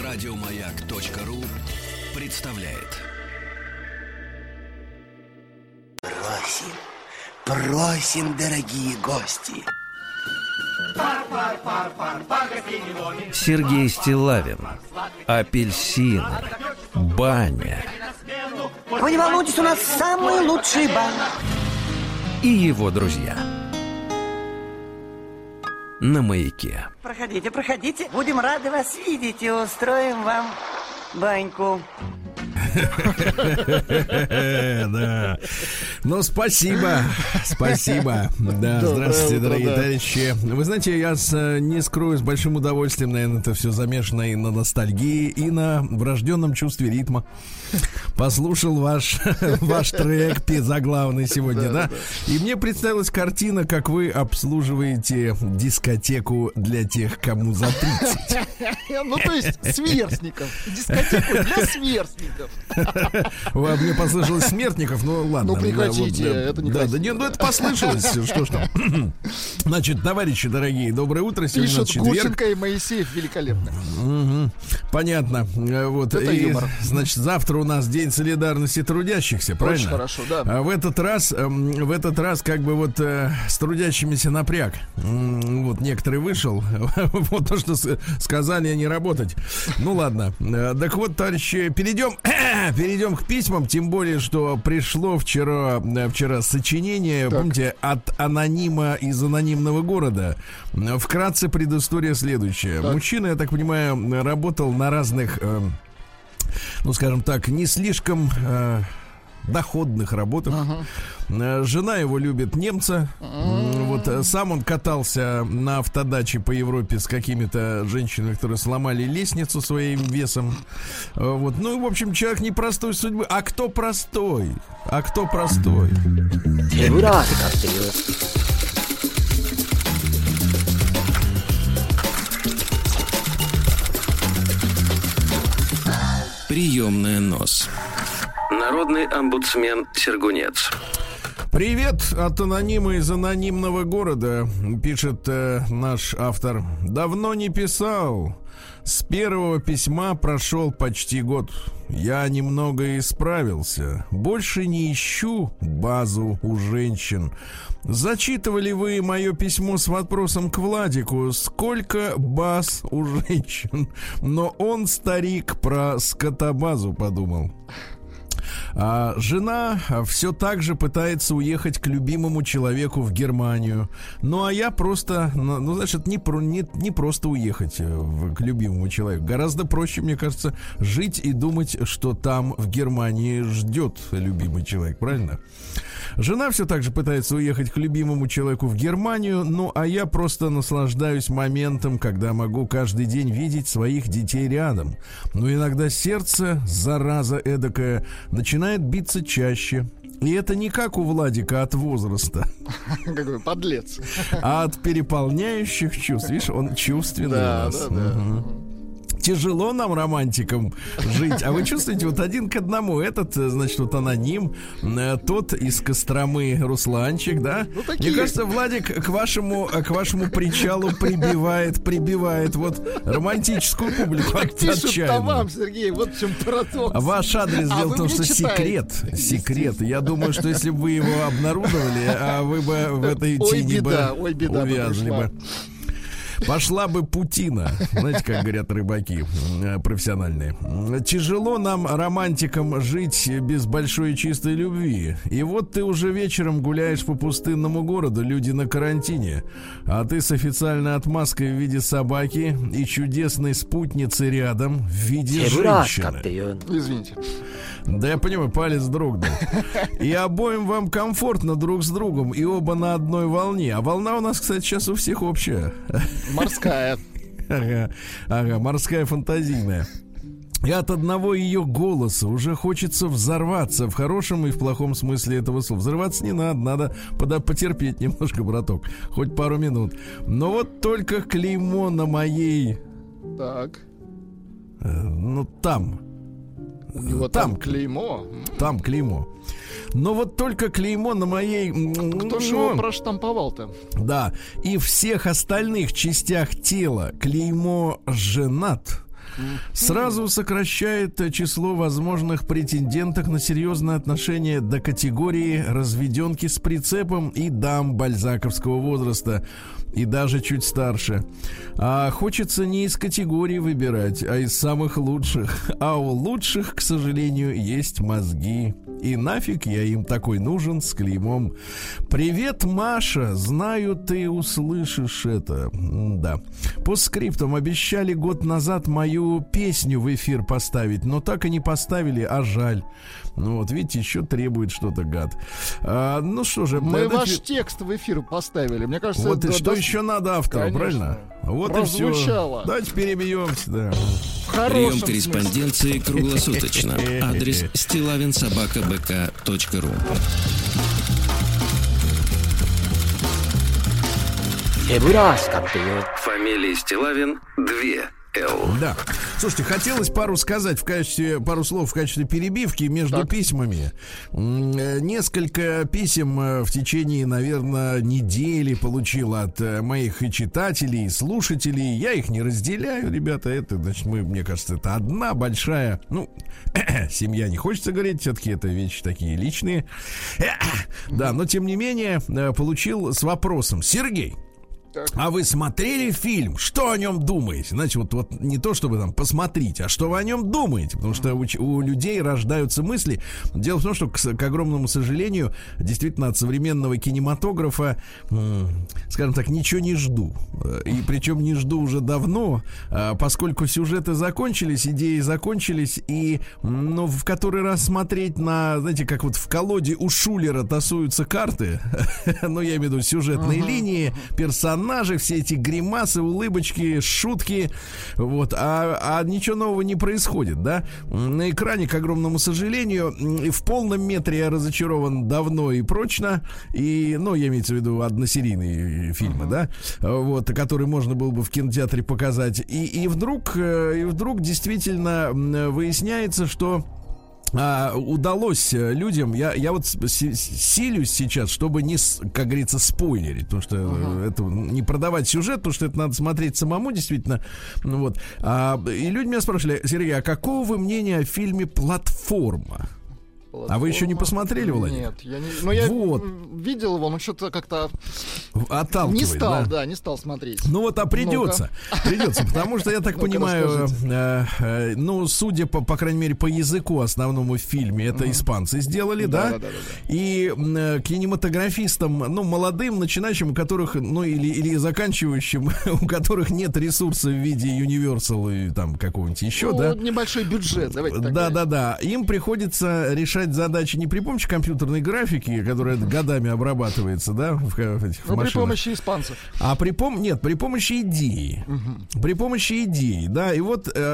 Радиомаяк.ру представляет. Просим, дорогие гости. Сергей Стиллавин. Апельсины. Баня. Вы не волнуйтесь, у нас самые лучшие бани. И его друзья. На Маяке. Проходите, проходите. Будем рады вас видеть и устроим вам баньку. Да. Ну, спасибо. Да, здравствуйте, дорогие товарищи. Вы знаете, я не скрою, с большим удовольствием, наверное, это все замешано и на ностальгии, и на врожденном чувстве ритма. Послушал ваш трек заглавный сегодня, да? И мне представилась картина, как вы обслуживаете дискотеку для тех, кому за 30. Ну, то есть сверстников. Дискотеку для сверстников. Мне послышалось смертников, но ладно. Ну, прекратите, это не да, нет, ну это послышалось. Что ж там. Значит, товарищи дорогие, доброе утро. Сегодня у нас четверг. Гурченко и Моисеев великолепно. Понятно. Вот. Это и, юмор. значит, завтра у нас День солидарности трудящихся, правильно? Очень хорошо, да. А в этот раз как бы вот с трудящимися напряг. Вот некоторый вышел. Вот то, что сказали не работать. Ну ладно. Так вот, товарищи, перейдем к письмам, тем более, что пришло вчера сочинение, так, помните, от анонима из анонимного города. Вкратце предыстория следующая. Так. Мужчина, я так понимаю, работал на разных, ну, скажем так, не слишком доходных работах. Жена его любит немца. Вот сам он катался на автодаче по Европе с какими-то женщинами, которые сломали лестницу своим весом. Вот. Ну, в общем, человек непростой судьбы. А кто простой? Приемная нос. Народный омбудсмен Сергунец. Привет от анонима из анонимного города, пишет наш автор. Давно не писал. С первого письма прошел почти год. Я немного исправился. Больше не ищу базу у женщин. Зачитывали вы мое письмо с вопросом к Владику: сколько баз у женщин? Но он, старик, про скотобазу подумал. А жена все так же пытается уехать к любимому человеку в Германию. Ну, а я просто, ну, значит, не просто уехать к любимому человеку. Гораздо проще, мне кажется, жить и думать, что там в Германии ждет любимый человек, правильно? Жена все так же пытается уехать к любимому человеку в Германию. Ну, а я просто наслаждаюсь моментом, когда могу каждый день видеть своих детей рядом. Но иногда сердце, зараза эдакая, начинает биться чаще. И это не как у Владика от возраста. Какой подлец. А от переполняющих чувств. Видишь, он чувственный у нас. Да. Тяжело нам, романтикам, жить. А вы чувствуете, вот один к одному. Этот, значит, вот аноним, тот из Костромы Русланчик, да? Ну, мне кажется, Владик к вашему причалу прибивает вот романтическую публику отчаянно. Вам, Сергей, вот в чем парадокс. Ваш адрес, дело в том, что секрет. Я думаю, что если бы вы его обнародовали, вы бы в этой тени увязли бы. Пошла бы путина. Знаете, как говорят рыбаки профессиональные. Тяжело нам, романтикам, жить без большой и чистой любви. И вот ты уже вечером гуляешь по пустынному городу, люди на карантине, а ты с официальной отмазкой в виде собаки и чудесной спутницы рядом в виде женщины. Извините. Да я понимаю, палец дрогнул. И обоим вам комфортно друг с другом, и оба на одной волне. А волна у нас, кстати, сейчас у всех общая. Морская. Ага, морская фантазийная. И от одного ее голоса уже хочется взорваться в хорошем и в плохом смысле этого слова. Взрываться не надо потерпеть немножко, браток. Хоть пару минут. Но вот только клеймо на моей... Так. Ну, там. У него там клеймо. Там клеймо. Но вот только клеймо на моей... Кто же его проштамповал-то? Да. И всех остальных частях тела клеймо «женат». Сразу сокращает число возможных претенденток на серьезное отношение до категории разведенки с прицепом и дам бальзаковского возраста, и даже чуть старше. А хочется не из категории выбирать, а из самых лучших. А у лучших, к сожалению, есть мозги. И нафиг я им такой нужен с клеймом. Привет, Маша. Знаю, ты услышишь это. Да. По скриптам обещали год назад мою песню в эфир поставить, но так и не поставили, а жаль. Ну вот, видите, еще требует что-то, гад. Ну что же, мы ваш текст в эфир поставили. Мне кажется, вот и что еще надо автору, правильно? Вот прозвучало. И все. Давайте перебьемся, да. Прием корреспонденции круглосуточно. Адрес stilavinsobakabk.ru. Фамилия Стилавин 2 Л. Да. Слушайте, хотелось пару слов в качестве перебивки между письмами. Несколько писем в течение, наверное, недели получил от моих и читателей, и слушателей. Я их не разделяю, ребята. Это, значит, мне кажется, это одна большая, семья, не хочется говорить, все-таки это вещи такие личные. Да, но тем не менее, получил с вопросом: Сергей, а вы смотрели фильм? Что о нем думаете? Значит, вот не то, чтобы там посмотрите, а что вы о нем думаете? Потому что у людей рождаются мысли. Дело в том, что, к огромному сожалению, действительно от современного кинематографа, скажем так, ничего не жду. И причем не жду уже давно, поскольку сюжеты закончились, идеи закончились, и, в который раз смотреть на, знаете, как вот в колоде у Шулера тасуются карты, я имею в виду сюжетные линии, персонажи, все эти гримасы, улыбочки, шутки, а ничего нового не происходит, да? На экране, к огромному сожалению, в полном метре я разочарован давно и прочно, и, я имею в виду односерийные фильмы, да, которые можно было бы в кинотеатре показать, и вдруг действительно выясняется, что удалось людям, я вот силюсь сейчас, чтобы не, как говорится, спойлерить, потому что это не продавать сюжет, потому что это надо смотреть самому, действительно. И люди меня спрашивали: Сергей, а какого вы мнения о фильме «Платформа»? А вы еще не посмотрели, Владимир? Нет, я не... Но я видел его, но что-то как-то отталкивает, не стал смотреть. Придется, потому что я так понимаю, судя по крайней мере по языку основному в фильме, это испанцы сделали, да? И кинематографистам, молодым, начинающим, у которых, или заканчивающим, у которых нет ресурса в виде Universal и там какого-нибудь еще, да? Небольшой бюджет, давайте так говорить. Да. Им приходится решать задачи не при помощи компьютерной графики, которая годами обрабатывается, да, в этих машинах. При помощи испанцев. При помощи идеи. При помощи идеи, да. И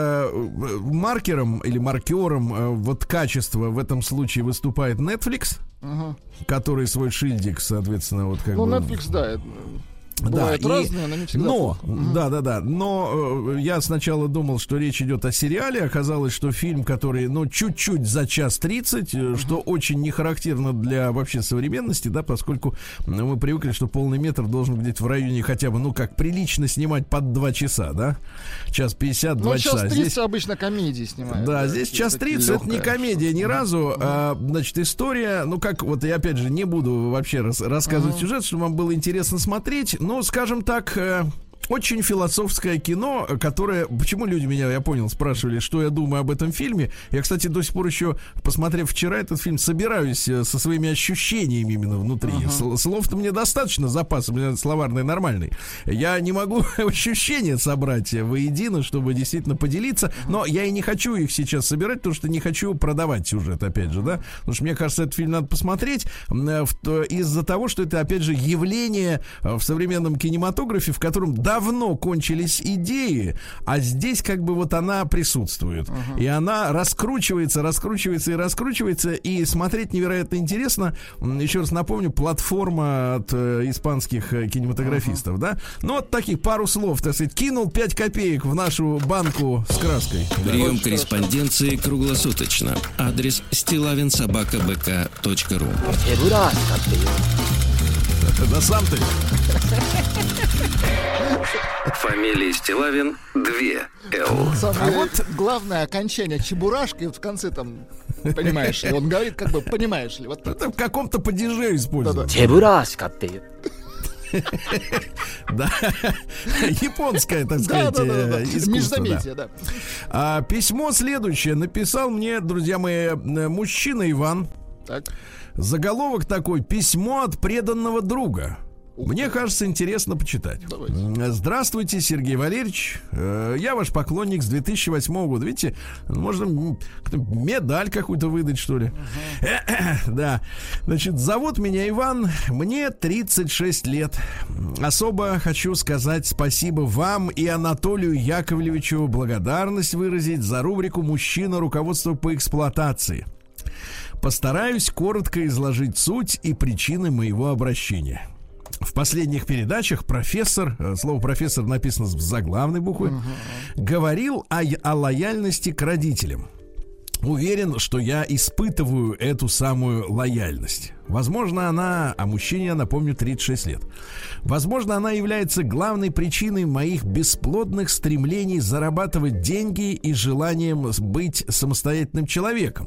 маркером или маркером качества в этом случае выступает Netflix, который свой шильдик, соответственно, Netflix, да. Бывают разные, но не всегда. Но я сначала думал, что речь идет о сериале. Оказалось, что фильм, который, чуть-чуть за 1:30, что очень не характерно для вообще современности, да, поскольку мы привыкли, что полный метр должен где-то в районе хотя бы, как прилично снимать под 2 часа, да? 1:50, 2 часа. 1:30 здесь обычно комедии снимают. Да, здесь 1:30 это не комедия ни разу. История, я опять же не буду вообще рассказывать сюжет, чтобы вам было интересно смотреть. Скажем так, очень философское кино, которое... Почему люди меня, я понял, спрашивали, что я думаю об этом фильме. Я, кстати, до сих пор еще, посмотрев вчера этот фильм, собираюсь со своими ощущениями именно внутри. Слов-то мне достаточно, запас у меня словарный нормальный. Я не могу ощущения собрать воедино, чтобы действительно поделиться. Но я и не хочу их сейчас собирать, потому что не хочу продавать сюжет, опять же, да. Потому что мне кажется, этот фильм надо посмотреть из-за того, что это, опять же, явление в современном кинематографе, в котором давно кончились идеи, а здесь она присутствует. И она раскручивается, и смотреть невероятно интересно. Еще раз напомню, платформа от испанских кинематографистов, да? Таких пару слов, так сказать, кинул 5 копеек в нашу банку с краской. Прием корреспонденции круглосуточно. Адрес stilavinsobakabk.ru. Да сам ты. Фамилия Стилавин 2Л. Самое главное окончание чебурашка, и вот в конце там, понимаешь ли, он говорит как бы, понимаешь ли. Вот это в каком-то падеже используют. Чебурашка ты. Да, японское, так сказать, искусство. Междометие, да. Письмо следующее написал мне, друзья мои, мужчина Иван. Так. Заголовок такой: «Письмо от преданного друга». Мне кажется, интересно почитать. Давайте. Здравствуйте, Сергей Валерьевич. Я ваш поклонник с 2008 года. Видите, можно медаль какую-то выдать, что ли. Да. Значит, зовут меня Иван. Мне 36 лет. Особо хочу сказать спасибо вам и Анатолию Яковлевичу, благодарность выразить за рубрику «Мужчина. Руководство по эксплуатации». Постараюсь коротко изложить суть и причины моего обращения. В последних передачах профессор, слово профессор написано с заглавной буквы, говорил о лояльности к родителям. Уверен, что я испытываю эту самую лояльность. Возможно, она, а мужчине, я напомню, 36 лет. Возможно, она является главной причиной моих бесплодных стремлений зарабатывать деньги и желанием быть самостоятельным человеком.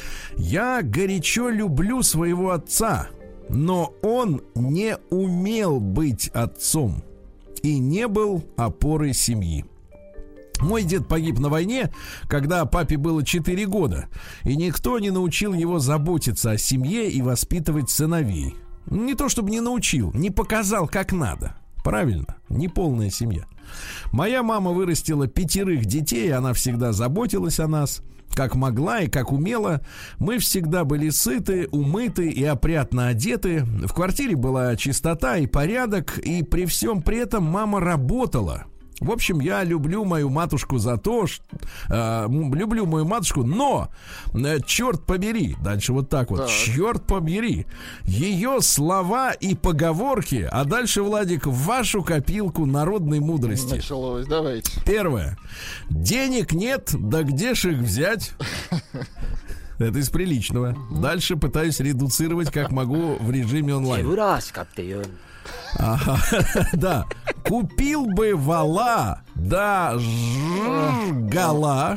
Я горячо люблю своего отца, но он не умел быть отцом и не был опорой семьи. Мой дед погиб на войне, когда папе было 4 года, и никто не научил его заботиться о семье и воспитывать сыновей. Не то чтобы не научил, не показал, как надо. Правильно, неполная семья. Моя мама вырастила 5 детей, она всегда заботилась о нас, как могла и как умела. Мы всегда были сыты, умыты и опрятно одеты. В квартире была чистота и порядок, и при всем при этом мама работала. В общем, я люблю мою матушку за то, что... люблю мою матушку, но, черт побери, дальше вот так вот, черт побери, ее слова и поговорки, а дальше, Владик, в вашу копилку народной мудрости. Началось, давайте. Первое. Денег нет, да где ж их взять? Это из приличного. Дальше пытаюсь редуцировать, как могу, в режиме онлайн. Чебурашка ты. Ага, да. Купил бы вала, да жгала.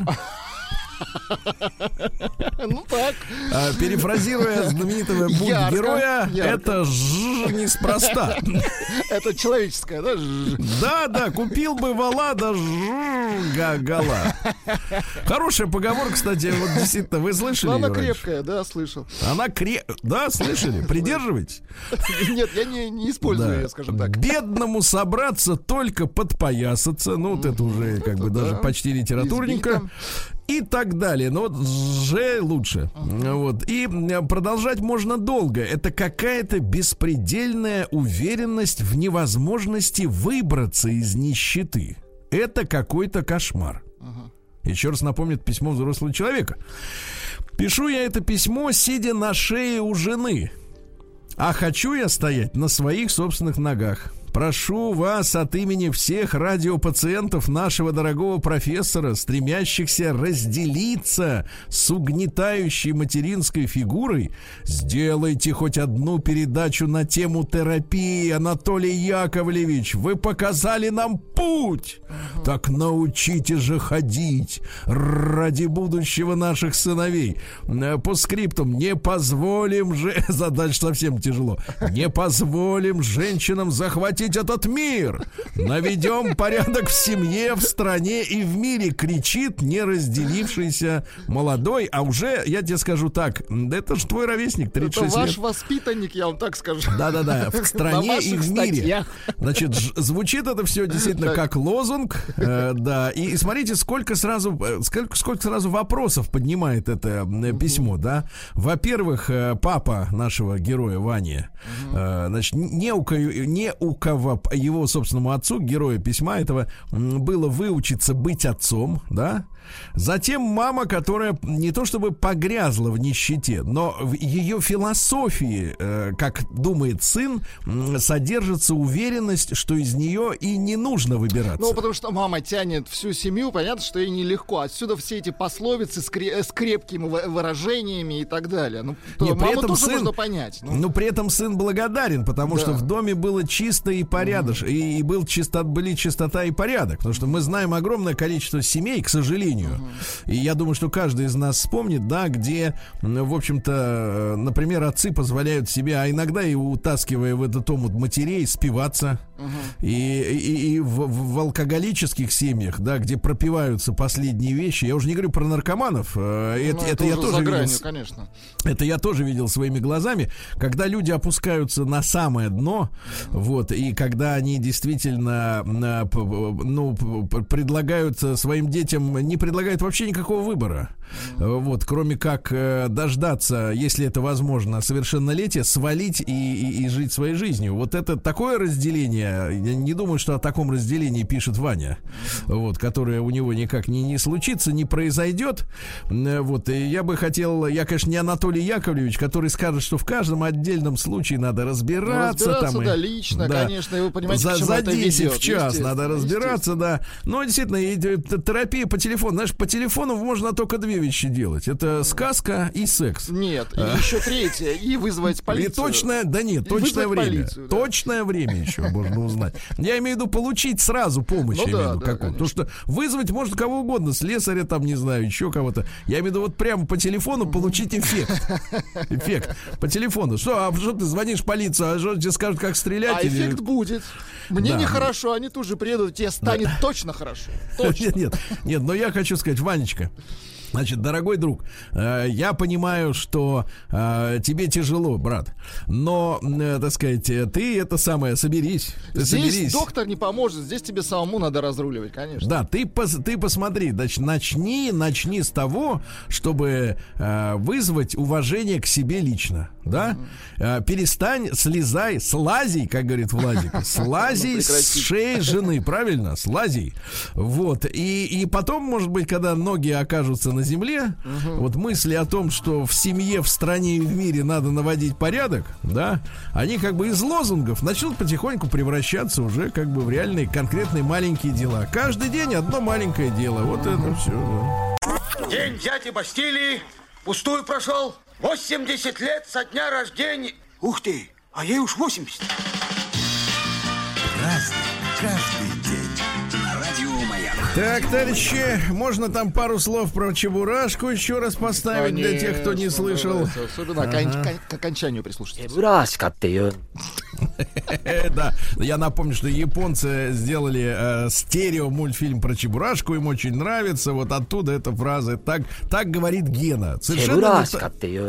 Ну так. Перефразируя знаменитого героя, это неспроста. Это человеческое, да? Да, купил бы вала, да гала. Хорошая поговорка, кстати, вот действительно, вы слышали? Она крепкая, да, слышал. Она да, слышали? Придерживаетесь? Нет, я не использую ее, скажем так. Бедному собраться, только подпоясаться. Ну, вот это уже как бы даже почти литературненько. И так далее. Но вот же лучше. Вот. И продолжать можно долго. Это какая-то беспредельная уверенность в невозможности выбраться из нищеты. Это какой-то кошмар. Еще раз напомню, письмо взрослого человека. Пишу я это письмо, сидя на шее у жены. А хочу я стоять на своих собственных ногах. Прошу вас от имени всех радиопациентов нашего дорогого профессора, стремящихся разделиться с угнетающей материнской фигурой, сделайте хоть одну передачу на тему терапии, Анатолий Яковлевич. Вы показали нам путь. Так научите же ходить ради будущего наших сыновей. По скриптум: не позволим же... Задача совсем тяжело. Не позволим женщинам захватить этот мир. Наведем порядок в семье, в стране и в мире, кричит неразделившийся молодой. А уже, я тебе скажу так, это же твой ровесник, 36 лет. Это ваш воспитанник, я вам так скажу. Да-да-да, в стране и в мире. Значит, звучит это все действительно как лозунг. Да, и смотрите, сколько сразу вопросов поднимает это письмо, да. Во-первых, папа нашего героя Вани, значит, не у кого его собственному отцу, герою письма этого, было выучиться быть отцом, да? Затем мама, которая не то чтобы погрязла в нищете, но в ее философии, как думает сын, содержится уверенность, что из нее и не нужно выбираться. Ну, потому что мама тянет всю семью, понятно, что ей нелегко. Отсюда все эти пословицы с крепкими выражениями и так далее. Ну, маму тоже можно понять. Но при этом сын благодарен, потому что в доме было чисто и порядочно, и были чистота и порядок. Потому что мы знаем огромное количество семей, к сожалению. И я думаю, что каждый из нас вспомнит, да, где, в общем-то, например, отцы позволяют себе, а иногда и утаскивая в этот омут матерей, спиваться. И в алкоголических семьях, да, где пропиваются последние вещи, я уже не говорю про наркоманов, это я тоже видел, конечно. Это я тоже видел своими глазами, когда люди опускаются на самое дно, вот, и когда они действительно, предлагают своим детям, не предлагают вообще никакого выбора, вот, кроме как дождаться, если это возможно, совершеннолетия, свалить и жить своей жизнью. Вот это такое разделение. Я не думаю, что о таком разделении пишет Ваня, вот, которое у него никак не случится, не произойдет. Вот, и я бы хотел, я, конечно, не Анатолий Яковлевич, который скажет, что в каждом отдельном случае надо разбираться. Там, да, лично, да, конечно, и вы понимаете, к чему за это 10 ведет, в час надо разбираться, да. Но действительно, терапия по телефону, знаешь, по телефону можно только две вещи делать. Это сказка и секс. Нет, и еще третье, и вызвать полицию. И точное время. Полицию, да. Точное время еще можно узнать. Я имею в виду получить сразу помощь, потому что вызвать можно кого угодно, слесаря там, не знаю, еще кого-то. Я имею в виду вот прямо по телефону получить эффект по телефону. Что ты звонишь в полицию, а что тебе скажут, как стрелять? А эффект будет. Мне нехорошо, они тут же приедут, тебе станет точно хорошо. Точно. Нет, но я хочу сказать, Ванечка, значит, дорогой друг, я понимаю, что тебе тяжело, брат, но, так сказать, ты это самое, соберись. Здесь доктор не поможет, здесь тебе самому надо разруливать, конечно. Да, ты посмотри, значит, начни с того, чтобы вызвать уважение к себе лично, да? Перестань, слази, как говорит Владик, слази с шеи жены, правильно? Слази. Вот, и потом, может быть, когда ноги окажутся на земле, вот мысли о том, что в семье, в стране и в мире надо наводить порядок, да, они как бы из лозунгов начнут потихоньку превращаться уже как бы в реальные конкретные маленькие дела. Каждый день одно маленькое дело. Вот это все. Да. День дяди Бастилии пустую прошел. 80 лет со дня рождения. Ух ты, а ей уж 80. Разный, каждый день. Радио Маяк. Так, товарищи, можно там пару слов про Чебурашку еще раз поставить, конечно, для тех, кто не слышал. Особенно к окончанию прислушаться. Чебурашка ты. Да, я напомню, что японцы сделали стерео мультфильм про Чебурашку, им очень нравится. Вот оттуда эта фраза. Так говорит Гена. Чебурашка ты.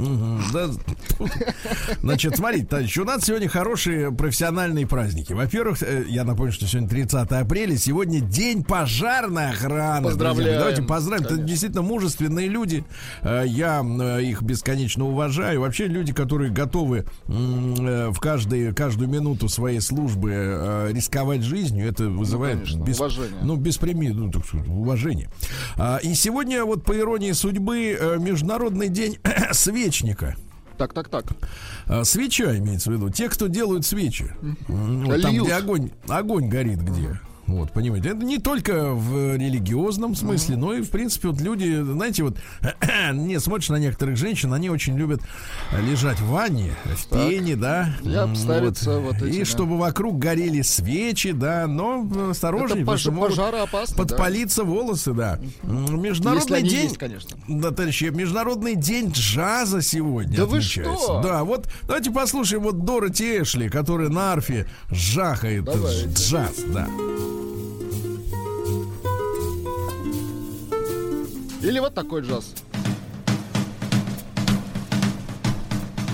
Значит, смотрите, товарищи, у нас сегодня хорошие профессиональные праздники. Во-первых, я напомню, что сегодня 30 апреля, сегодня день пожарной охраны. Поздравляем. Давайте поздравим. Это действительно мужественные люди. Я их бесконечно уважаю. Вообще люди, которые готовы в каждую минуту своей службы рисковать жизнью, это вызывает уважение. И сегодня, вот по иронии судьбы, Международный день свечника. Так. Свеча имеется в виду. Те, кто делают свечи. Вот там, где огонь горит, где. Вот, понимаете, это не только в религиозном смысле, но и, в принципе, вот люди, знаете, вот не смотришь на некоторых женщин, они очень любят лежать в ванне, в пене, да. И обставиться вот эти, и чтобы вокруг горели свечи, да, но осторожнее, потому что могут подпалиться волосы, да. Международный день, есть, конечно. Да, товарищи, Международный день джаза сегодня. Да вы что? Да, вот давайте послушаем вот Дороти Эшли, которая на арфе жахает джаз, да. Или вот такой джаз.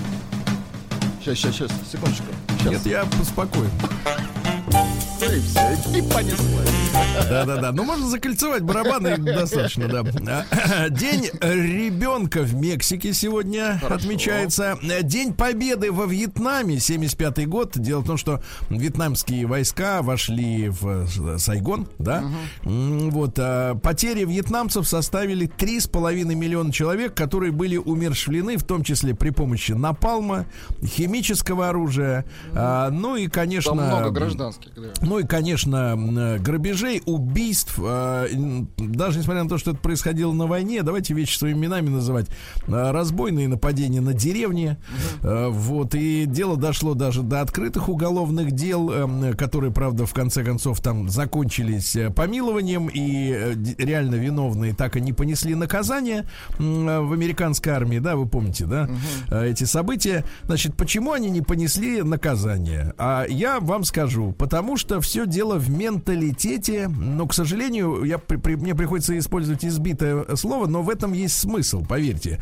Сейчас, секундочку. Нет, я спокойно. И все. И понеслась. Да-да-да, ну можно закольцевать барабаны, достаточно, да. День ребенка в Мексике сегодня отмечается. День победы во Вьетнаме, 75-й год. Дело в том, что вьетнамские войска вошли в Сайгон, да. Вот, потери вьетнамцев составили 3,5 миллиона человек, которые были умерщвлены, в том числе при помощи напалма, химического оружия, ну и, конечно... Там много гражданских, да. Ну и, конечно, грабежей, убийств, даже несмотря на то, что это происходило на войне, давайте вещи своими именами называть, разбойные нападения на деревни, вот, и дело дошло даже до открытых уголовных дел, которые, правда, в конце концов там закончились помилованием, и реально виновные так и не понесли наказание в американской армии, да, вы помните, да, эти события. Значит, почему они не понесли наказание? А я вам скажу, потому что все дело в менталитете. Но, к сожалению, мне приходится использовать избитое слово, но в этом есть смысл, поверьте.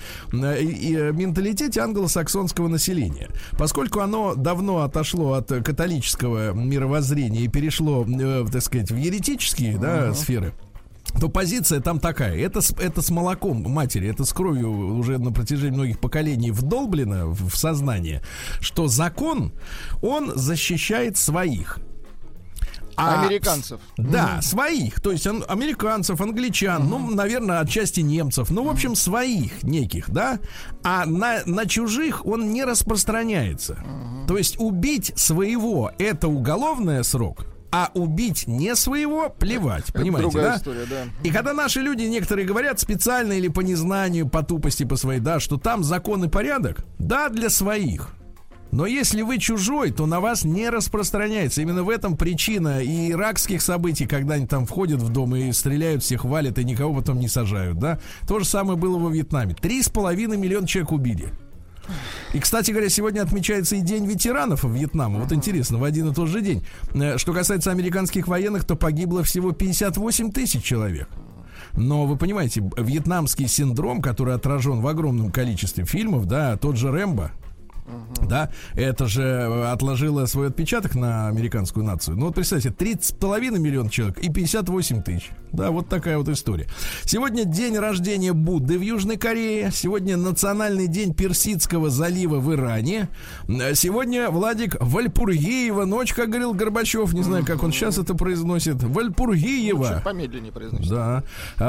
И менталитете англосаксонского населения. Поскольку оно давно отошло от католического мировоззрения и перешло, так сказать, в еретические, да, сферы, то позиция там такая. Это с молоком матери, это с кровью уже на протяжении многих поколений вдолблено в сознание, что закон, он защищает своих. Американцев. Да, своих. То есть американцев, англичан, ну, наверное, отчасти немцев. Ну, в общем, своих неких, да. А на чужих он не распространяется. То есть убить своего — это уголовный срок. А убить не своего — плевать, понимаете, другая да? История, да? И когда наши люди, некоторые говорят специально или по незнанию, по тупости, по своей, да, что там закон и порядок, да, для своих. Но если вы чужой, то на вас не распространяется. Именно в этом причина и иракских событий, когда они там входят в дом и стреляют, всех валят и никого потом не сажают, да? То же самое было во Вьетнаме. 3,5 миллиона человек убили. И, кстати говоря, сегодня отмечается и День ветеранов Вьетнама. Вот интересно, в один и тот же день. Что касается американских военных, то погибло всего 58 тысяч человек. Но вы понимаете, вьетнамский синдром, который отражен в огромном количестве фильмов, да, тот же Рэмбо, да, это же отложило свой отпечаток на американскую нацию. Ну вот представьте, 30,5 миллиона человек и 58 тысяч. Да, вот такая вот история. Сегодня день рождения Будды в Южной Корее. Сегодня национальный день Персидского залива в Иране. Сегодня, Владик, Вальпургиева ночь, как говорил Горбачев. Не знаю, как он сейчас это произносит. Вальпургиева. Чуть помедленнее произносит. Да.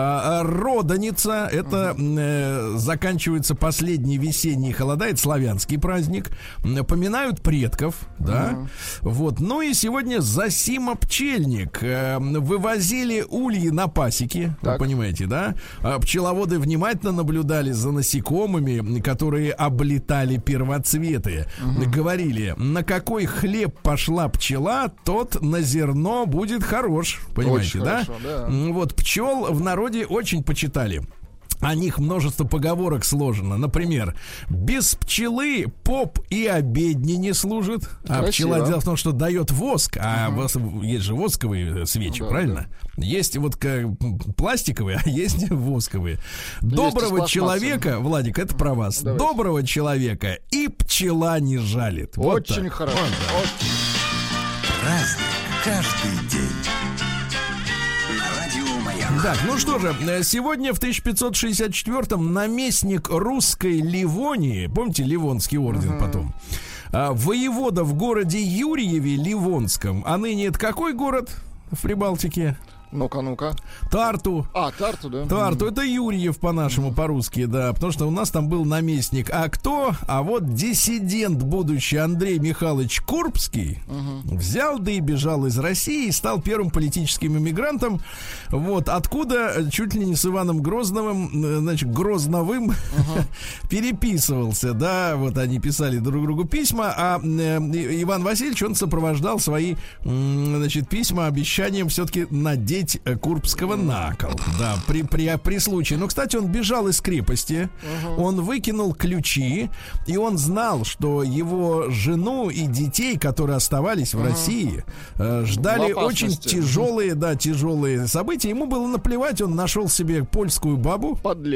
Родоница. Это заканчивается последний весенний холода. Это славянский праздник. Поминают предков. Да. Вот. Ну и сегодня Зосима-пчельник. Вывозили ульи на пасеки, вы понимаете, да? Пчеловоды внимательно наблюдали за насекомыми, которые облетали первоцветы. Говорили, на какой хлеб пошла пчела, тот на зерно будет хорош. Понимаете, да? Хорошо, да? Вот, пчел в народе очень почитали. О них множество поговорок сложено. Например, без пчелы поп и обедни не служит. А Красиво. Пчела, дело в том, что дает воск. А есть же восковые свечи, правильно? Да. Есть вот пластиковые, а есть восковые. Доброго человека, Владик, это про вас. Давайте. Доброго человека и пчела не жалит. Очень вот хорошо. Вот так. Очень. Праздник каждый день. Так, ну что же, сегодня в 1564-м наместник русской Ливонии, помните Ливонский орден потом, воевода в городе Юрьеве Ливонском, а ныне это какой город в Прибалтике? Ну-ка. Тарту. Тарту, да. Тарту, это Юрьев по-нашему, по-русски, да. Потому что у нас там был наместник. А кто? А вот диссидент будущий Андрей Михайлович Курбский взял, да и бежал из России и стал первым политическим иммигрантом. Вот, откуда чуть ли не с Иваном Грозновым, значит, Грозновым переписывался, да. Вот они писали друг другу письма, а Иван Васильевич, он сопровождал свои, значит, письма обещанием все-таки надеть Курбского на кол. Да, при случае. Но, кстати, он бежал из крепости, он выкинул ключи, и он знал, что его жену и детей, которые оставались в России, ждали очень тяжелые, тяжелые события. Ему было наплевать, он нашел себе польскую бабу. Подлец.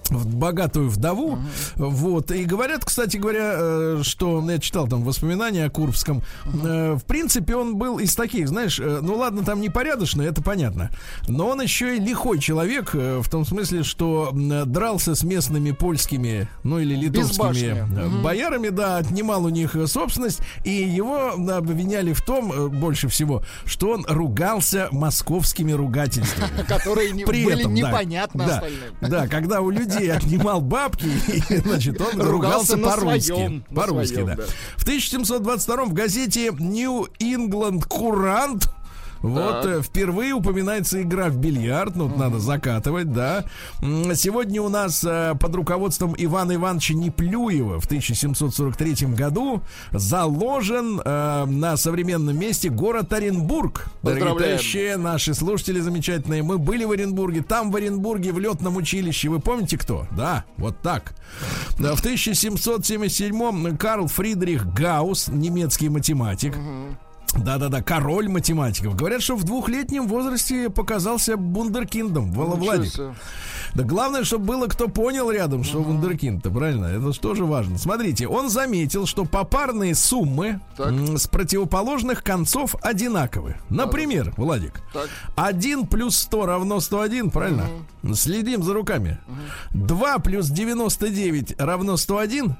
богатую вдову, вот, и говорят, кстати говоря, что, я читал там воспоминания о Курбском, в принципе, он был из таких, знаешь, ну ладно, там непорядочный, это понятно, но он еще и лихой человек, в том смысле, что дрался с местными польскими, ну или литовскими боярами, да, отнимал у них собственность, и его обвиняли в том, больше всего, что он ругался московскими ругательствами. Которые были непонятны остальным. Да, когда у людей отнимал бабки, значит, он ругался по-русски. По-русски, да. В 1722 в газете New England Courant вот впервые упоминается игра в бильярд. Ну, надо закатывать, да. Сегодня у нас под руководством Ивана Ивановича Неплюева в 1743 году заложен на современном месте город Оренбург. Дорогие наши слушатели замечательные, мы были в Оренбурге. Там в Оренбурге в летном училище, вы помните кто? Да, вот так. В 1777 Карл Фридрих Гаусс, немецкий математик. Да-да-да, король математиков. Говорят, что в 2-летнем возрасте показался вундеркиндом. Владик. Да главное, чтобы было кто понял рядом, что вундеркинд-то, правильно? Это же тоже важно. Смотрите, он заметил, что попарные суммы с противоположных концов одинаковы. Например, Владик, 1 плюс 100 равно 101, правильно? Следим за руками. 2 плюс 99 равно 101.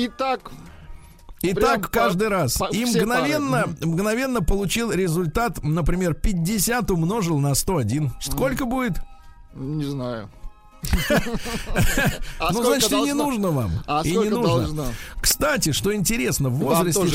И так каждый раз. И мгновенно получил результат, например, 50 умножил на 101. Сколько будет? Не знаю. Ну, значит, и не нужно вам. И не нужно. Кстати, что интересно, в возрасте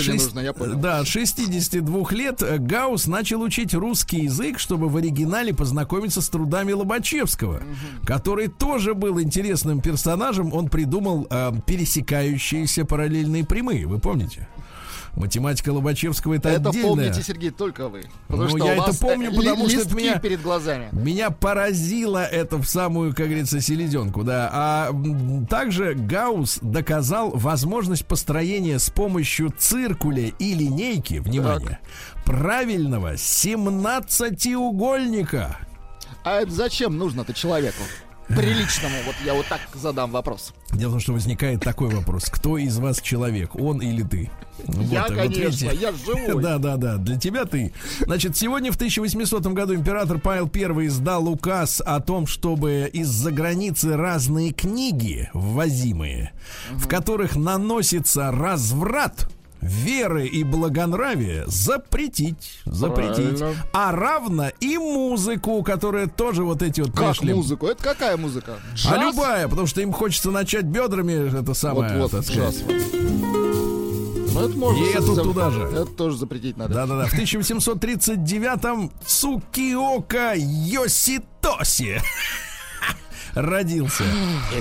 62 лет Гаусс начал учить русский язык, чтобы в оригинале познакомиться с трудами Лобачевского, который тоже был интересным персонажем. Он придумал пересекающиеся параллельные прямые, вы помните? Математика Лобачевского это отдельная. Это помните, Сергей, только вы. Потому что я это помню, потому что это перед глазами. Меня поразило это в самую, как говорится, селезенку, да. А также Гаусс доказал возможность построения с помощью циркуля и линейки, внимание, правильного 17-угольника. А это зачем нужно-то человеку? Приличному, вот я вот так задам вопрос. Дело в том, что возникает такой вопрос: кто из вас человек, он или ты? Я, вот, конечно, вот я живой. Да, для тебя ты. Значит, сегодня в 1800 году император Павел I издал указ о том, чтобы из-за границы разные книги ввозимые, в которых наносится разврат веры и благонравия, запретить. Правильно. А равно и музыку, которая тоже вот эти вот пришли. Как музыку? Это какая музыка? Джаз? А любая, потому что им хочется начать бедрами, это самое. Вот джаз. Ну, это можно. И это туда же. Это тоже запретить надо. Да-да-да. В 1839-м Цукиока Йоситоси родился.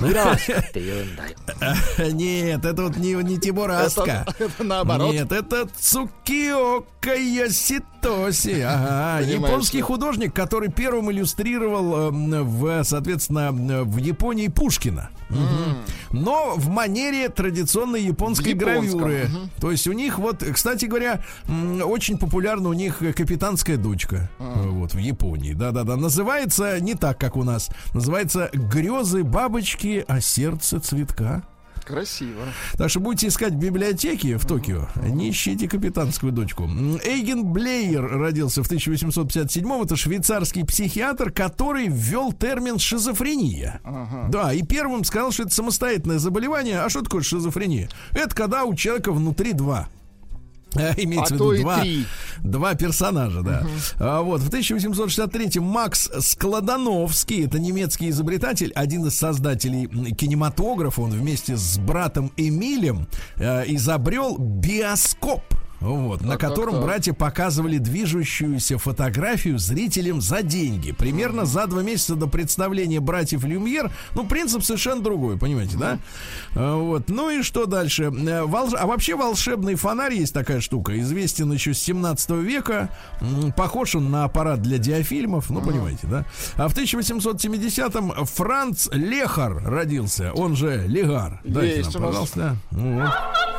Нет, это вот не Тимураска. Это наоборот. Нет, это Цукиока Йоситоси. Ага, японский художник, который первым иллюстрировал, соответственно, в Японии Пушкина. Но в манере традиционной японской гравюры. То есть у них вот, кстати говоря, очень популярна у них «Капитанская дочка». Вот в Японии. Да-да-да. Называется не так, как у нас. Называется «Грезы бабочки, а сердце цветка». Красиво. Так что будете искать в библиотеке в Токио, не ищите «Капитанскую дочку». Эйген Блейер родился в 1857-м. Это швейцарский психиатр, который ввел термин «шизофрения». Да, и первым сказал, что это самостоятельное заболевание. А что такое шизофрения? Это когда у человека внутри два. Имеется в виду два персонажа, да. Вот, в 1863-м Макс Складановский, это немецкий изобретатель, один из создателей кинематографа, он вместе с братом Эмилем изобрел биоскоп. Вот, на котором братья показывали движущуюся фотографию зрителям за деньги. Примерно за 2 месяца до представления братьев Люмьер. Ну, принцип совершенно другой, понимаете, да? Вот. Ну и что дальше? А вообще волшебный фонарь есть такая штука. Известен еще с 17 века. Похож он на аппарат для диафильмов. Ну, понимаете, да? А в 1870-м Франц Лехар родился. Он же Легар. Дайте нам, пожалуйста. Вот.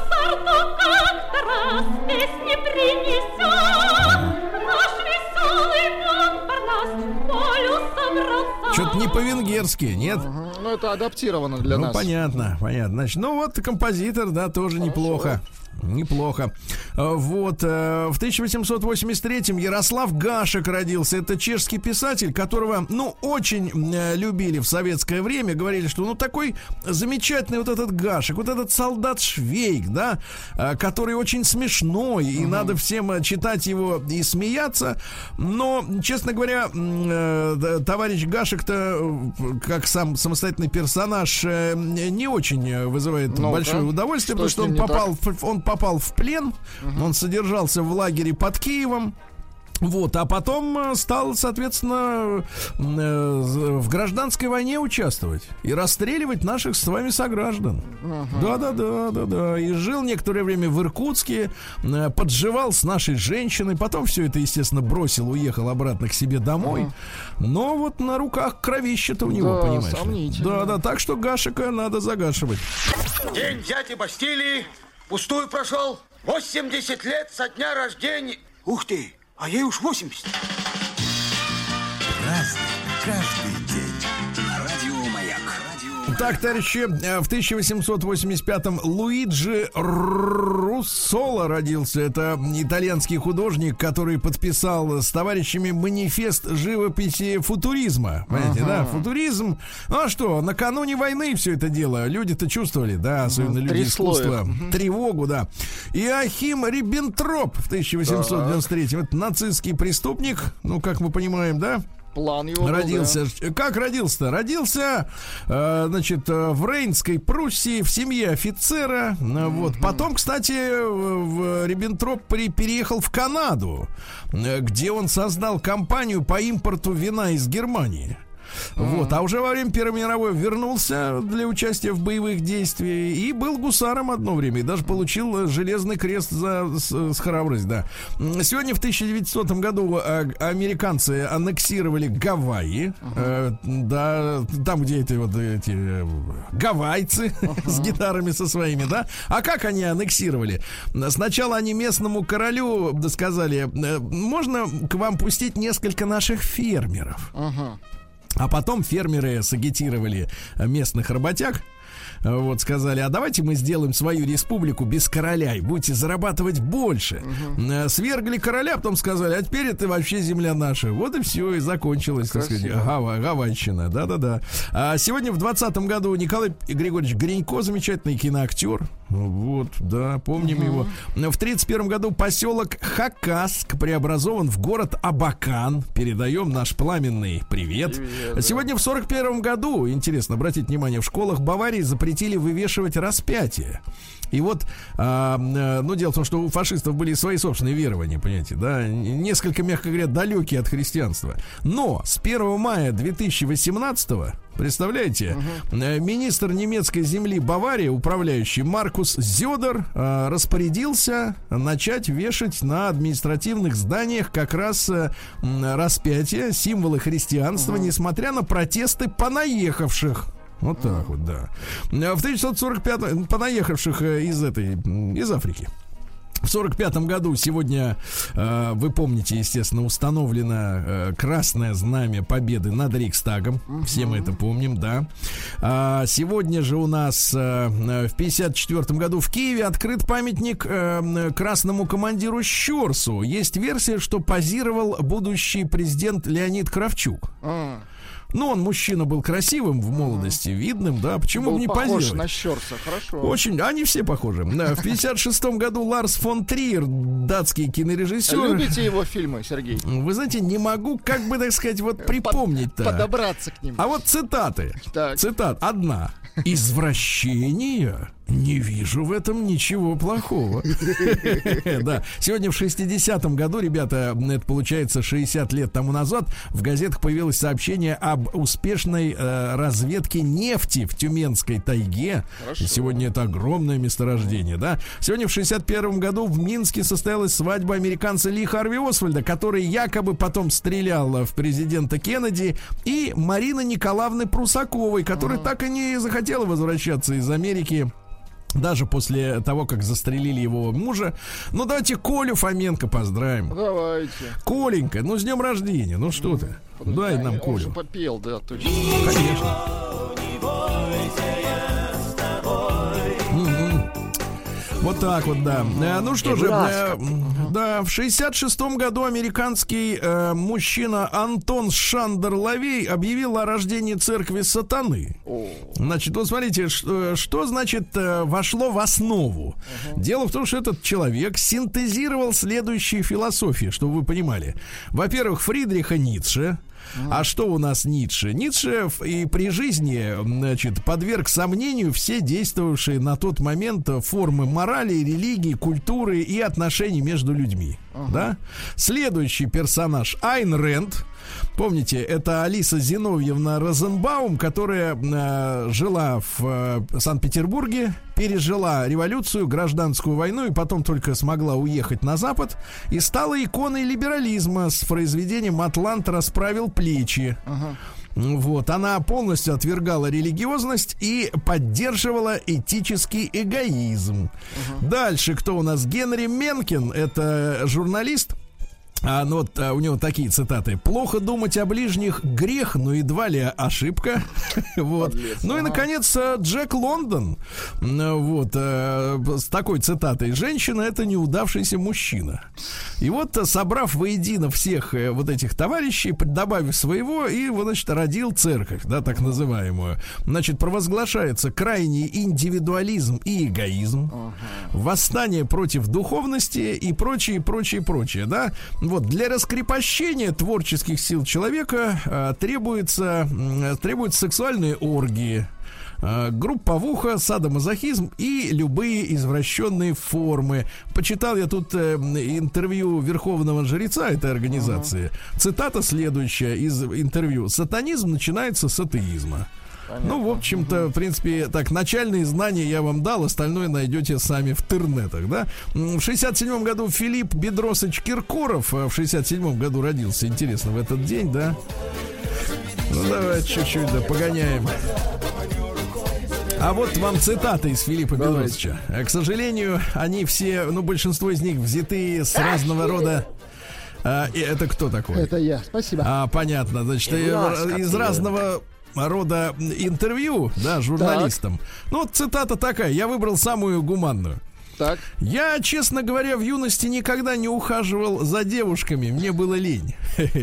Песни принесет наш веселый Монпарнас, полю собрался Что-то не по-венгерски, нет? Ну, это адаптировано для нас. Ну, понятно. Значит, ну вот композитор, да, тоже неплохо. Вот. В 1883-м Ярослав Гашек родился. Это чешский писатель, которого, очень любили в советское время. Говорили, что, такой замечательный вот этот Гашек, вот этот солдат Швейк, да, который очень смешной, и надо всем читать его и смеяться. Но, честно говоря, товарищ Гашек-то, как сам самостоятельный персонаж, не очень вызывает большое удовольствие, потому что он попал в плен, он содержался в лагере под Киевом. Вот, а потом стал, соответственно, в гражданской войне участвовать и расстреливать наших с вами сограждан. Да. И жил некоторое время в Иркутске, подживал с нашей женщиной, потом все это, естественно, бросил, уехал обратно к себе домой. Но вот на руках кровище-то у него, понимаешь? Сомнительно. Да, так что Гашека надо загашивать. День взятия Бастилии пустую прошел. 80 лет со дня рождения. Ух ты, а ей уж 80. Разный, каждый день. Радио Маяк. Так, товарищи, в 1885-м Луиджи Руссоло родился. Это итальянский художник, который подписал с товарищами манифест живописи футуризма. Понимаете, да? Футуризм. Ну а что, накануне войны все это дело люди-то чувствовали, да, особенно люди искусства. Тревогу, да. Иоахим Риббентроп в 1893-м. Это нацистский преступник, как мы понимаем, да? План его родился. Как родился-то? Родился, значит, в Рейнской Пруссии в семье офицера. Вот. Потом, кстати, Риббентроп переехал в Канаду, где он создал компанию по импорту вина из Германии. Вот, а уже во время Первой мировой вернулся для участия в боевых действиях и был гусаром одно время, и даже получил железный крест за храбрость, да. Сегодня в 1900 году американцы аннексировали Гавайи, да, там, где эти гавайцы с гитарами со своими, да. А как они аннексировали? Сначала они местному королю сказали: можно к вам пустить несколько наших фермеров. А потом фермеры сагитировали местных работяг. Вот, сказали: а давайте мы сделаем свою республику без короля и будете зарабатывать больше. Свергли короля, потом сказали: а теперь это вообще земля наша. Вот и все, и закончилось, так сказать, гавайщина. Да-да-да. А сегодня в 2020 году Николай Григорьевич Гринько, замечательный киноактер. Вот, да, помним его. В 1931 году поселок Хакасск преобразован в город Абакан. Передаем наш пламенный привет. Сегодня в 1941 году, интересно, обратите внимание, в школах Баварии запретили вывешивать распятие. И вот, дело в том, что у фашистов были свои собственные верования, понимаете, да, несколько, мягко говоря, далекие от христианства. Но с 1 мая 2018-го, представляете, министр немецкой земли Баварии, управляющий Маркус Зёдер, распорядился начать вешать на административных зданиях как раз распятия, символы христианства, несмотря на протесты понаехавших. Вот так вот, да. В 1945-м понаехавших из Африки. В 1945 году сегодня, вы помните, естественно, установлено красное знамя победы над Рейхстагом. Все мы это помним, да. Сегодня же у нас в 1954 году в Киеве открыт памятник красному командиру Щорсу. Есть версия, что позировал будущий президент Леонид Кравчук. Он мужчина был красивым в молодости, видным, да, почему бы не позировать? Похож на Щорса, хорошо. Очень, они все похожи. Да, в 1956 году Ларс фон Триер, датский кинорежиссер. Любите его фильмы, Сергей? Вы знаете, не могу, как бы, так сказать, вот припомнить-то. Подобраться к ним. А вот цитаты. Так. Цитат. Одна. Извращение? Не вижу в этом ничего плохого. Да. Сегодня в 60-м году, ребята, это получается 60 лет тому назад, в газетах появилось сообщение об успешной разведке нефти в Тюменской тайге. И сегодня это огромное месторождение, да. Сегодня в 61-м году в Минске состоялась свадьба американца Ли Харви Освальда, который якобы потом стрелял в президента Кеннеди, и Марины Николаевны Прусаковой, которая так и не захотела возвращаться из Америки Даже после того, как застрелили его мужа. Ну, давайте Колю Фоменко поздравим. Давайте. Коленька, ну, с днем рождения. Ну, что ты? Дай нам Колю. Он же попел, да, точно. Конечно. Вот так вот, да. Ну что же, да, в 66-м году американский мужчина Антон Шандер-Лавей объявил о рождении церкви сатаны. Значит, вот смотрите, что значит вошло в основу. Дело в том, что этот человек синтезировал следующие философии, чтобы вы понимали. Во-первых, Фридриха Ницше. А что у нас Ницше? Ницше и при жизни, значит, подверг сомнению все действовавшие на тот момент формы морали, религии, культуры и отношений между людьми. Да? Следующий персонаж Айн Рэнд. Помните, это Алиса Зиновьевна Розенбаум, которая жила в Санкт-Петербурге, пережила революцию, гражданскую войну и потом только смогла уехать на Запад и стала иконой либерализма с произведением «Атлант расправил плечи». Вот, она полностью отвергала религиозность и поддерживала этический эгоизм. Дальше кто у нас? Генри Менкин, это журналист. Ну вот у него такие цитаты: «Плохо думать о ближних — грех, но едва ли ошибка». Вот. Ну и, наконец, Джек Лондон. Вот, с такой цитатой: «Женщина — это неудавшийся мужчина». И вот, собрав воедино всех вот этих товарищей, добавив своего, и, значит, родил церковь, да, так называемую. Значит, провозглашается крайний индивидуализм и эгоизм, восстание против духовности и прочее, да. Вот, для раскрепощения творческих сил человека требуются сексуальные оргии, групповуха, садомазохизм и любые извращенные формы. Почитал я тут интервью верховного жреца этой организации. Цитата следующая из интервью: «Сатанизм начинается с атеизма». Ну, в общем-то, в принципе, так, начальные знания я вам дал, остальное найдете сами в интернетах, да. В 67-м году Филипп Бедросович Киркоров в 67-м году родился, интересно, в этот день, да. Ну, давай чуть-чуть, да, погоняем. А вот вам цитаты из Филиппа Бедросовича. К сожалению, они все, ну, большинство из них взяты с разного рода... это кто такой? Это я, спасибо. Понятно, значит, из разного... рода интервью, да, журналистам. Так. Ну, вот цитата такая, я выбрал самую гуманную. Так. «Я, честно говоря, в юности никогда не ухаживал за девушками, мне было лень».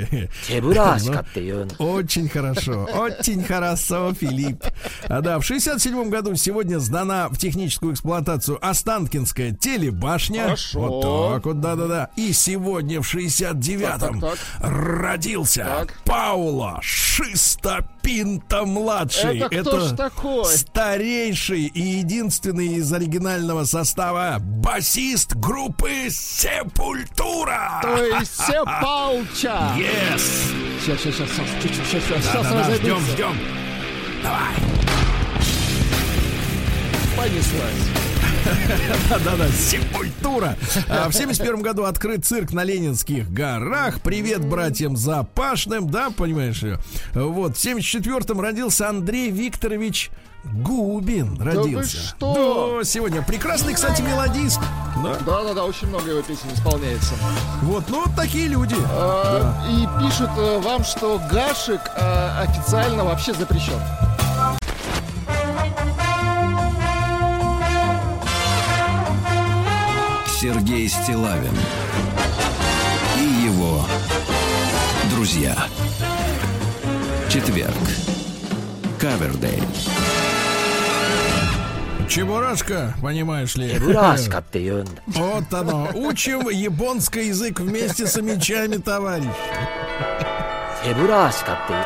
Очень хорошо, Филипп. Да, в 67-м году сегодня сдана в техническую эксплуатацию Останкинская телебашня. Хорошо. Вот так вот, да. И сегодня в 69-м родился Пауло Шисто-Пинто-младший. Это ж такой? Старейший и единственный из оригинального состава басист группы Сепультура. То есть Сепалча. Yes. Сейчас ждем. Давай. Понеслась. Да, Сепультура. В 71 году открыт цирк на Ленинских горах. Привет братьям Запашным, да, понимаешь? Вот, в 74-м родился Андрей Викторович Губин. Родился. Да вы что? Да, сегодня прекрасный, кстати, мелодист. Да, очень много его песен исполняется. Вот, ну вот такие люди. И пишут вам, что гашик официально вообще запрещен. Сергей Стиллавин и его друзья. Четверг. Кавердей. Чебурашка, понимаешь ли? Чебурашка ты. Вот оно. Учим японский язык вместе с мечами, товарищ. Чебурашка ты.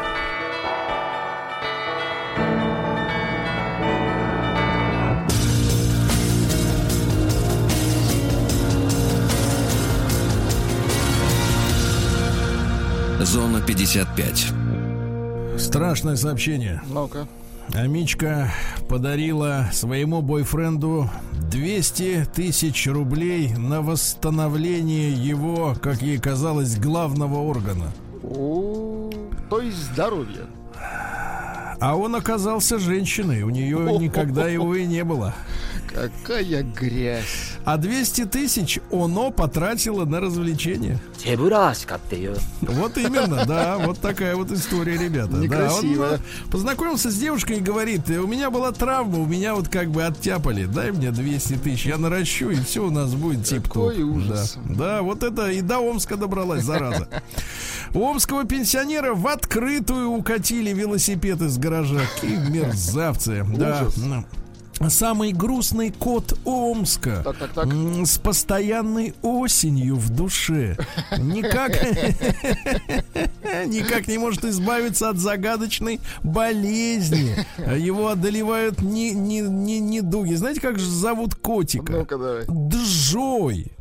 Зона 55. Страшное сообщение. Ну-ка. Амичка подарила своему бойфренду 200 тысяч рублей на восстановление его, как ей казалось, главного органа. То есть здоровье. А он оказался женщиной, у нее никогда его и не было. Какая грязь. А 200 тысяч оно потратило на развлечения. Вот именно, да, вот такая вот история, ребята. Некрасиво. Да, он познакомился с девушкой и говорит: у меня была травма, у меня вот как бы оттяпали, дай мне 200 тысяч, я наращу, и все у нас будет тип-топ. Какой ужас. Да, вот это и до Омска добралась, зараза. У омского пенсионера в открытую укатили велосипед из гаража. Какие мерзавцы. Да. Самый грустный кот Омска. Так. С постоянной осенью в душе. Никак не может избавиться от загадочной болезни. Его одолевают недуги. Знаете, как же зовут котика? Ну-ка, давай. Джой.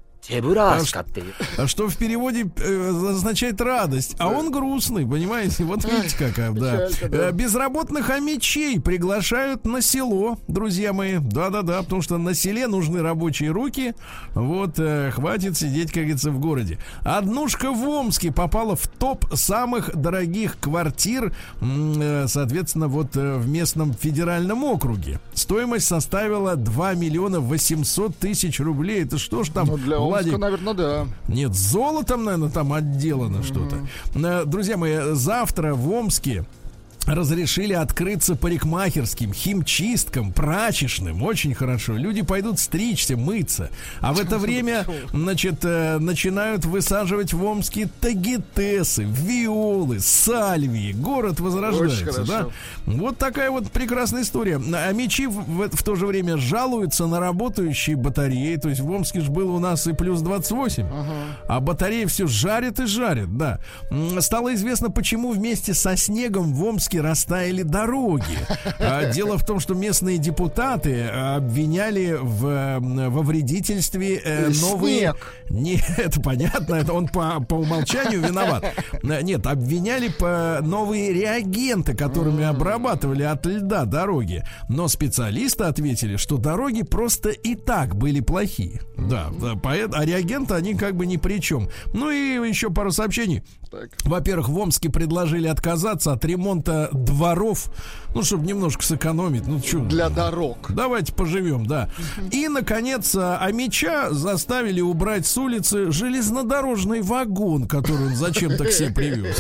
Что в переводе означает радость. А он грустный, понимаете? Вот видите, какая, да. Безработных омичей приглашают на село, друзья мои. Да-да-да, потому что на селе нужны рабочие руки. Вот, хватит сидеть, как говорится, в городе. Однушка в Омске попала в топ самых дорогих квартир, соответственно, вот в местном федеральном округе. Стоимость составила 2 миллиона 800 тысяч рублей. Это что ж там? Для Омска, наверное, да. Нет, золотом, наверное, там отделано что-то. Друзья мои, завтра в Омске разрешили открыться парикмахерским, химчисткам, прачечным. Очень хорошо. Люди пойдут стричься, мыться. А в это время, значит, начинают высаживать в Омске тагетесы, виолы, сальвии. Город возрождается, да? Вот такая вот прекрасная история. А мечи в то же время жалуются на работающие батареи. То есть в Омске же было у нас и плюс 28. А батареи все жарят и жарят, да. Стало известно, почему вместе со снегом в Омске растаяли дороги. Дело в том, что местные депутаты обвиняли во вредительстве новые... Нет, это понятно, это он по умолчанию виноват. Нет, обвиняли новые реагенты, которыми обрабатывали от льда дороги. Но специалисты ответили, что дороги просто и так были плохие. Да, а реагенты, они как бы ни при чем. Ну и еще пару сообщений. Во-первых, в Омске предложили отказаться от ремонта дворов, ну, чтобы немножко сэкономить. Ну, что, для дорог. Давайте поживем, да. И, наконец, Амича заставили убрать с улицы железнодорожный вагон, который он зачем-то к себе привез.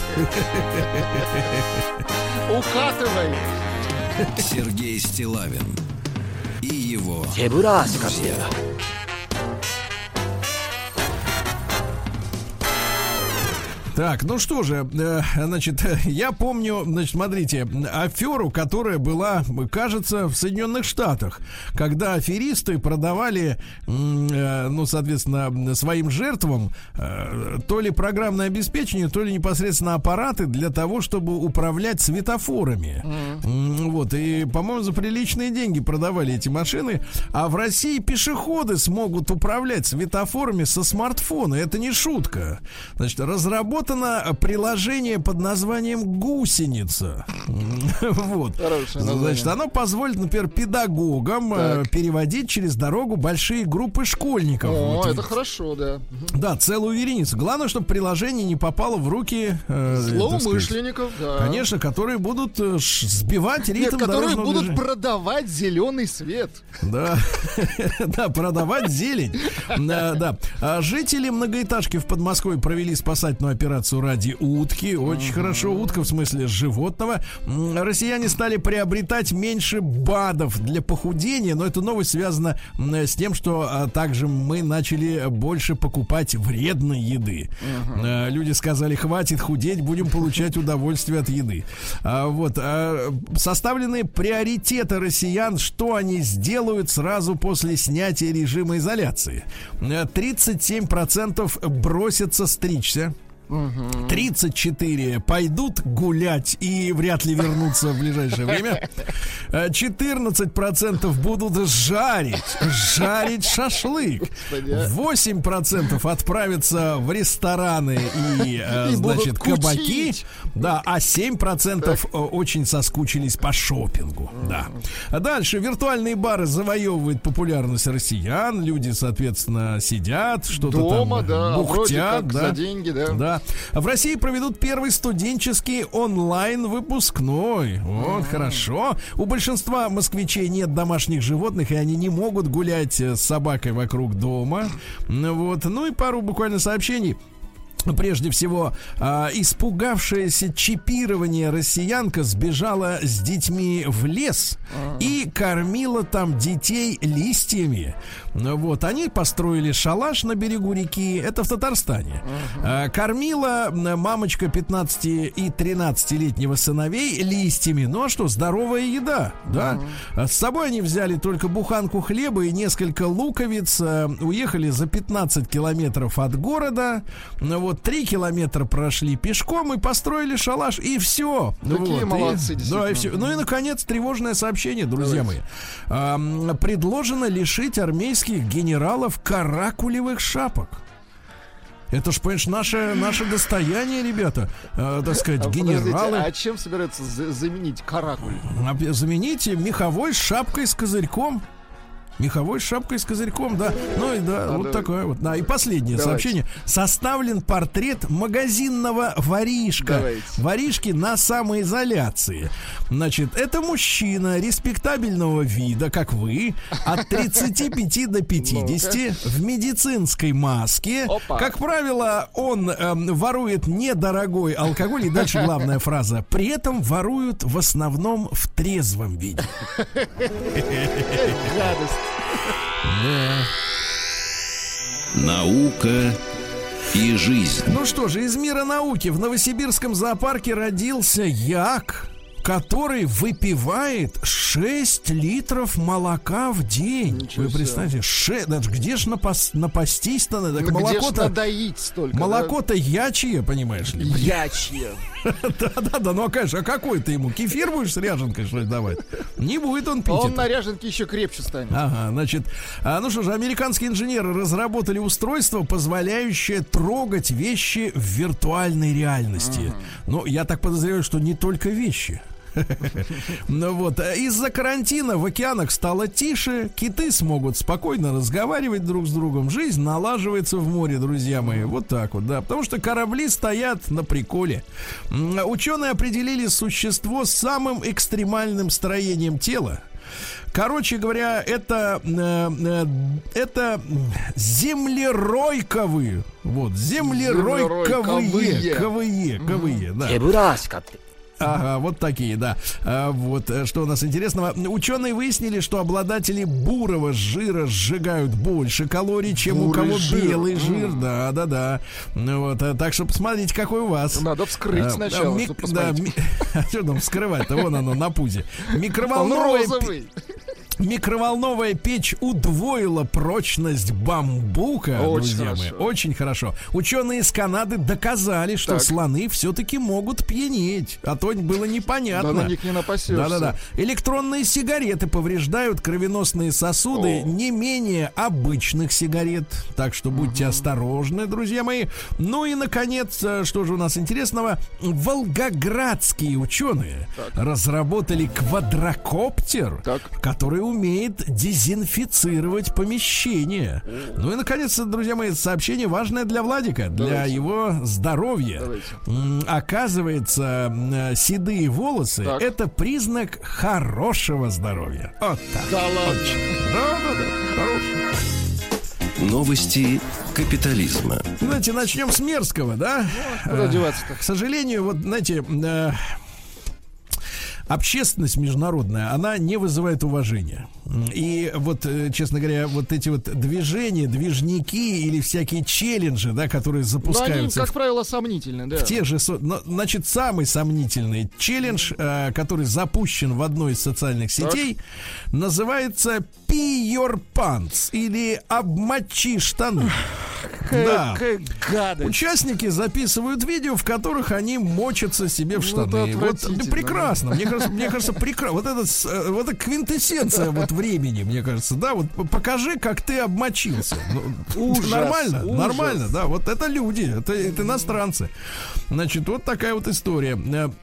Укатывай. Сергей Стиллавин и его друзья. Так, ну что же, значит, я помню, значит, смотрите, аферу, которая была, кажется, в Соединенных Штатах, когда аферисты продавали, ну, соответственно, своим жертвам то ли программное обеспечение, то ли непосредственно аппараты для того, чтобы управлять светофорами. Вот, и, по-моему, за приличные деньги продавали эти машины. А в России пешеходы смогут управлять светофорами со смартфона. Это не шутка. Значит, разработано приложение под названием «Гусеница». Вот. Значит, оно позволит, например, педагогам переводить через дорогу большие группы школьников. О, вот. это хорошо, да. Да, целую вереницу. Главное, чтобы приложение не попало в руки злоумышленников, да. Конечно, которые будут сбивать ритм. Нет, которые будут движения. Продавать зеленый свет. Да, да, продавать зелень. Да. Жители многоэтажки в Подмосковье провели спасательную операцию ради утки. Очень хорошо. Утка в смысле животного. Россияне стали приобретать меньше БАДов для похудения, но эта новость связана с тем, что также мы начали больше покупать вредной еды. Люди сказали: хватит худеть, будем получать удовольствие от еды. Вот. Составлены приоритеты россиян, что они сделают сразу после снятия режима изоляции. 37% бросятся стричься. 34 пойдут гулять и вряд ли вернутся в ближайшее время. 14% будут жарить шашлык. 8% отправятся в рестораны и значит, кабаки. Да, а 7% очень соскучились по шопингу. Да. А дальше виртуальные бары завоевывают популярность россиян. Люди, соответственно, сидят, что-то дома, там да, бухтят, да. За деньги, да. Да. да. В России проведут первый студенческий онлайн-выпускной. Вот, хорошо. У большинства москвичей нет домашних животных, и они не могут гулять с собакой вокруг дома. Вот. Ну и пару буквально сообщений. Прежде всего, испугавшаяся чипирования россиянка сбежала с детьми в лес и кормила там детей листьями. Вот, они построили шалаш на берегу реки, это в Татарстане. Кормила мамочка 15 и 13-летнего сыновей листьями. Ну а что, здоровая еда, да? С собой они взяли только буханку хлеба и несколько луковиц. Уехали за 15 километров от города. Вот 3 километра прошли пешком и построили шалаш, и все. Какие вот, молодцы, да, и все. Ну и, наконец, тревожное сообщение, друзья мои. Предложено лишить армейских генералов каракулевых шапок. Это ж, понимаешь, наше достояние, ребята. Так сказать, генералы. А чем собираются заменить каракуль? Замените меховой шапкой с козырьком. Меховой шапкой с козырьком, да. Ну и да, вот такое вот. Да, и последнее сообщение. Составлен портрет магазинного воришка. Воришки на самоизоляции. Значит, это мужчина респектабельного вида, как вы, от 35 до 50, в медицинской маске. Опа. Как правило, он ворует недорогой алкоголь. И дальше главная фраза. При этом воруют в основном в трезвом виде. Гадость. Да. Наука и жизнь. Ну что же, из мира науки. В Новосибирском зоопарке родился як, который выпивает 6 литров молока в день. Ничего. Вы представьте, даже где ж напастись-то надо? Так молоко-то доить столько. Молоко-то ячье, понимаешь ли? Ячье. Да, ну, конечно, а какой ты ему? Кефир будешь с ряженкой, что ли, давать? Не будет он пить. Он на ряженке еще крепче станет. Ага, значит, ну что же, американские инженеры разработали устройство, позволяющее трогать вещи в виртуальной реальности. Ну, я так подозреваю, что не только вещи. Ну вот, из-за карантина в океанах стало тише, киты смогут спокойно разговаривать друг с другом, жизнь налаживается в море, друзья мои, вот так вот, да, потому что корабли стоят на приколе. Ученые определили существо с самым экстремальным строением тела. Короче говоря, это землеройковые, вот, землеройковые, да. Ага, вот такие, да. Вот что у нас интересного. Ученые выяснили, что обладатели бурого жира сжигают больше калорий, чем бурый у кого жир. Белый жир. Да. Вот, так что посмотрите, какой у вас. Надо вскрыть сначала, чтобы посмотреть. Что там вскрывать-то? Вон оно на пузе. Микроволновая печь удвоила прочность бамбука, друзья мои. Очень хорошо. Ученые из Канады доказали, что слоны все-таки могут пьянеть. А то было непонятно. Да, на них не напасешься. Да. Электронные сигареты повреждают кровеносные сосуды не менее обычных сигарет. Так что будьте осторожны, друзья мои. Ну и, наконец, что же у нас интересного? Волгоградские ученые разработали квадрокоптер, который умеет дезинфицировать помещение. Ну и, наконец, друзья мои, сообщение важное для Владика, для его здоровья. Оказывается, седые волосы — это признак хорошего здоровья. Вот так. Да ладно. Да. Хороший. Новости капитализма. Знаете, начнем с мерзкого, да? Куда деваться-то? К сожалению, вот, знаете, общественность международная, она не вызывает уважения. И вот, честно говоря, вот эти вот движения, движники или всякие челленджи, да, которые запускаются... они, как правило, сомнительны, да. В тех же... Значит, самый сомнительный челлендж, который запущен в одной из социальных сетей, называется «Pee your pants» или «Обмочи штаны». Да. Какая гадость. Участники записывают видео, в которых они мочатся себе в штаны. Вот, прекрасно. Мне кажется, прекрасно. Вот это квинтэссенция вот времени, мне кажется, да, вот покажи, как ты обмочился. Ужас, нормально, да, вот это люди, это иностранцы. Значит, вот такая вот история.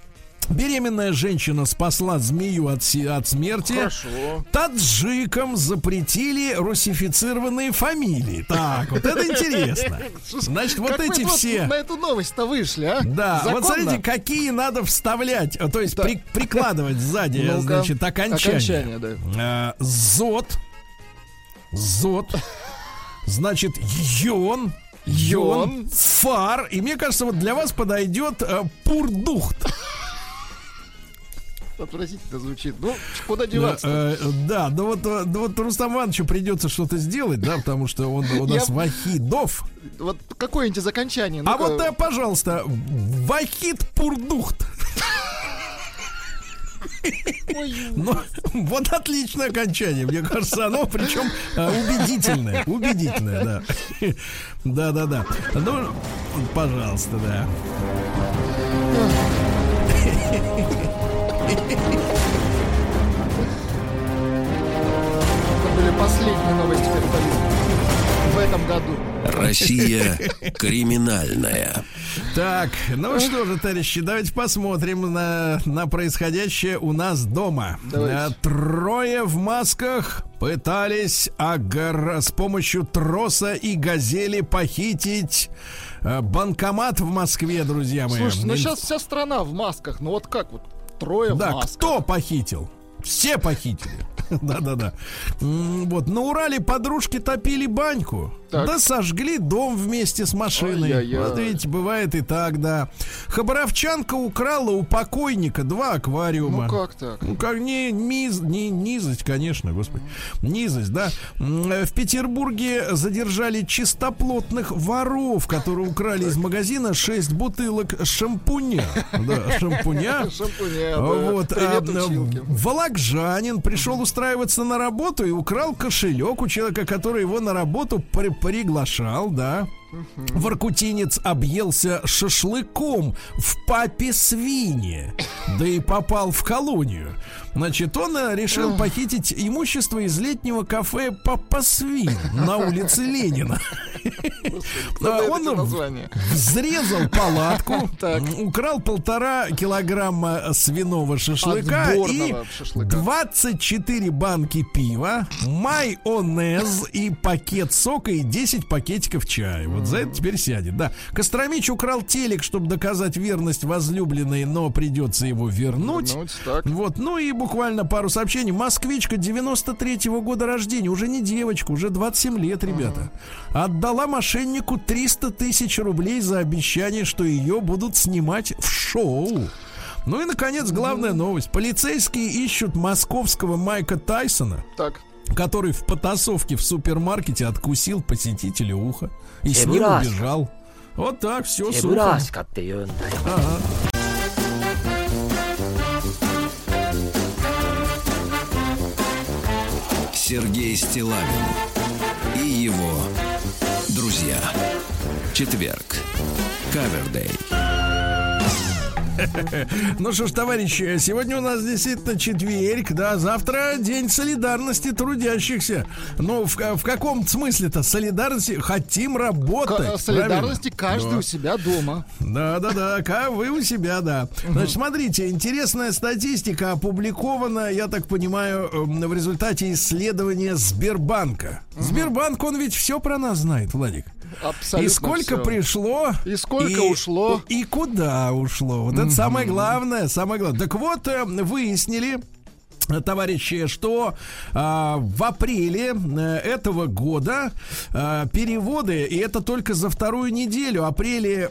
Беременная женщина спасла змею от смерти. Хорошо. Таджикам запретили русифицированные фамилии. Так, вот это интересно. Значит, вот эти все... На эту новость-то вышли, а? Да, Законно? вот смотрите, какие надо вставлять, то есть прикладывать сзади, значит, окончание. Да. Зод, значит, йон, фар. И мне кажется, вот для вас подойдет пурдухт. Отвратительно звучит. Ну, куда деваться? Да, ну вот Рустам Ивановичу придется что-то сделать, да, потому что он у нас Вахидов. Вот какое-нибудь из окончаний. А вот, пожалуйста, Вахид Пурдухт. Ну, вот отличное окончание, мне кажется, оно причем убедительное, да. Да. Ну, пожалуйста, да. Это были последние новости в этом году. Россия криминальная. Так, ну что же, товарищи, давайте посмотрим на происходящее у нас дома. Трое в масках пытались с помощью троса и газели похитить банкомат в Москве, друзья мои. Слушайте, ну сейчас вся страна в масках. Ну вот как вот? Трое в масках. Да, кто похитил? Все похитили. Да. Вот, на Урале подружки топили баньку. Так. Да сожгли дом вместе с машиной. Ай-яй-яй. Вот видите, бывает и так, да. Хабаровчанка украла у покойника 2 аквариума. Ну как так? Ну как низость, конечно, господи. Низость, да. В Петербурге задержали чистоплотных воров, которые украли из магазина 6 бутылок шампуня. Да, шампуня. Вот. Вологжанин пришел устраиваться на работу и украл кошелек у человека, который его на работу приглашал, да. Воркутинец объелся шашлыком в папе свинье, да и попал в колонию. Значит, он решил похитить имущество из летнего кафе «Папа Свин» на улице Ленина. Он взрезал палатку, украл 1,5 килограмма свиного шашлыка и 24 банки пива, майонез и пакет сока и 10 пакетиков чая. Вот за это теперь сядет, да. Костромич украл телек, чтобы доказать верность возлюбленной, но придется его вернуть. Вот, ну и буквально пару сообщений. Москвичка 93-го года рождения, уже не девочка, уже 27 лет, ребята. Отдала мошеннику 300 тысяч рублей за обещание, что ее будут снимать в шоу. Ну и, наконец, главная новость. Полицейские ищут московского Майка Тайсона, который в потасовке в супермаркете откусил посетителю ухо и с ним убежал. Вот так, все, сухо. Ага. Сергей Стиллавин и его друзья. Четверг. Кавердей. Ну что ж, товарищи, сегодня у нас действительно четверг, да, завтра день солидарности трудящихся. Ну, в каком смысле-то солидарности? Хотим работать. Солидарности каждый у себя дома. Да, вы у себя, да. Значит, смотрите, интересная статистика опубликована, я так понимаю, в результате исследования Сбербанка. Сбербанк, он ведь все про нас знает, Владик. Абсолютно. И сколько пришло, и сколько ушло, и куда ушло. Вот это самое главное, самое главное. Так вот, выяснили, товарищи, что в апреле этого года переводы, и это только за вторую неделю апреля,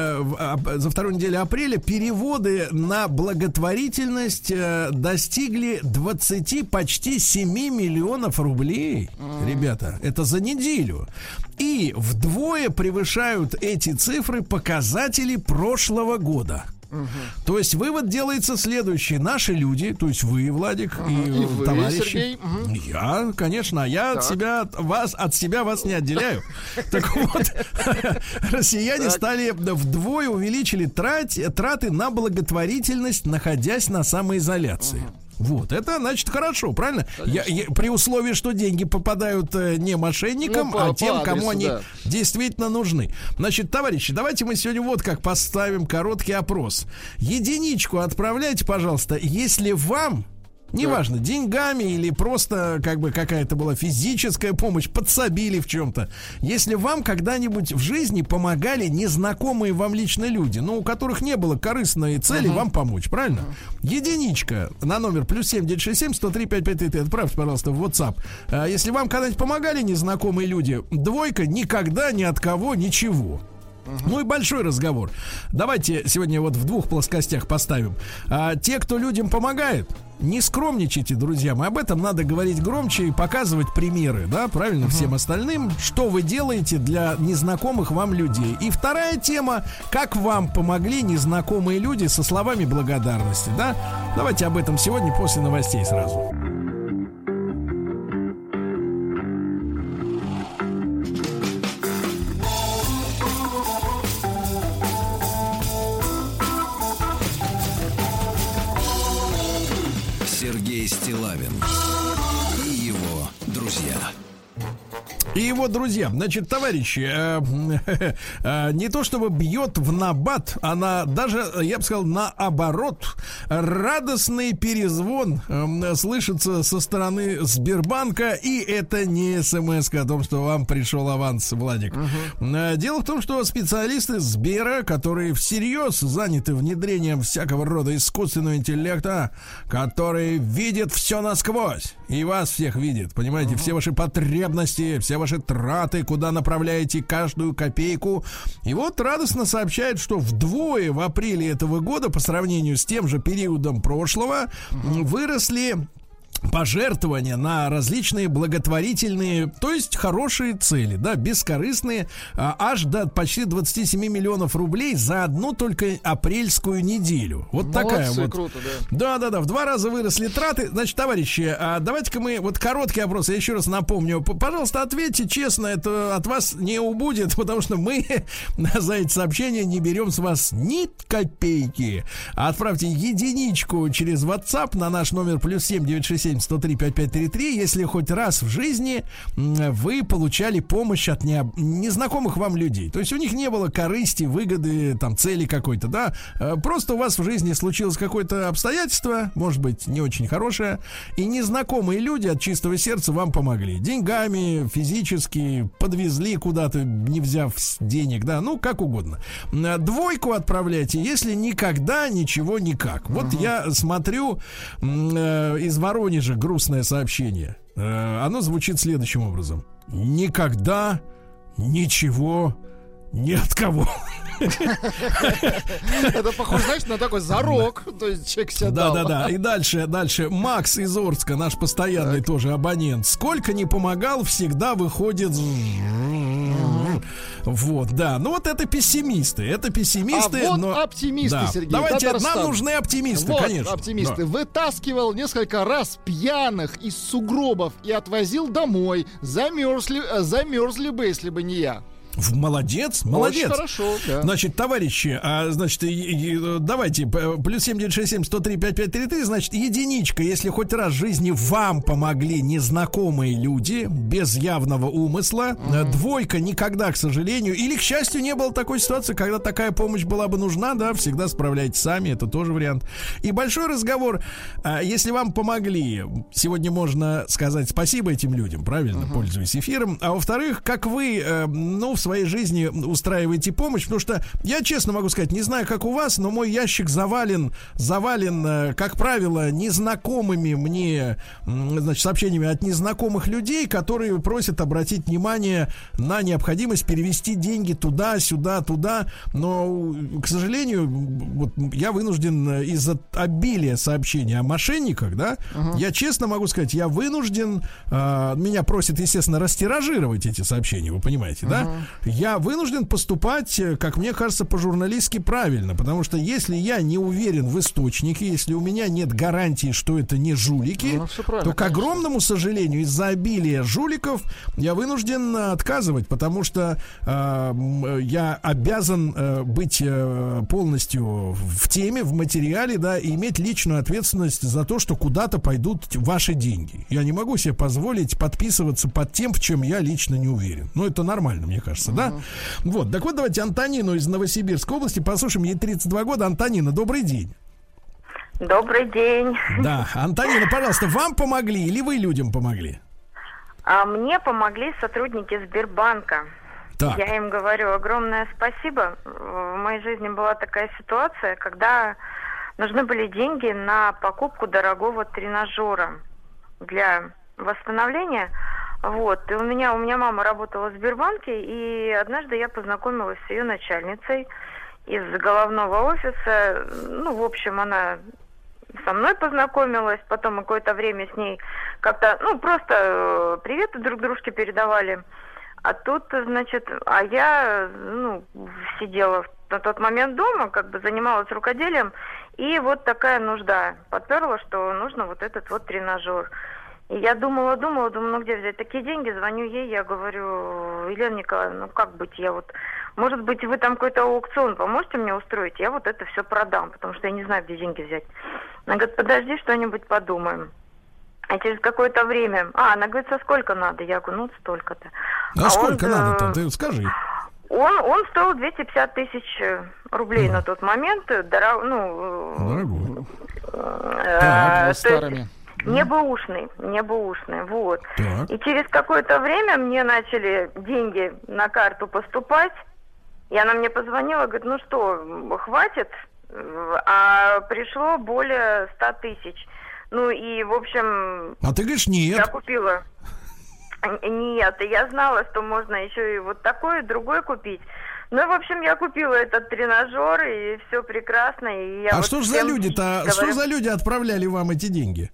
переводы на благотворительность достигли 20, почти 7 миллионов рублей. Ребята, это за неделю. И вдвое превышают эти цифры показатели прошлого года. То есть вывод делается следующий. Наши люди, то есть вы, Владик, и вы, товарищи, я, конечно, я от себя вас не отделяю. Так вот, россияне стали вдвое увеличили траты на благотворительность, находясь на самоизоляции. Вот, это значит хорошо, правильно? При условии, что деньги попадают не мошенникам, а тем, кому они действительно нужны. Значит, товарищи, давайте мы сегодня вот как поставим короткий опрос. Единичку отправляйте, пожалуйста, если вам... Неважно, деньгами или просто как бы какая-то была физическая помощь, подсобили в чем-то. Если вам когда-нибудь в жизни помогали незнакомые вам лично люди, но у которых не было корыстной цели вам помочь, правильно? Единичка на номер +7 967 103 5533. Отправьте, пожалуйста, в WhatsApp. Если вам когда-нибудь помогали незнакомые люди, двойка никогда ни от кого ничего. Ну и большой разговор. Давайте сегодня вот в двух плоскостях поставим. Те, кто людям помогает, не скромничайте, друзья мои. Об этом надо говорить громче и показывать примеры, да, правильно, всем остальным, что вы делаете для незнакомых вам людей. И вторая тема: как вам помогли незнакомые люди со словами благодарности, да? Давайте об этом сегодня после новостей сразу. Сергей Стиллавин и его друзья. И его друзья. Значит, товарищи, не то чтобы бьет в набат, она даже, я бы сказал, наоборот, радостный перезвон слышится со стороны Сбербанка, и это не смс-ка о том, что вам пришел аванс, Владик. Дело в том, что специалисты Сбера, которые всерьез заняты внедрением всякого рода искусственного интеллекта, которые видят все насквозь, и вас всех видят, понимаете, все ваши потребности, все ваши траты, куда направляете каждую копейку. И вот радостно сообщают, что вдвое в апреле этого года по сравнению с тем же периодом прошлого выросли пожертвования на различные благотворительные, то есть хорошие цели, да, бескорыстные, аж до почти 27 миллионов рублей за одну только апрельскую неделю. Вот такая вот. Круто, да. Да, в 2 раза выросли траты. Значит, товарищи, давайте-ка мы, вот короткий опрос, я еще раз напомню, пожалуйста, ответьте честно, это от вас не убудет, потому что мы за эти сообщения не берем с вас ни копейки. Отправьте единичку через WhatsApp на наш номер +7 967 103 5533, если хоть раз в жизни вы получали помощь от незнакомых вам людей. То есть у них не было корысти, выгоды, там, цели какой-то, да. Просто у вас в жизни случилось какое-то обстоятельство, может быть, не очень хорошее, и незнакомые люди от чистого сердца вам помогли. Деньгами, физически, подвезли куда-то, не взяв денег, да, ну, как угодно. Двойку отправляйте, если никогда ничего никак. Вот я смотрю из Воронежа грустное сообщение. Оно звучит следующим образом: никогда ничего ни от кого. Это похоже, знаешь, на такой зарок. То есть человек себя дал. Да. И дальше. Макс из Орска, наш постоянный тоже абонент. Сколько не помогал, всегда выходит. Вот, да. Ну вот это пессимисты. А вот но... оптимисты, да. Сергей. Давайте, Татарстан. нам нужны оптимисты, вот, конечно. Оптимисты. Да. Вытаскивал несколько раз пьяных из сугробов и отвозил домой. Замерзли бы, если бы не я. Молодец. Очень хорошо, да. Значит, товарищи, давайте +7 967 103 5533. Значит, единичка, если хоть раз в жизни вам помогли незнакомые люди без явного умысла. Двойка никогда, к сожалению, или к счастью, не было такой ситуации, когда такая помощь была бы нужна, да, всегда справляйтесь сами, это тоже вариант. И большой разговор, если вам помогли, сегодня можно сказать спасибо этим людям, правильно, пользуясь эфиром. А во-вторых, как вы, в своей жизни устраиваете помощь, потому что я честно могу сказать, не знаю, как у вас, но мой ящик завален, как правило, незнакомыми мне, значит, сообщениями от незнакомых людей, которые просят обратить внимание на необходимость перевести деньги туда, сюда, туда, но, к сожалению, вот я вынужден из-за обилия сообщений о мошенниках, да, я честно могу сказать, я вынужден, меня просят, естественно, растиражировать эти сообщения, вы понимаете, да? я вынужден поступать, как мне кажется, по-журналистски правильно, потому что если я не уверен в источнике, если у меня нет гарантии, что это не жулики, то, к огромному сожалению, из-за обилия жуликов я вынужден отказывать, потому что я обязан быть полностью в теме, в материале, да, и иметь личную ответственность за то, что куда-то пойдут ваши деньги. Я не могу себе позволить подписываться под тем, в чем я лично не уверен. Ну, это нормально, мне кажется, да? Вот, так вот, давайте Антонину из Новосибирской области послушаем. Ей 32 года. Антонина, добрый день. Добрый день. Да, Антонина, пожалуйста, вам помогли или вы людям помогли? Мне помогли сотрудники Сбербанка. Так. Я им говорю огромное спасибо. В моей жизни была такая ситуация, когда нужны были деньги на покупку дорогого тренажера для восстановления. Вот. И у меня мама работала в Сбербанке, и однажды я познакомилась с ее начальницей из головного офиса. Ну, в общем, она со мной познакомилась, потом мы какое-то время с ней как-то, ну, просто приветы друг дружке передавали. А тут, значит, я, сидела на тот момент дома, как бы занималась рукоделием, и вот такая нужда подперла, что нужно вот этот вот тренажер. И я думала, ну где взять такие деньги, звоню ей, я говорю: Елена Николаевна, ну как быть, я вот, может быть, вы там какой-то аукцион поможете мне устроить, я вот это все продам, потому что я не знаю, где деньги взять. Она говорит: подожди, что-нибудь подумаем. А через какое-то время, она говорит: со сколько надо? Я говорю: ну столько-то. А сколько надо-то, ты скажи. Он стоил 250 тысяч рублей на тот момент, дорогой. Старыми. Небэушный, вот. Так. И через какое-то время мне начали деньги на карту поступать, и она мне позвонила, говорит: ну что, хватит? А пришло более 100 тысяч. Ну и, в общем... А ты говоришь: нет. Я купила. Нет, я знала, что можно еще и вот такой, и другой купить. Ну, в общем, я купила этот тренажер, и все прекрасно. И я что ж за люди-то? Что за люди отправляли вам эти деньги?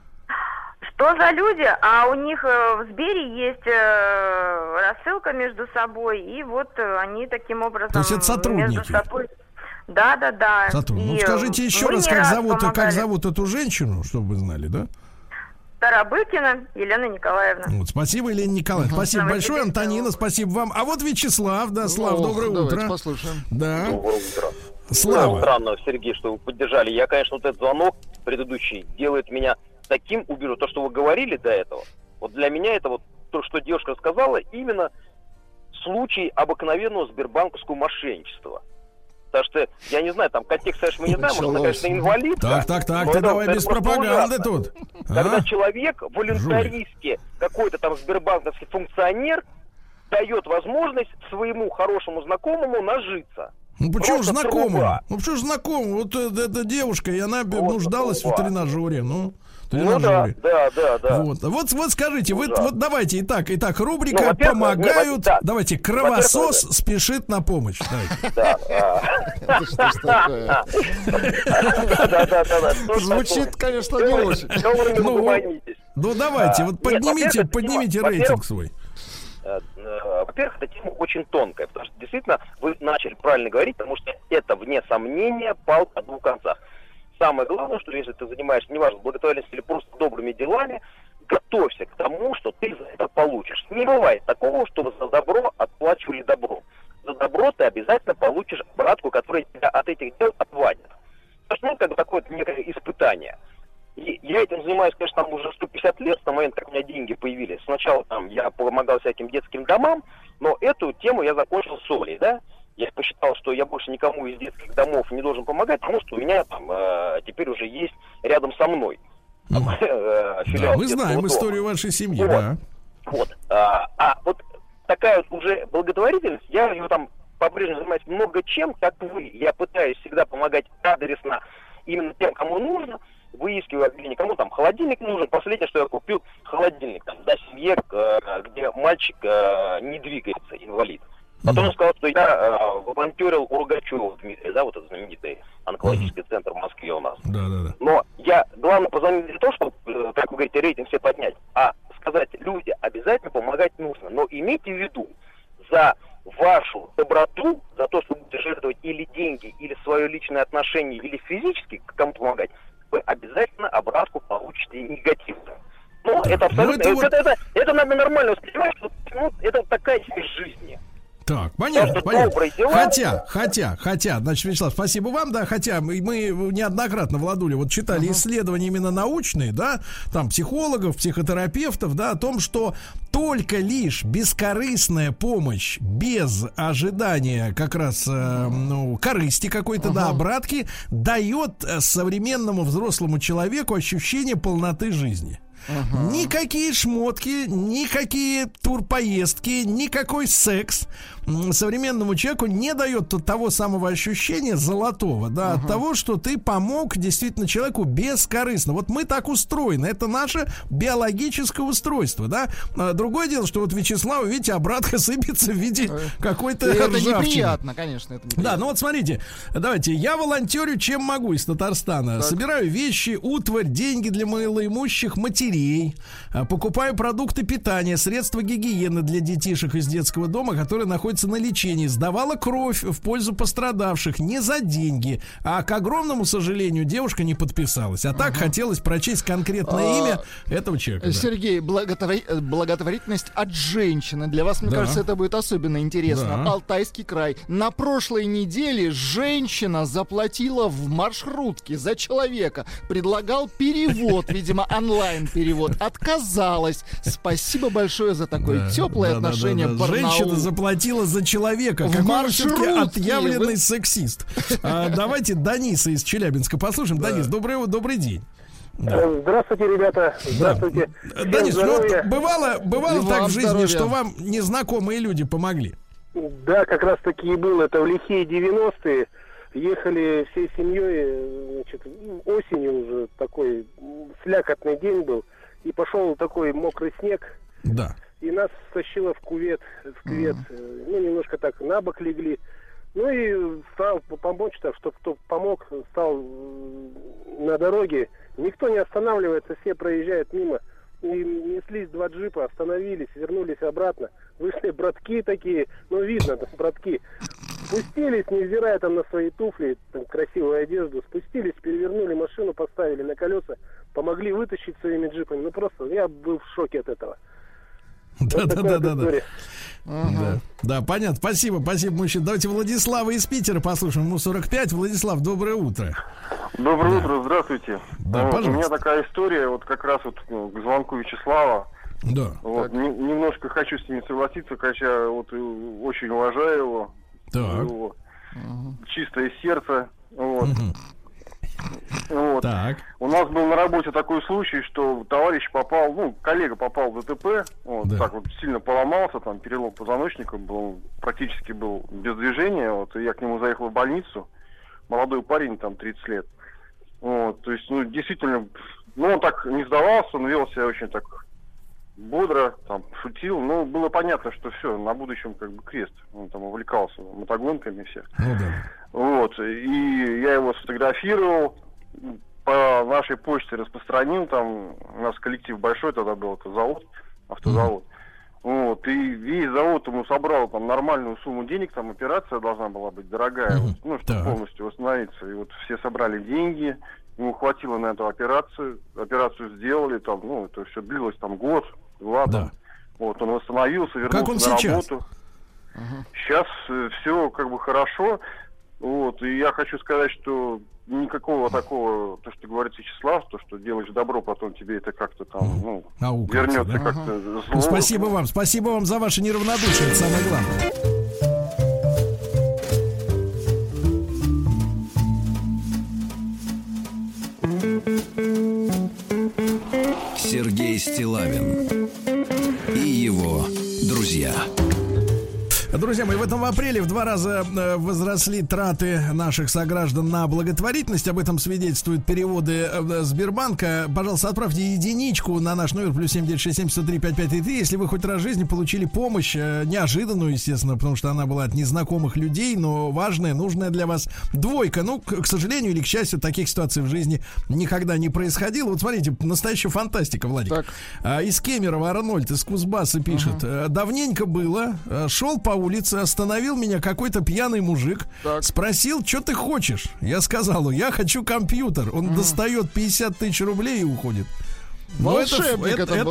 Что за люди? А у них в Сбере есть рассылка между собой, и вот они таким образом... То есть это сотрудники? Между собой... Да. Ну, скажите еще раз, как зовут эту женщину, чтобы вы знали, да? Тарабыкина Елена Николаевна. Вот, спасибо, Елена Николаевна. Спасибо большое, Антонина, спасибо вам. А вот Вячеслав, да, Слав, доброе утро. Давайте послушаем. Да. Доброе утро. Слава. Странно, Сергей, что вы поддержали. Я, конечно, вот этот звонок предыдущий делает меня таким убежу. То, что вы говорили до этого, вот для меня это вот то, что девушка рассказала, именно случай обыкновенного сбербанковского мошенничества. Потому что, я не знаю, там контекст, конечно, мы не знаем, может, она, конечно, инвалид. Так, ты давай без пропаганды тут. Когда человек волюнтаристски, какой-то там сбербанковский функционер, дает возможность своему хорошему знакомому нажиться. Ну почему же знакомому? Вот эта девушка, и она нуждалась в тренажере. Да. Вот скажите, вот давайте, итак, рубрика «Помогают». Давайте, кровосос спешит на помощь. Звучит, конечно, не очень. Ну давайте, вот поднимите рейтинг свой. Во-первых, эта тема очень тонкая, потому что действительно вы начали правильно говорить, потому что это, вне сомнения, палка о двух концах. Самое главное, что если ты занимаешься, неважно, благотворительностью или просто добрыми делами, готовься к тому, что ты за это получишь. Не бывает такого, чтобы за добро отплачивали добро. За добро ты обязательно получишь обратку, которая тебя от этих дел отвадит. Потому что, такое некое испытание. И я этим занимаюсь, конечно, там уже 150 лет, с того момента, как у меня деньги появились. Сначала там я помогал всяким детским домам, но эту тему я закончил с Олей, да. Я посчитал, что я больше никому из детских домов не должен помогать, потому что у меня там теперь уже есть рядом со мной филиал. Мы знаем историю вашей семьи, да. Вот. Вот такая вот уже благотворительность, я ее там по-прежнему занимаюсь много чем, как вы. Я пытаюсь всегда помогать адресно именно тем, кому нужно. Выискиваю, никому там холодильник нужен. Последнее, что я купил, холодильник там, да, семье, где мальчик не двигается, инвалид. Потом он сказал, что я волонтерил у Рогачева Дмитрия, да, вот этот знаменитый онкологический центр в Москве у нас. Да. Но я, главное, позвонил не то, чтобы, как вы говорите, рейтинг все поднять, а сказать: люди, обязательно помогать нужно. Но имейте в виду, за вашу доброту, за то, что будете жертвовать или деньги, или свое личное отношение, или физически кому-то помогать, вы обязательно обратку получите негативную. Ну, это абсолютно... Это надо нормально воспринимать, что это такая часть жизни. Так, понятно. Хотя, значит, Вячеслав, спасибо вам, да, хотя мы неоднократно, Владуля, вот читали исследования именно научные, да, там, психологов, психотерапевтов, да, о том, что только лишь бескорыстная помощь без ожидания как раз, корысти какой-то, да, обратки, дает современному взрослому человеку ощущение полноты жизни. Никакие шмотки, никакие турпоездки, никакой секс современному человеку не дает того самого ощущения золотого, да, от того, что ты помог действительно человеку бескорыстно. Вот мы так устроены, это наше биологическое устройство, да. Другое дело, что вот Вячеслав, видите, обратка сыпется в виде какой-то ржавчины. Это неприятно, конечно, это неприятно. Да, ну вот смотрите, давайте, я волонтерю чем могу из Татарстана. Так. Собираю вещи, утварь, деньги для малоимущих матерей, покупаю продукты питания, средства гигиены для детишек из детского дома, которые находятся на лечении, сдавала кровь в пользу пострадавших не за деньги, а, к огромному сожалению, девушка не подписалась. А так хотелось прочесть конкретное имя этого человека. Сергей, благотворительность от женщины. Для вас, мне кажется, это будет особенно интересно. Алтайский край. На прошлой неделе женщина заплатила в маршрутке за человека. Предлагал перевод, видимо, онлайн-перевод. Отказалась. Спасибо большое за такое теплое отношение. Женщина заплатила за человека. Какой все-таки отъявленный сексист. Давайте Дениса из Челябинска послушаем. Денис, добрый день. Да. Здравствуйте, ребята. Здравствуйте. Да. Денис, бывало так в жизни, что вам незнакомые люди помогли? Да, как раз таки и было. Это в лихие 90-е. Ехали всей семьей, значит, осенью уже такой слякотный день был. И пошел такой мокрый снег. Да. И нас стащило в кювет. Ну, немножко так на бок легли. Ну и стал помочь, так, чтобы кто помог, стал на дороге. Никто не останавливается, все проезжают мимо. И неслись два джипа, остановились, вернулись обратно. Вышли братки такие, ну видно, братки. Спустились, невзирая там на свои туфли, там, красивую одежду, спустились, перевернули машину, поставили на колеса, помогли вытащить своими джипами. Ну просто я был в шоке от этого. Да, понятно. Спасибо, мужчина. Давайте Владислава из Питера послушаем. Ему 45. Владислав, доброе утро. Доброе утро, здравствуйте. Да, у меня такая история, вот как раз вот к звонку Вячеслава. Да. Вот, немножко хочу с ним согласиться, хотя вот очень уважаю его. Так. Его чистое сердце. Вот. Вот. Так. У нас был на работе такой случай, что товарищ коллега попал в ДТП, так вот сильно поломался, там перелом позвоночника был, практически был без движения, вот, и я к нему заехал в больницу, молодой парень, там 30 лет, вот, то есть, действительно, он так не сдавался, он вел себя очень так бодро, там, шутил, но было понятно, что все, на будущем как бы крест, он там увлекался мотогонками все. Вот, и я его сфотографировал, по нашей почте распространил, там, у нас коллектив большой тогда был, это завод, автозавод, вот, и весь завод ему собрал там нормальную сумму денег, там операция должна была быть дорогая, чтобы полностью восстановиться, и вот все собрали деньги, ему хватило на эту операцию сделали, там, это все длилось там год, два, там, вот, он восстановился, вернулся на работу. Сейчас все как бы хорошо. Вот, и я хочу сказать, что никакого такого, то, что говорит Вячеслав, то, что делаешь добро, потом тебе это как-то там, вернется как-то зло. Спасибо вам за ваше неравнодушие, это самое главное. Сергей Стиллавин и его друзья. Друзья мои, в этом апреле в 2 раза возросли траты наших сограждан на благотворительность. Об этом свидетельствуют переводы Сбербанка. Пожалуйста, отправьте единичку на наш номер +7 967 103 5533, если вы хоть раз в жизни получили помощь, неожиданную, естественно, потому что она была от незнакомых людей, но важная, нужная для вас. 2. К сожалению или к счастью, таких ситуаций в жизни никогда не происходило. Вот смотрите, настоящая фантастика, Владик. Из Кемерово Арнольд из Кузбасса пишет. Давненько было, шел по улице, остановил меня какой-то пьяный мужик, спросил, что ты хочешь. Я сказал, я хочу компьютер. Он достает 50 тысяч рублей и уходит. Волшебник это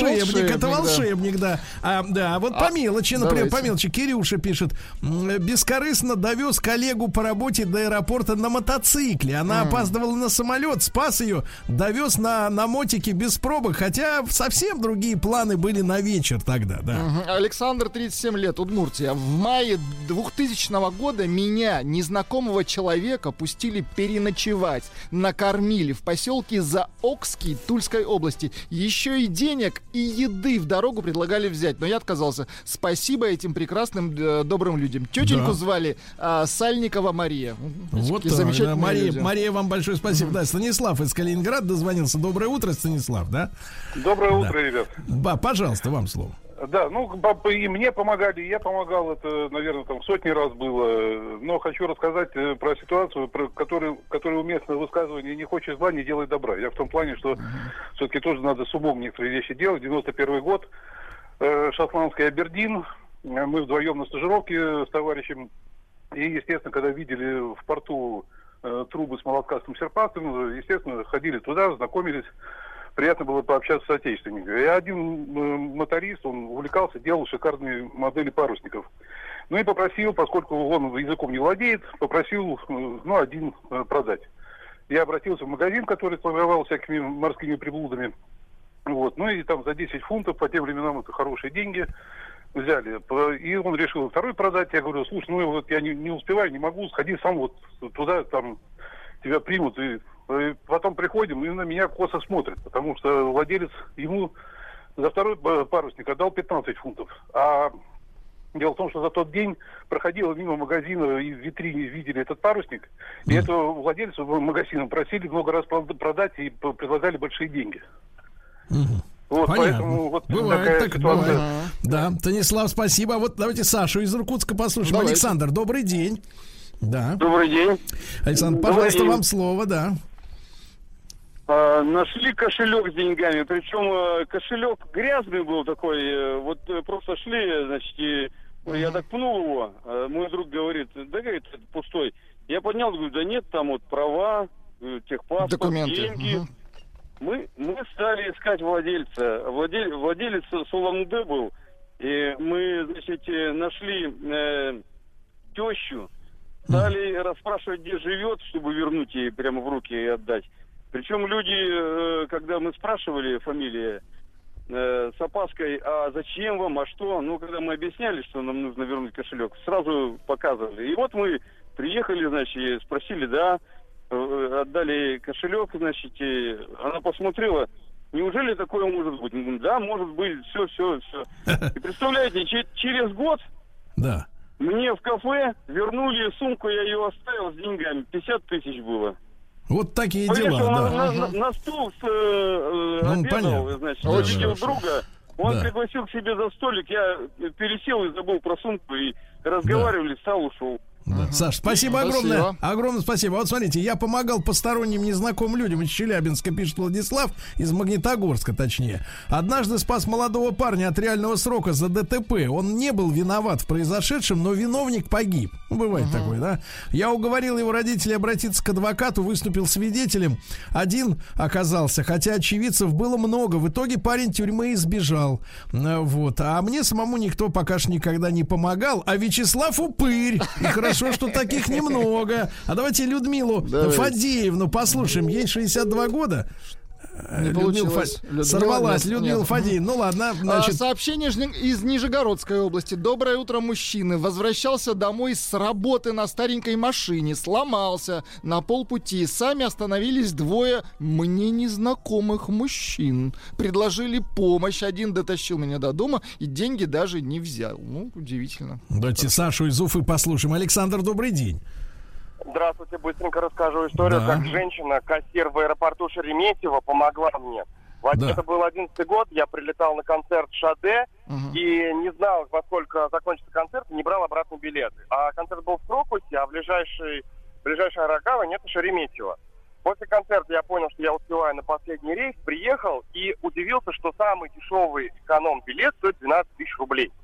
волшебник, да. Вот по мелочи, например, по мелочи Кирюша пишет: бескорыстно довез коллегу по работе до аэропорта на мотоцикле. Она опаздывала на самолет, спас ее, довез на мотике без пробок, хотя совсем другие планы были на вечер тогда, да. Александр, 37 лет, Удмуртия. В мае 2000 года меня, незнакомого человека, пустили переночевать. Накормили в поселке Заокский Тульской области. Еще и денег, и еды в дорогу предлагали взять, но я отказался. Спасибо этим прекрасным, добрым людям. Тетеньку звали Сальникова Мария. Вот так, Мария, вам большое спасибо. Да, Станислав из Калининграда дозвонился. Доброе утро, Станислав, да? Доброе утро, ребят. Пожалуйста, вам слово. Да, и мне помогали, и я помогал, это, наверное, там сотни раз было. Но хочу рассказать про ситуацию, про которую уместное высказывание: не хочешь зла, не делай добра. Я в том плане, что все-таки тоже надо с умом некоторые вещи делать. 91 год, шотландский Абердин, мы вдвоем на стажировке с товарищем. И, естественно, когда видели в порту трубы с молоткастым серпастым, естественно, ходили туда, знакомились. Приятно было пообщаться с соотечественниками. И один моторист, он увлекался, делал шикарные модели парусников. Ну и попросил, поскольку он языком не владеет, попросил, один продать. Я обратился в магазин, который торговал всякими морскими приблудами. Вот. Ну и там за 10 фунтов, по тем временам это хорошие деньги, взяли. И он решил второй продать. Я говорю: слушай, я не успеваю, не могу, сходи сам вот туда, там тебя примут. И потом приходим, и на меня косо смотрят, потому что владелец ему за второй парусник отдал 15 фунтов. А дело в том, что за тот день проходило мимо магазина, и в витрине видели этот парусник, и этого владельца магазина просили много раз продать и предлагали большие деньги. Вот, поэтому вот бывает, такая ситуация. Бывает. Да, Станислав, спасибо. Вот давайте Сашу из Иркутска послушаем. Давайте. Александр, добрый день. Да. Добрый день. Александр, пожалуйста, вам слово, да. Нашли кошелек с деньгами, причем кошелек грязный был такой, вот просто шли, значит, и я так пнул его, мой друг говорит: да, говорит, это пустой. Я поднял, говорю: да нет, там вот права, техпаспорт, документы. Деньги. Мы стали искать владельца. Владелец Соломде был, и мы, значит, нашли тещу, стали расспрашивать, где живет, чтобы вернуть ей прямо в руки и отдать. Причем люди, когда мы спрашивали фамилии, с опаской: а зачем вам, а что? Ну, когда мы объясняли, что нам нужно вернуть кошелек, сразу показывали. И вот мы приехали, значит, спросили, да, отдали кошелек, значит, и она посмотрела: неужели такое может быть? Мы говорим: да, может быть, все. И представляете, через год мне в кафе вернули сумку, я ее оставил с деньгами, 50 тысяч было. Вот такие дела, на стул обедал, значит, увидел друга, он пригласил к себе за столик, я пересел и забыл про сумку, и разговаривали, встал, ушел. Да. Саш, спасибо огромное. Огромное спасибо. Вот смотрите, я помогал посторонним незнакомым людям из Челябинска, пишет Владислав, из Магнитогорска точнее. Однажды спас молодого парня от реального срока за ДТП. Он не был виноват в произошедшем, но виновник погиб. Бывает такое, да? Я уговорил его родителей обратиться к адвокату, выступил свидетелем. Один оказался, хотя очевидцев было много. В итоге парень тюрьмы избежал. Вот. А мне самому никто пока что никогда не помогал. А Вячеслав упырь. И хорошо, что таких немного. А давайте Людмилу Фадеевну послушаем. Ей 62 года. Сорвалась Людмила Фадеевна. Ну ладно, значит. Сообщение из Нижегородской области. Доброе утро, мужчины. Возвращался домой с работы на старенькой машине. Сломался на полпути. Сами остановились двое мне незнакомых мужчин. Предложили помощь. Один дотащил меня до дома и деньги даже не взял. Ну, удивительно. Давайте Сашу из Уфы послушаем. Александр, добрый день. Здравствуйте, быстренько расскажу историю, как женщина, кассир в аэропорту Шереметьево, помогла мне. Это был 11-й год, я прилетал на концерт Шаде и не знал, во сколько закончится концерт, не брал обратно билеты. А концерт был в Крокусе, а в ближайший аэрокава нет Шереметьево. После концерта я понял, что я успеваю на последний рейс, приехал и удивился, что самый дешевый эконом-билет стоит 12 тысяч рублей.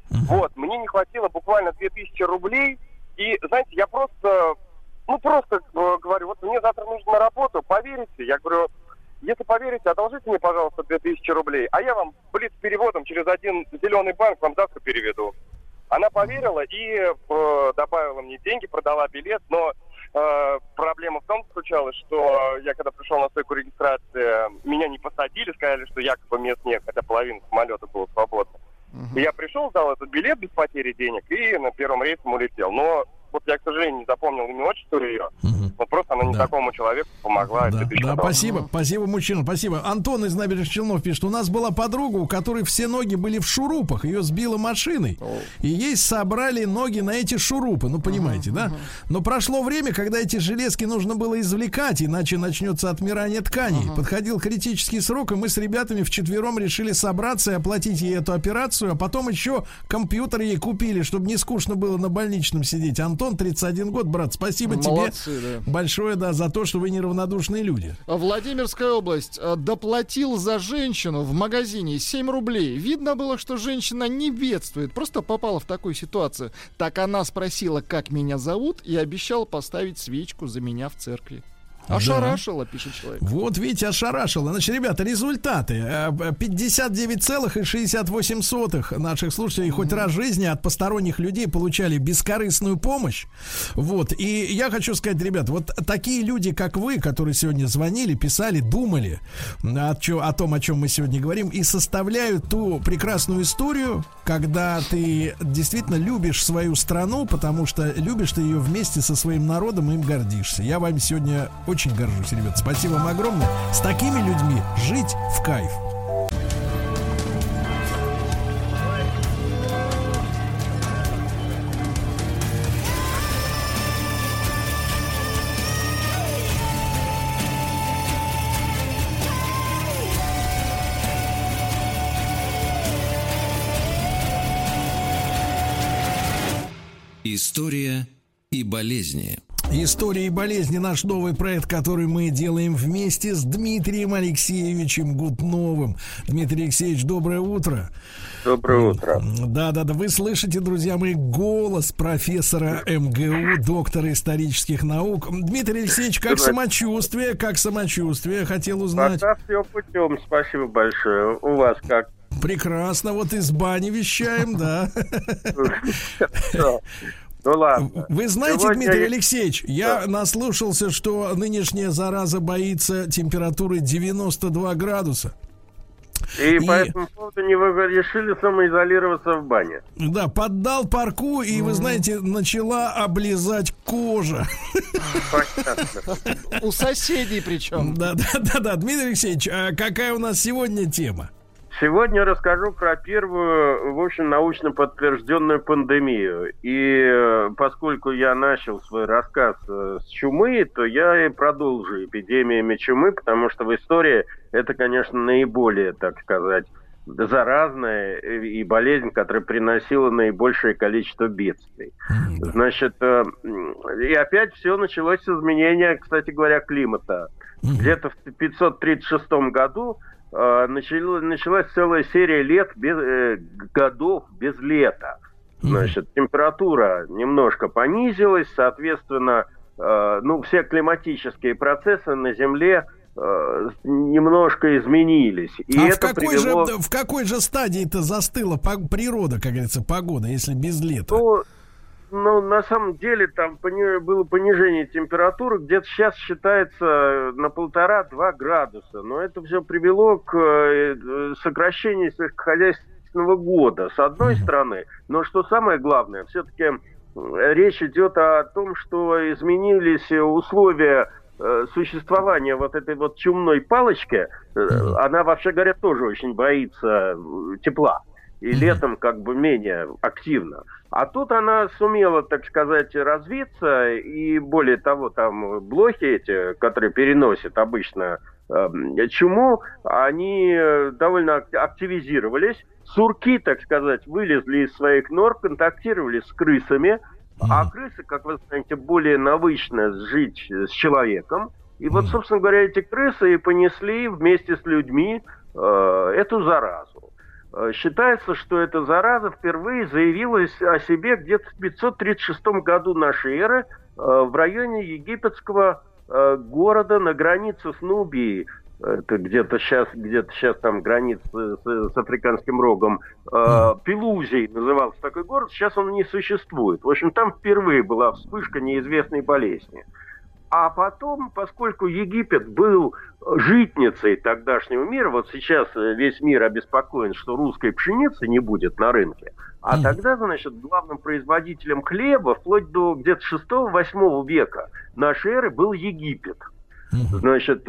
Вот, мне не хватило буквально 2000 рублей. И, знаете, я просто говорю, вот мне завтра нужно на работу, поверите? Я говорю, если поверите, одолжите мне, пожалуйста, 2000 рублей, а я вам блиц-переводом через один зеленый банк вам завтра переведу. Она поверила и добавила мне деньги, продала билет, но проблема в том заключалась, что я когда пришел на стойку регистрации, меня не посадили, сказали, что якобы мест нет, хотя половина самолета была свободна. И я пришел, сдал этот билет без потери денег и на первом рейсе улетел. Но вот я, к сожалению, не запомнил имя, отчество ее. Вот просто она не такому человеку помогла. Да, спасибо, мужчина, спасибо. Антон из Набережных Челнов пишет: у нас была подруга, у которой все ноги были в шурупах, ее сбило машиной, и ей собрали ноги на эти шурупы, ну, понимаете, да? Но прошло время, когда эти железки нужно было извлекать, иначе начнется отмирание тканей. Подходил критический срок, и мы с ребятами вчетвером решили собраться и оплатить ей эту операцию, а потом еще компьютер ей купили, чтобы не скучно было на больничном сидеть. Антон, 31 год, брат, спасибо тебе большое, да, за то, что вы неравнодушные люди. Владимирская область. Доплатил за женщину в магазине 7 рублей. Видно было, что женщина не бедствует, просто попала в такую ситуацию. Так она спросила, как меня зовут, и обещала поставить свечку за меня в церкви. Ошарашила, пишет человек. Вот видите, ошарашила. Значит, ребята, результаты. 59,68 наших слушателей хоть раз в жизни от посторонних людей получали бескорыстную помощь. Вот. И я хочу сказать, ребята, вот такие люди, как вы, которые сегодня звонили, писали, думали о том, о чем мы сегодня говорим, и составляют ту прекрасную историю, когда ты действительно любишь свою страну, потому что любишь ты ее вместе со своим народом и им гордишься. Я вами сегодня очень горжусь, ребят. Спасибо вам огромное. С такими людьми жить в кайф. История и болезни. История и болезни — наш новый проект, который мы делаем вместе с Дмитрием Алексеевичем Гутновым. Дмитрий Алексеевич, доброе утро. Доброе утро. Да, вы слышите, друзья мои, голос профессора МГУ, доктора исторических наук. Дмитрий Алексеевич, как самочувствие? Хотел узнать. Пока все путем, спасибо большое. У вас как? Прекрасно, вот из бани вещаем, да. Ну ладно. Вы знаете, Дмитрий Алексеевич, я наслушался, что нынешняя зараза боится температуры 92 градуса. И по этому поводу вы решили самоизолироваться в бане. Да, поддал парку, и, вы знаете, начала облизать кожа. У соседей причем. Да, Дмитрий Алексеевич, а какая у нас сегодня тема? Сегодня расскажу про первую, в общем, научно подтвержденную пандемию. И поскольку я начал свой рассказ с чумы, то я и продолжу эпидемиями чумы, потому что в истории это, конечно, наиболее, так сказать, заразная и болезнь, которая приносила наибольшее количество бедствий. Значит, и опять все началось с изменения, кстати говоря, климата. Где-то в 536 году началась целая серия годов без лета. Значит, температура немножко понизилась, соответственно, все климатические процессы на Земле немножко изменились. И это в какой же стадии-то застыла природа, как говорится, погода, если без лета? Ну, на самом деле, там было понижение температуры, где-то сейчас считается на 1,5-2 градуса. Но это все привело к сокращению сельскохозяйственного года, с одной стороны. Но что самое главное, все-таки речь идет о том, что изменились условия существования вот этой вот чумной палочки. Она, вообще говоря, тоже очень боится тепла. И летом как бы менее активно. А тут она сумела, так сказать, развиться. И более того, там блохи эти, которые переносят обычно чуму, они довольно активизировались. Сурки, так сказать, вылезли из своих нор, контактировали с крысами. А крысы, как вы знаете, более навычно жить с человеком. И вот, собственно говоря, эти крысы и понесли вместе с людьми эту заразу. Считается, что эта зараза впервые заявилась о себе где-то в 536 году нашей эры в районе египетского города на границе с Нубией. Это где-то сейчас там граница с Африканским рогом. Пелузий назывался такой город, сейчас он не существует. В общем, там впервые была вспышка неизвестной болезни. А потом, поскольку Египет был житницей тогдашнего мира, вот сейчас весь мир обеспокоен, что русской пшеницы не будет на рынке, а тогда, значит, главным производителем хлеба вплоть до где-то 6-8 века нашей эры был Египет. Значит,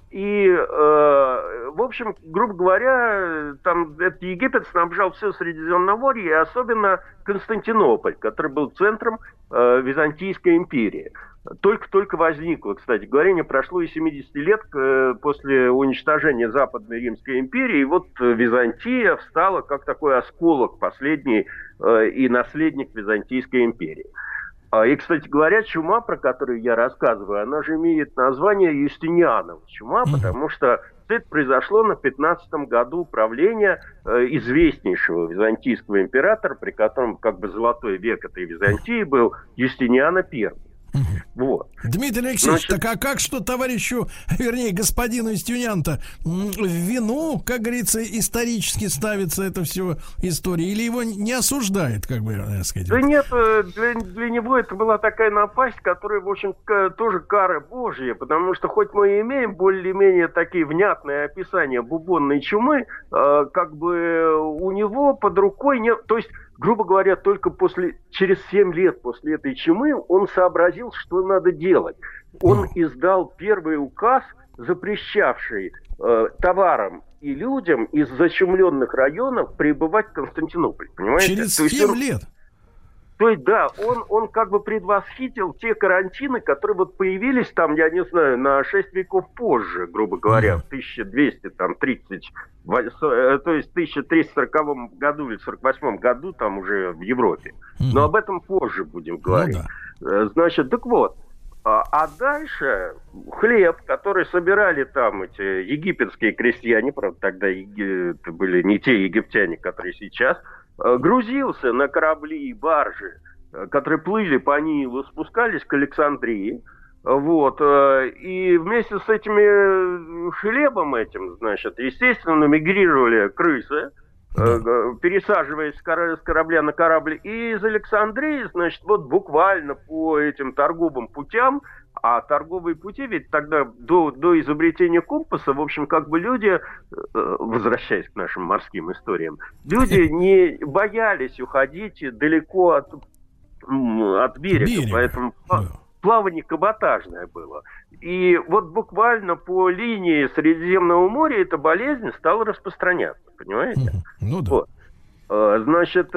в общем, грубо говоря, там этот Египет снабжал все Средиземноморье, и особенно Константинополь, который был центром Византийской империи. Только возникло, кстати говоря, не прошло и 70 лет после уничтожения Западной Римской империи, и вот Византия встала как такой осколок последний и наследник Византийской империи. И, кстати говоря, чума, про которую я рассказываю, она же имеет название Юстинианова чума, потому что это произошло на 15-м году правления известнейшего византийского императора, при котором как бы золотой век этой Византии был, Юстиниана I. Вот. Дмитрий Алексеевич, значит, так а как что товарищу, вернее, господину Юстиниану-то в вину, как говорится, исторически ставится это все история, или его не осуждает, как бы, сказать? Да нет, для него это была такая напасть, которая, в общем, тоже кара Божья, потому что хоть мы и имеем более-менее такие внятные описания бубонной чумы, как бы у него под рукой нет, то есть, грубо говоря, только через 7 лет после этой чумы он сообразил, что надо делать. Он издал первый указ, запрещавший товарам и людям из зачумленных районов прибывать в Константинополь. Понимаете? Через 7 лет? То есть, да, он как бы предвосхитил те карантины, которые вот появились там, я не знаю, на 6 веков позже, грубо говоря, в 1230, то есть в 1340 году или 48 году там уже в Европе. Но об этом позже будем говорить. Значит, так вот, а дальше хлеб, который собирали там эти египетские крестьяне, правда, тогда это были не те египтяне, которые сейчас, грузился на корабли и баржи, которые плыли по Нилу, спускались к Александрии. Вот. И вместе с этими хлебом этим, значит, естественно, мигрировали крысы, пересаживаясь с корабля на корабль. И из Александрии, значит, вот буквально по этим торговым путям, а торговые пути ведь тогда до изобретения компаса, в общем, как бы люди, возвращаясь к нашим морским историям, люди не боялись уходить далеко от берега, поэтому плавание каботажное было. И вот буквально по линии Средиземного моря эта болезнь стала распространяться, понимаете? Ну да. Вот. Значит,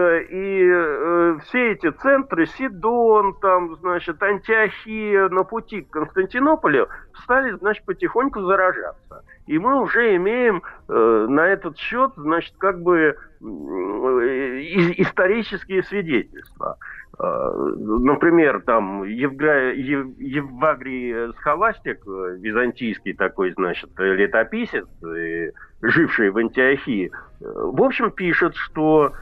и все эти центры, Сидон, там, значит, Антиохия на пути к Константинополю стали, значит, потихоньку заражаться. И мы уже имеем на этот счет, значит, как бы исторические свидетельства. Например, там Евагрий Схоластик, византийский такой, значит, летописец, живший в Антиохии, в общем, пишет, что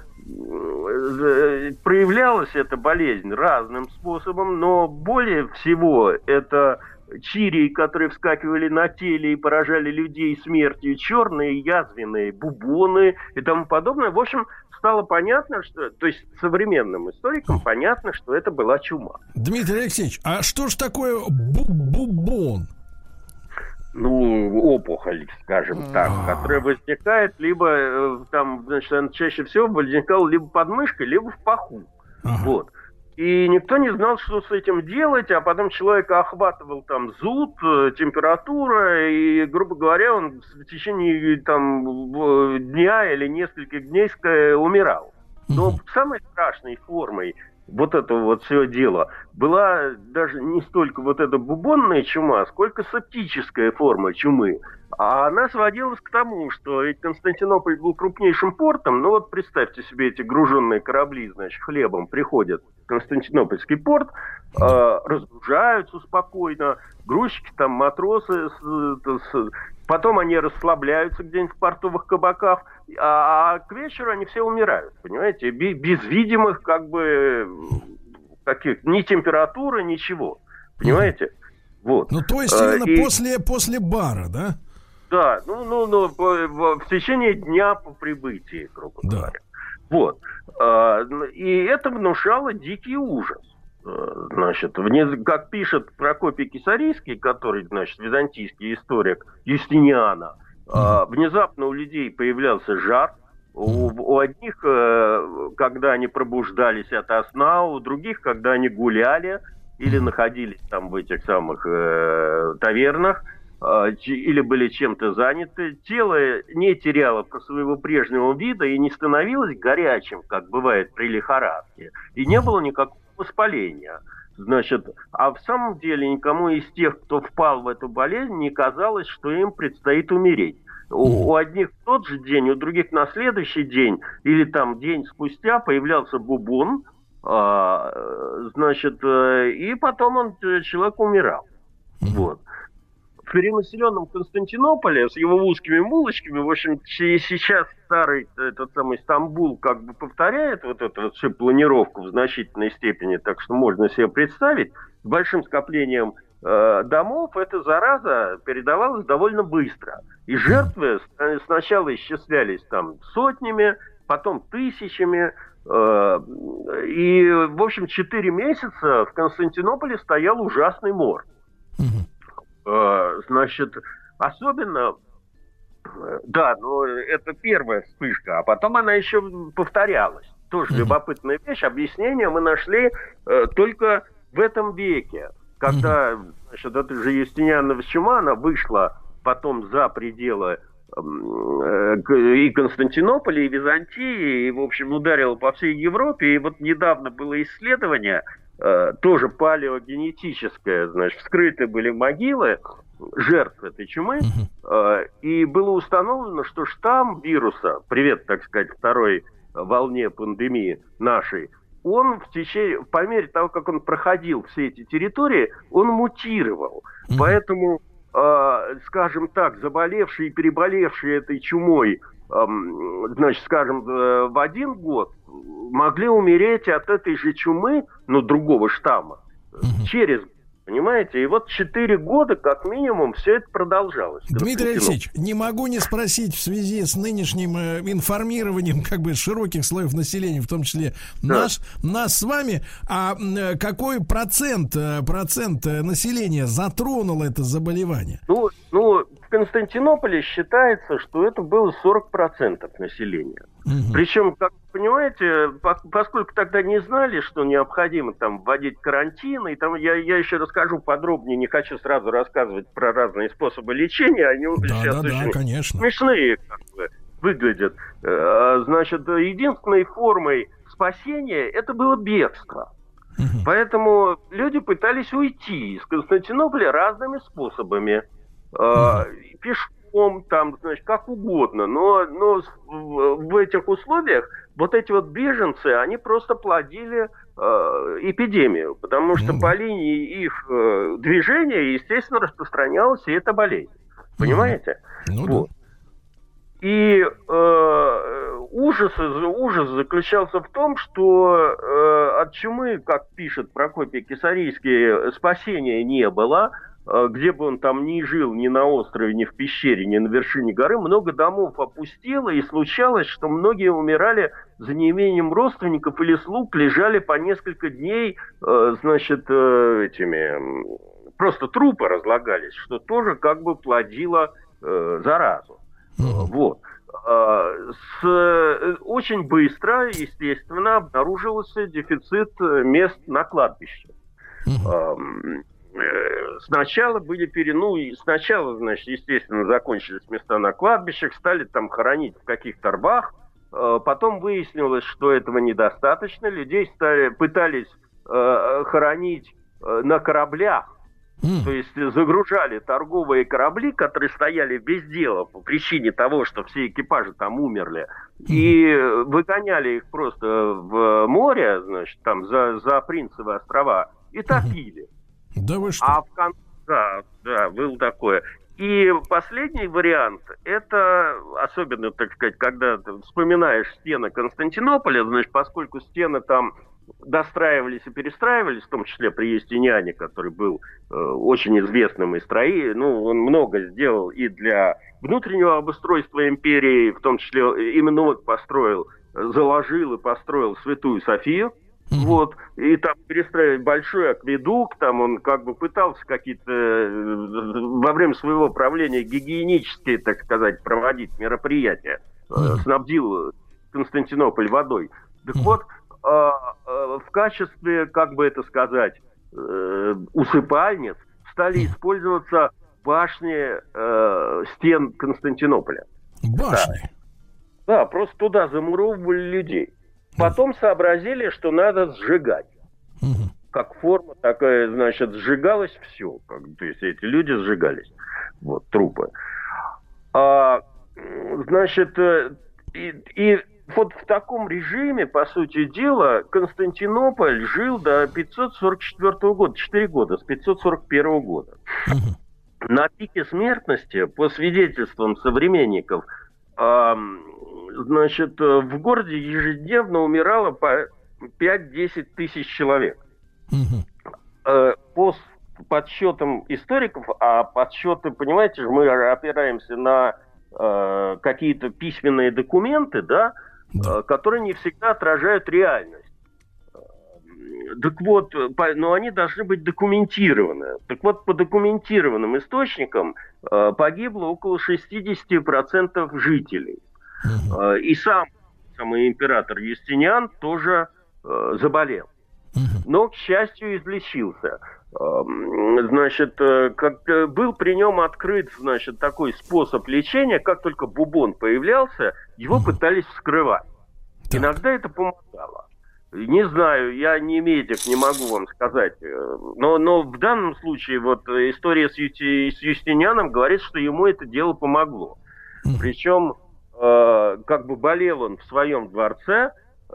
проявлялась эта болезнь разным способом, но более всего это чирии, которые вскакивали на теле и поражали людей смертью, черные язвенные бубоны и тому подобное. В общем, стало понятно, что, то есть современным историкам понятно, что это была чума. Дмитрий Алексеевич, а что ж такое бубон? Ну, опухоль, скажем так, которая возникает либо там, значит, она чаще всего возникала либо под мышкой, либо в паху. Вот. И никто не знал, что с этим делать, а потом человека охватывал там зуд, температура, и, грубо говоря, он в течение там дня или нескольких дней умирал. Но самой страшной формой вот этого вот всего дела была даже не столько вот эта бубонная чума, сколько септическая форма чумы. А она сводилась к тому, что ведь Константинополь был крупнейшим портом, ну вот представьте себе, эти груженные корабли, значит, хлебом приходят в Константинопольский порт, разгружаются спокойно, грузчики там, матросы, потом они расслабляются где-нибудь в портовых кабаках, а к вечеру они все умирают, понимаете, без видимых как бы каких ни температуры, ничего, понимаете? Вот. Ну, то есть именно после бара, да? Да, в течение дня по прибытии, грубо говоря. Вот. И это внушало дикий ужас. Значит, как пишет Прокопий Кесарийский, который, значит, византийский историк Юстиниана, внезапно у людей появлялся жар. У одних, когда они пробуждались ото сна, у других, когда они гуляли или находились там в этих самых тавернах, или были чем-то заняты, тело не теряло своего прежнего вида и не становилось горячим, как бывает при лихорадке, и не было никакого воспаления. Значит, а в самом деле никому из тех, кто впал в эту болезнь, не казалось, что им предстоит умереть. У одних в тот же день, у других на следующий день или там день спустя появлялся бубон, значит, и потом человек умирал. Вот. В перенаселенном Константинополе с его узкими улочками, в общем, сейчас старый этот самый Стамбул как бы повторяет вот эту вот всю планировку в значительной степени, так что можно себе представить, с большим скоплением домов эта зараза передавалась довольно быстро. И жертвы сначала исчислялись там сотнями, потом тысячами. И, в общем, 4 месяца в Константинополе стоял ужасный мор. Значит, особенно, да, но это первая вспышка, а потом она еще повторялась. Тоже любопытная вещь. Объяснение мы нашли только в этом веке, когда, значит, эта же Юстинианова чума, она вышла потом за пределы и Константинополя, и Византии, и, в общем, ударила по всей Европе. И вот недавно было исследование, тоже палеогенетическое, значит, вскрыты были могилы жертв этой чумы, и было установлено, что штамм вируса, привет, так сказать, второй волне пандемии нашей, он по мере того, как он проходил все эти территории, он мутировал. Поэтому, скажем так, заболевшие и переболевшие этой чумой, значит, скажем, в один год могли умереть от этой же чумы, но другого штамма, через год. Понимаете? И вот 4 года, как минимум, все это продолжалось. Дмитрий Алексеевич, не могу не спросить в связи с нынешним информированием как бы широких слоев населения, в том числе нас с вами, а какой процент населения затронуло это заболевание? Ну, в Константинополе считается, что это было 40% населения. Причем, как вы понимаете, поскольку тогда не знали, что необходимо там вводить карантин, и там я еще расскажу подробнее, не хочу сразу рассказывать про разные способы лечения, они сейчас очень смешные как бы выглядят. Значит, единственной формой спасения это было бегство. Поэтому люди пытались уйти из Константинополя разными способами. Пешком, там, значит, как угодно. Но в этих условиях вот эти вот беженцы, они просто плодили эпидемию, потому что по линии их движения, естественно, распространялась и эта болезнь. Понимаете? Вот. И ужас заключался в том, что от чумы, как пишет Прокопий Кесарийский, спасения не было. Где бы он там ни жил, ни на острове, ни в пещере, ни на вершине горы, много домов опустело, и случалось, что многие умирали за неимением родственников или слуг, лежали по несколько дней, значит, просто трупы разлагались, что тоже как бы плодило заразу. Вот. Очень быстро, естественно, обнаружился дефицит мест на кладбище. Сначала сначала, значит, естественно, закончились места на кладбищах, стали там хоронить в каких-то рвах, потом выяснилось, что этого недостаточно, людей пытались хоронить на кораблях, То есть загружали торговые корабли, которые стояли без дела по причине того, что все экипажи там умерли, и выгоняли их просто в море, значит, там за Принцевы острова, и топили. Да вы что? А в конце, да, было такое. И последний вариант, это особенно, так сказать, когда ты вспоминаешь стены Константинополя, значит, поскольку стены там достраивались и перестраивались, в том числе при Юстиниане, который был очень известным и он много сделал и для внутреннего обустройства империи, в том числе именно он заложил и построил Святую Софию. Вот, и там перестраивать большой акведук, там он как бы пытался какие-то во время своего правления гигиенические, так сказать, проводить мероприятия, снабдил Константинополь водой. Так вот, в качестве, как бы это сказать, усыпальниц стали использоваться башни стен Константинополя. Башни? Да, просто туда замуровывали людей. Потом сообразили, что надо сжигать. Как форма такая, значит, сжигалось все. То есть эти люди сжигались. Вот, трупы. Значит, и вот в таком режиме, по сути дела, Константинополь жил до 544 года, 4 года, с 541 года. На пике смертности, по свидетельствам современников, значит, в городе ежедневно умирало по 5-10 тысяч человек. По подсчетам историков, а подсчеты, понимаете, мы опираемся на какие-то письменные документы, да, которые не всегда отражают реальность. Так вот, но они должны быть документированы. Так вот, по документированным источникам погибло около 60% жителей. И самый император Юстиниан тоже заболел. Но, к счастью, излечился. Значит, как был при нем открыт, значит, такой способ лечения, как только бубон появлялся, его пытались вскрывать. Иногда это помогало. Не знаю, я не медик, не могу вам сказать. Но в данном случае вот история с Юстинианом говорит, что ему это дело помогло. Причем как бы болел он в своем дворце,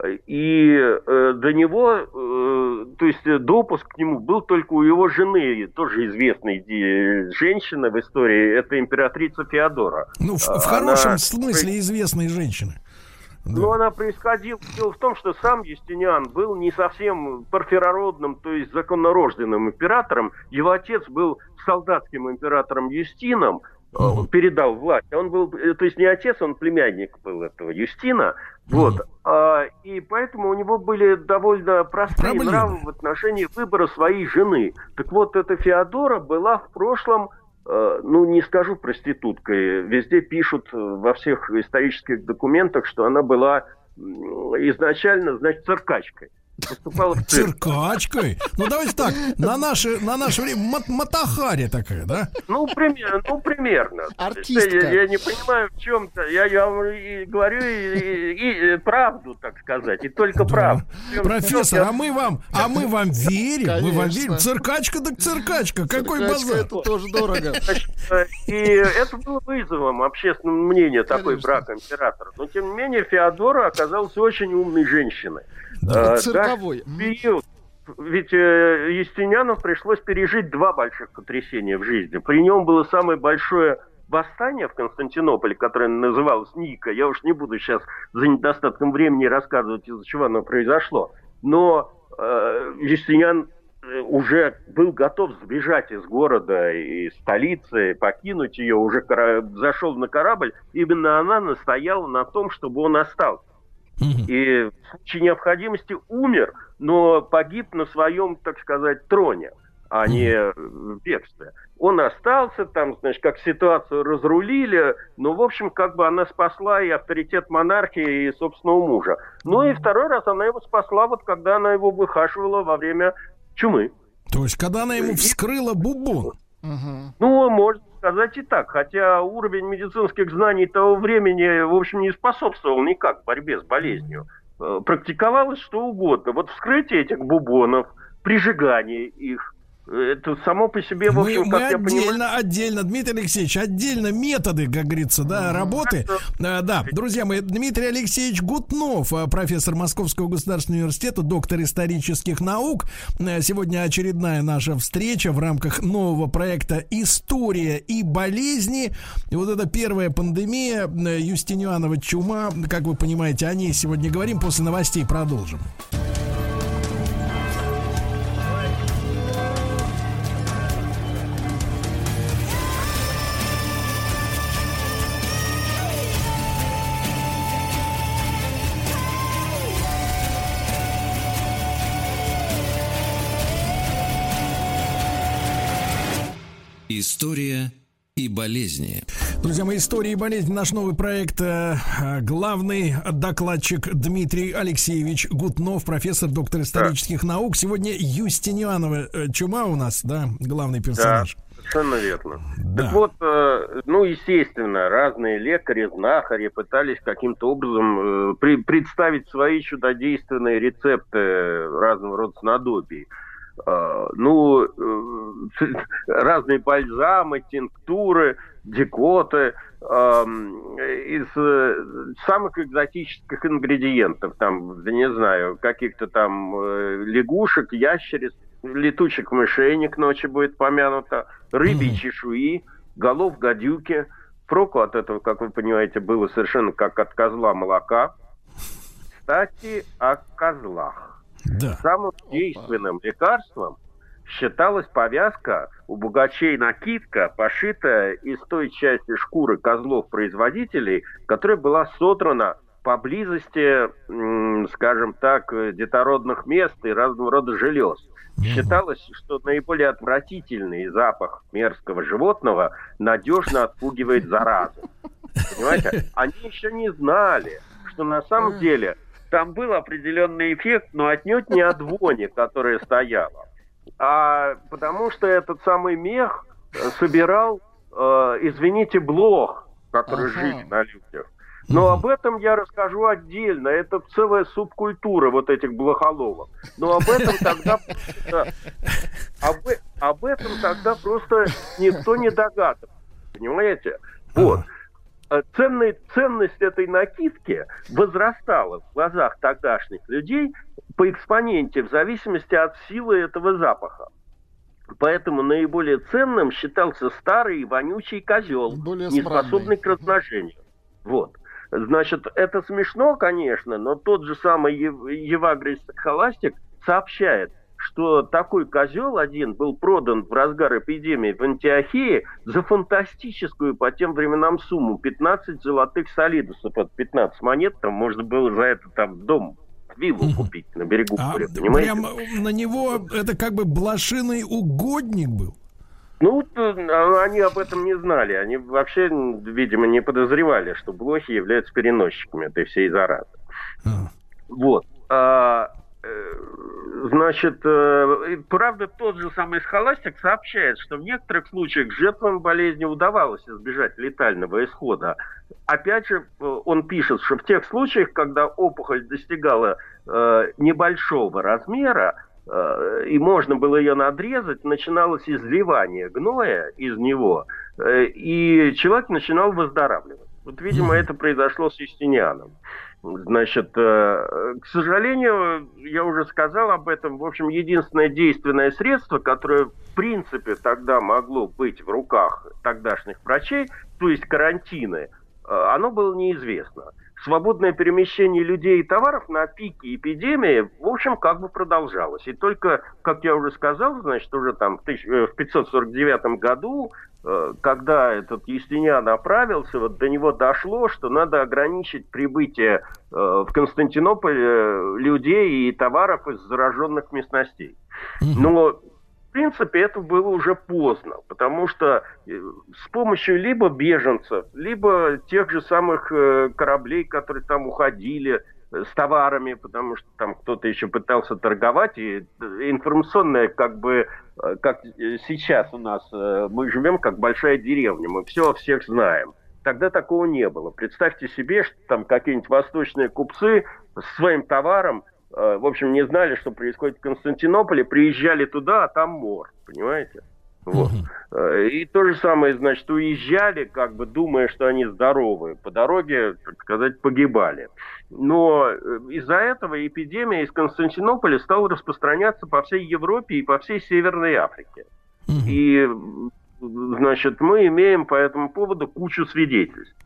и до него, то есть допуск к нему был только у его жены, тоже известной женщины в истории, это императрица Феодора. Ну, в хорошем смысле известной женщины. Ну, она происходила. Дело в том, что сам Юстиниан был не совсем парфирородным, то есть законнорожденным императором. Его отец был солдатским императором Юстином, передал власть. Он был, то есть не отец, он племянник был этого Юстина. Вот. И поэтому у него были довольно простые нравы в отношении выбора своей жены. Так вот, эта Феодора была в прошлом, ну, не скажу проституткой, везде пишут во всех исторических документах, что она была изначально, значит, циркачкой. Поступала в цирк. Циркачкой? Ну, давайте так, на наше время Матахари такая, да? Ну, примерно. Артистка. Я не понимаю, в чем-то. Я вам и говорю и правду, так сказать, и только правду. Профессор, а мы вам верим? Конечно. Мы вам верим. Циркачка так циркачка. Какой базар? Это тоже дорого. И это было вызовом общественного мнения, такой брак императора. Но, тем не менее, Феодора оказалась очень умной женщиной. Да, цирковой. Период. Ведь Юстиниану пришлось пережить 2 больших потрясения в жизни. При нем было самое большое восстание в Константинополе, которое называлось Ника. Я уж не буду сейчас за недостатком времени рассказывать, из-за чего оно произошло. Но Юстиниан уже был готов сбежать из города и столицы, покинуть ее, уже зашел на корабль. Именно она настояла на том, чтобы он остался. И в случае необходимости умер, но погиб на своем, так сказать, троне, а не в бегстве. Он остался там, значит, как ситуацию разрулили, но, в общем, как бы она спасла и авторитет монархии, и собственного мужа. Ну и второй раз она его спасла, вот когда она его выхаживала во время чумы. То есть, когда она ему вскрыла бубон? Ну, можно сказать и так. Хотя уровень медицинских знаний того времени, в общем, не способствовал никак борьбе с болезнью. Практиковалось что угодно. Вот вскрытие этих бубонов, прижигание их, Это само по себе, в общем, мы отдельно, Дмитрий Алексеевич, отдельно методы, как говорится, да, работы. Да, друзья мои, Дмитрий Алексеевич Гутнов, профессор Московского государственного университета, доктор исторических наук. Сегодня очередная наша встреча в рамках нового проекта «История и болезни». И вот эта первая пандемия, Юстинианова чума, как вы понимаете, о ней сегодня говорим, после новостей продолжим. История и болезни. Друзья мои, история и болезни. Наш новый проект. Главный докладчик Дмитрий Алексеевич Гутнов, профессор, доктор исторических наук. Сегодня Юстинианова чума у нас, да, главный персонаж. Да, совершенно верно. Да. Так вот, естественно, разные лекари, знахари пытались каким-то образом представить свои чудодейственные рецепты разного рода снадобий. Разные бальзамы, тинктуры, декоты из самых экзотических ингредиентов, там, не знаю, каких-то там лягушек, ящериц, летучих мышей, не к ночи будет помянуто, рыбьи чешуи, голов гадюки. Проку от этого, как вы понимаете, было совершенно как от козла молока. Кстати, о козлах. Да. Самым действенным лекарством считалась повязка у богачей накидка, пошитая из той части шкуры козлов-производителей, которая была содрана поблизости, скажем так, детородных мест и разного рода желез. Считалось, что наиболее отвратительный запах мерзкого животного надежно отпугивает заразу. Понимаете? Они еще не знали, что на самом деле там был определенный эффект, но отнюдь не от вони, которая стояла, а потому что этот самый мех собирал, извините, блох, которые жили на людях. Но об этом я расскажу отдельно. Это целая субкультура вот этих блохоловок. Но об этом тогда просто никто не догадывался. Понимаете? Вот. Ценность этой накидки возрастала в глазах тогдашних людей по экспоненте в зависимости от силы этого запаха. Поэтому наиболее ценным считался старый и вонючий козел, не способный к размножению. Вот. Значит, это смешно, конечно, но тот же самый Евагрий Схоластик сообщает, что такой козел один был продан в разгар эпидемии в Антиохии за фантастическую по тем временам сумму 15 золотых солидусов. От 15 монет там можно было за это там дом, виллу купить на берегу моря, понимаете? Прям на него это как бы блошиный угодник был? Они об этом не знали. Они вообще, видимо, не подозревали, что блохи являются переносчиками этой всей заразы. Вот. Значит, правда, тот же самый Схоластик сообщает, что в некоторых случаях жертвам болезни удавалось избежать летального исхода. Опять же, он пишет, что в тех случаях, когда опухоль достигала небольшого размера, и можно было ее надрезать, начиналось изливание гноя из него, и человек начинал выздоравливать. Вот, видимо, это произошло с Юстинианом. Значит, к сожалению, я уже сказал об этом, в общем, единственное действенное средство, которое, в принципе, тогда могло быть в руках тогдашних врачей, то есть карантины, оно было неизвестно. Свободное перемещение людей и товаров на пике эпидемии, в общем, как бы продолжалось. И только, как я уже сказал, значит, уже там в 549 году, когда этот Юстиниан оправился, вот до него дошло, что надо ограничить прибытие в Константинополь людей и товаров из зараженных местностей. Но, в принципе, это было уже поздно, потому что с помощью либо беженцев, либо тех же самых кораблей, которые там уходили с товарами, потому что там кто-то еще пытался торговать, и информационное, как бы, как сейчас у нас, мы живем как большая деревня, мы все о всех знаем. Тогда такого не было. Представьте себе, что там какие-нибудь восточные купцы с своим товаром в общем, не знали, что происходит в Константинополе, приезжали туда, а там мор, понимаете? Вот. И то же самое, значит, уезжали, как бы думая, что они здоровы, по дороге, так сказать, погибали. Но из-за этого эпидемия из Константинополя стала распространяться по всей Европе и по всей Северной Африке. И, значит, мы имеем по этому поводу кучу свидетельств.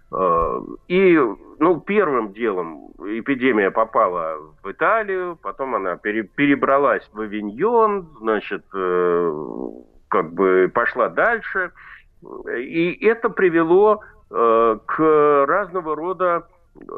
И, ну, первым делом эпидемия попала в Италию, потом она перебралась в Авиньон, значит, как бы пошла дальше. И это привело к разного рода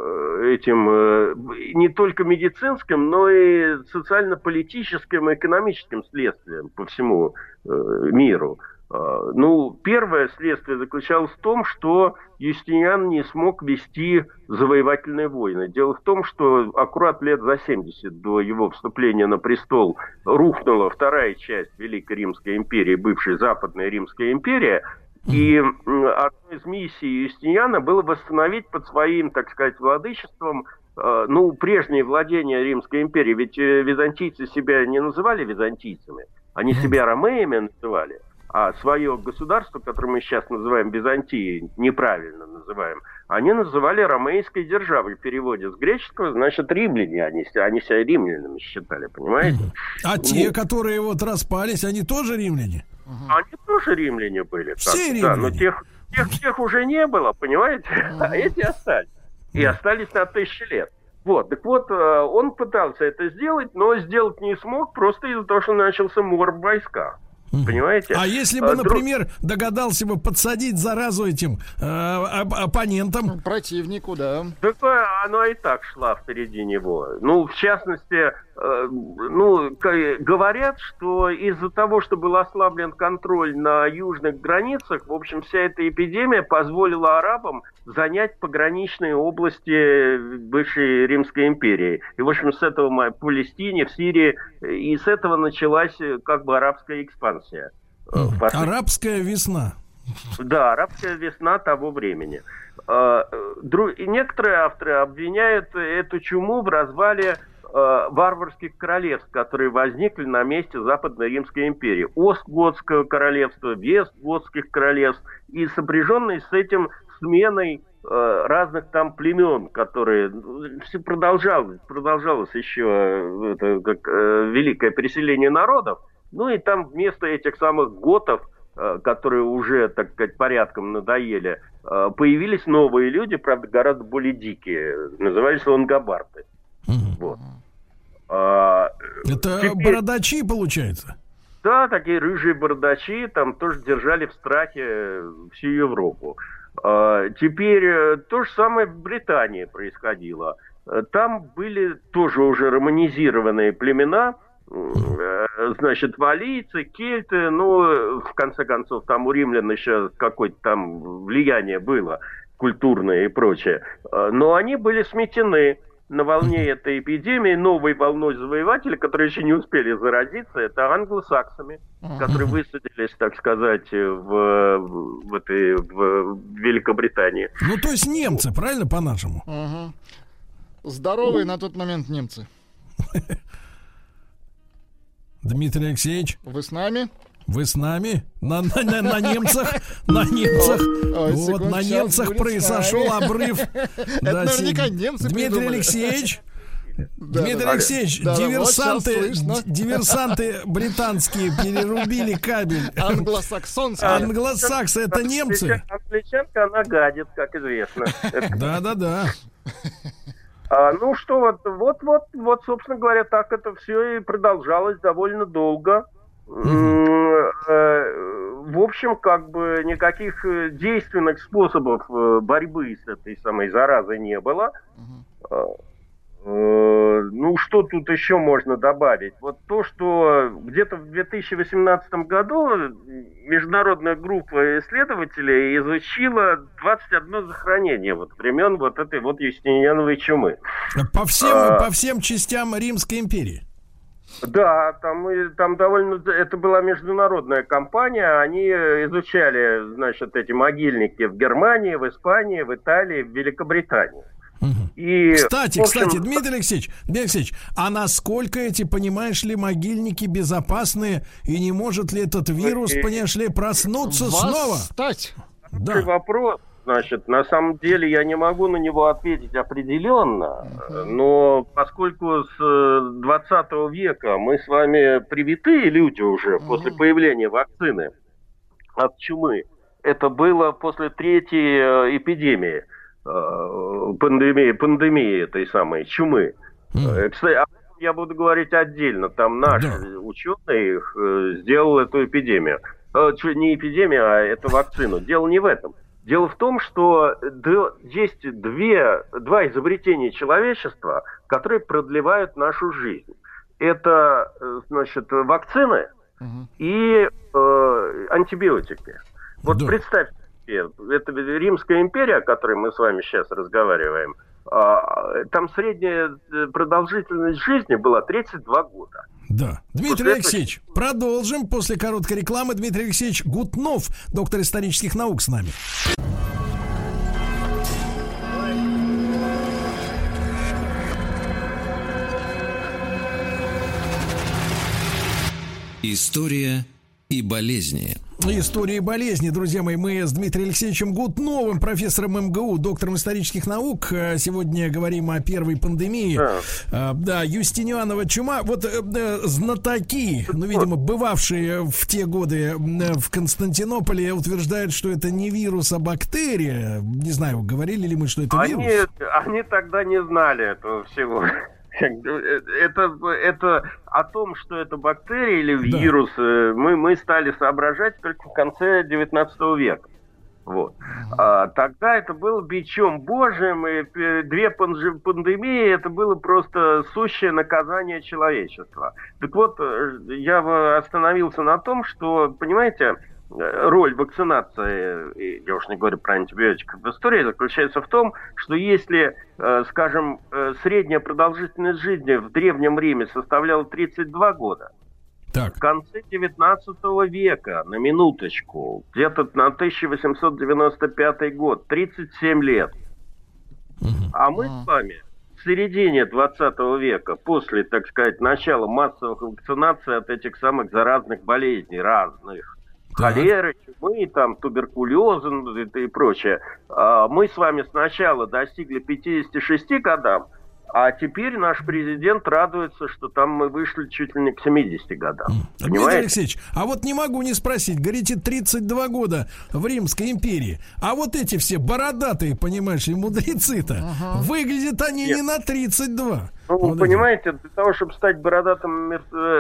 этим не только медицинским, но и социально-политическим и экономическим следствиям по всему миру. Ну, первое следствие заключалось в том, что Юстиниан не смог вести завоевательные войны. Дело в том, что аккурат лет за 70 до его вступления на престол рухнула вторая часть Великой Римской империи, бывшей Западная Римская империя. И одной из миссий Юстиниана было восстановить под своим, так сказать, владычеством ну, прежние владения Римской империи. Ведь византийцы себя не называли византийцами, они себя ромеями называли. А свое государство, которое мы сейчас называем Византией, неправильно называем, они называли ромейской державой. В переводе с греческого, значит, римляне. Они себя римлянами считали, понимаете? А те, которые вот распались, они тоже римляне? Они тоже римляне были. Все римляне? Да, но тех уже не было, понимаете? А эти остались. И остались на 1000 лет. Вот, так вот, он пытался это сделать, но сделать не смог, просто из-за того, что начался мор в войсках. Понимаете? А если бы, например, догадался бы подсадить заразу этим оппонентам? Противнику, да. Так она и так шла впереди него. Ну, в частности, ну, говорят, что из-за того, что был ослаблен контроль на южных границах, в общем, вся эта эпидемия позволила арабам занять пограничные области бывшей Римской империи. И, в общем, с этого в Палестине, в Сирии, и с этого началась как бы арабская экспансия. Арабская весна. Да, арабская весна того времени. Некоторые авторы обвиняют эту чуму в развале варварских королевств, которые возникли на месте Западной Римской империи. Остготского королевства, Вестготских королевств и сопряженной с этим сменой разных там племен, которые все продолжалось еще это, как великое переселение народов. Ну и там вместо этих самых готов, которые уже, так сказать, порядком надоели, появились новые люди, правда, гораздо более дикие. Назывались лангобарды. Вот. Это теперь... бородачи, получается? Да, такие рыжие бородачи там тоже держали в страхе всю Европу. Теперь то же самое в Британии происходило. Там были тоже уже романизированные племена, значит, валлийцы, кельты, ну, в конце концов, там у римлян еще какое-то там влияние было, культурное и прочее. Но они были сметены на волне этой эпидемии новой волной завоевателей, которые еще не успели заразиться, это англосаксами, которые высадились, так сказать, в Великобритании. Ну, то есть немцы, правильно, по-нашему? Здоровые на тот момент немцы. Дмитрий Алексеевич? Вы с нами? Вы с нами? На немцах? На немцах. Вот, на немцах произошел обрыв. Это наверняка немцы Дмитрий Алексеевич? Дмитрий Алексеевич, диверсанты британские перерубили кабель. Англосаксонские. Англосаксы, это немцы? Англичанка, она гадит, как известно. Да. Ну что, вот, собственно говоря, так это все и продолжалось довольно долго. В общем, как бы никаких действенных способов борьбы с этой самой заразой не было. Ну, что тут еще можно добавить? Вот то, что где-то в 2018 году международная группа исследователей изучила 21 захоронение вот времен вот этой вот Юстиниановой чумы. По всем частям Римской империи? Да, там довольно... Это была международная компания, они изучали, значит, эти могильники в Германии, в Испании, в Италии, в Великобритании. И, кстати, Дмитрий Алексеевич, а насколько эти, понимаешь ли, могильники безопасные, и не может ли этот вирус, понимаешь ли, проснуться снова? Да. Вопрос. Значит, на самом деле я не могу на него ответить определенно, но поскольку с 20 века мы с вами привитые люди уже после появления вакцины от чумы, это было после третьей эпидемии, пандемии этой самой чумы. Кстати, я буду говорить отдельно, там наш ученый сделал эту эпидемию. Не эпидемию, а эту вакцину. Дело не в этом. Дело в том, что есть два изобретения человечества, которые продлевают нашу жизнь. Это, значит, вакцины и антибиотики. Вот представьте себе, это Римская империя, о которой мы с вами сейчас разговариваем, там средняя продолжительность жизни была 32 года. Да. Дмитрий Алексеевич, продолжим после короткой рекламы. Дмитрий Алексеевич Гутнов, доктор исторических наук, с нами. История и болезни. История и болезни, друзья мои. Мы с Дмитрием Алексеевичем Гутновым, профессором МГУ, доктором исторических наук, сегодня говорим о первой пандемии. Да, Юстинианова чума. Вот знатоки, ну, видимо, бывавшие в те годы в Константинополе, утверждают, что это не вирус, а бактерия. Не знаю, говорили ли мы, что это вирус? Они тогда не знали этого всего. Это о том, что это бактерия или вирус, мы стали соображать только в конце 19 века. Вот. Тогда это было бичом Божьим, и две пандемии, это было просто сущее наказание человечества. Так вот, я остановился на том, что, понимаете, роль вакцинации, я уж не говорю про антибиотиков в истории, заключается в том, что если, скажем, средняя продолжительность жизни в Древнем Риме составляла 32 года, в конце 19 века, на минуточку, где-то на 1895 год, 37 лет. А мы с вами в середине 20 века, после, так сказать, начала массовых вакцинаций от этих самых заразных болезней разных, холеры, чумы, там, туберкулеза и прочее. Мы с вами сначала достигли 56 годам, а теперь наш президент радуется, что там мы вышли чуть ли не к 70 годам. Дмитрий Алексеевич, а вот не могу не спросить, говорите, 32 года в Римской империи, а вот эти все бородатые, понимаешь ли, мудрецы-то, выглядят они не на 32. Ну, вот понимаете, для того, чтобы стать бородатым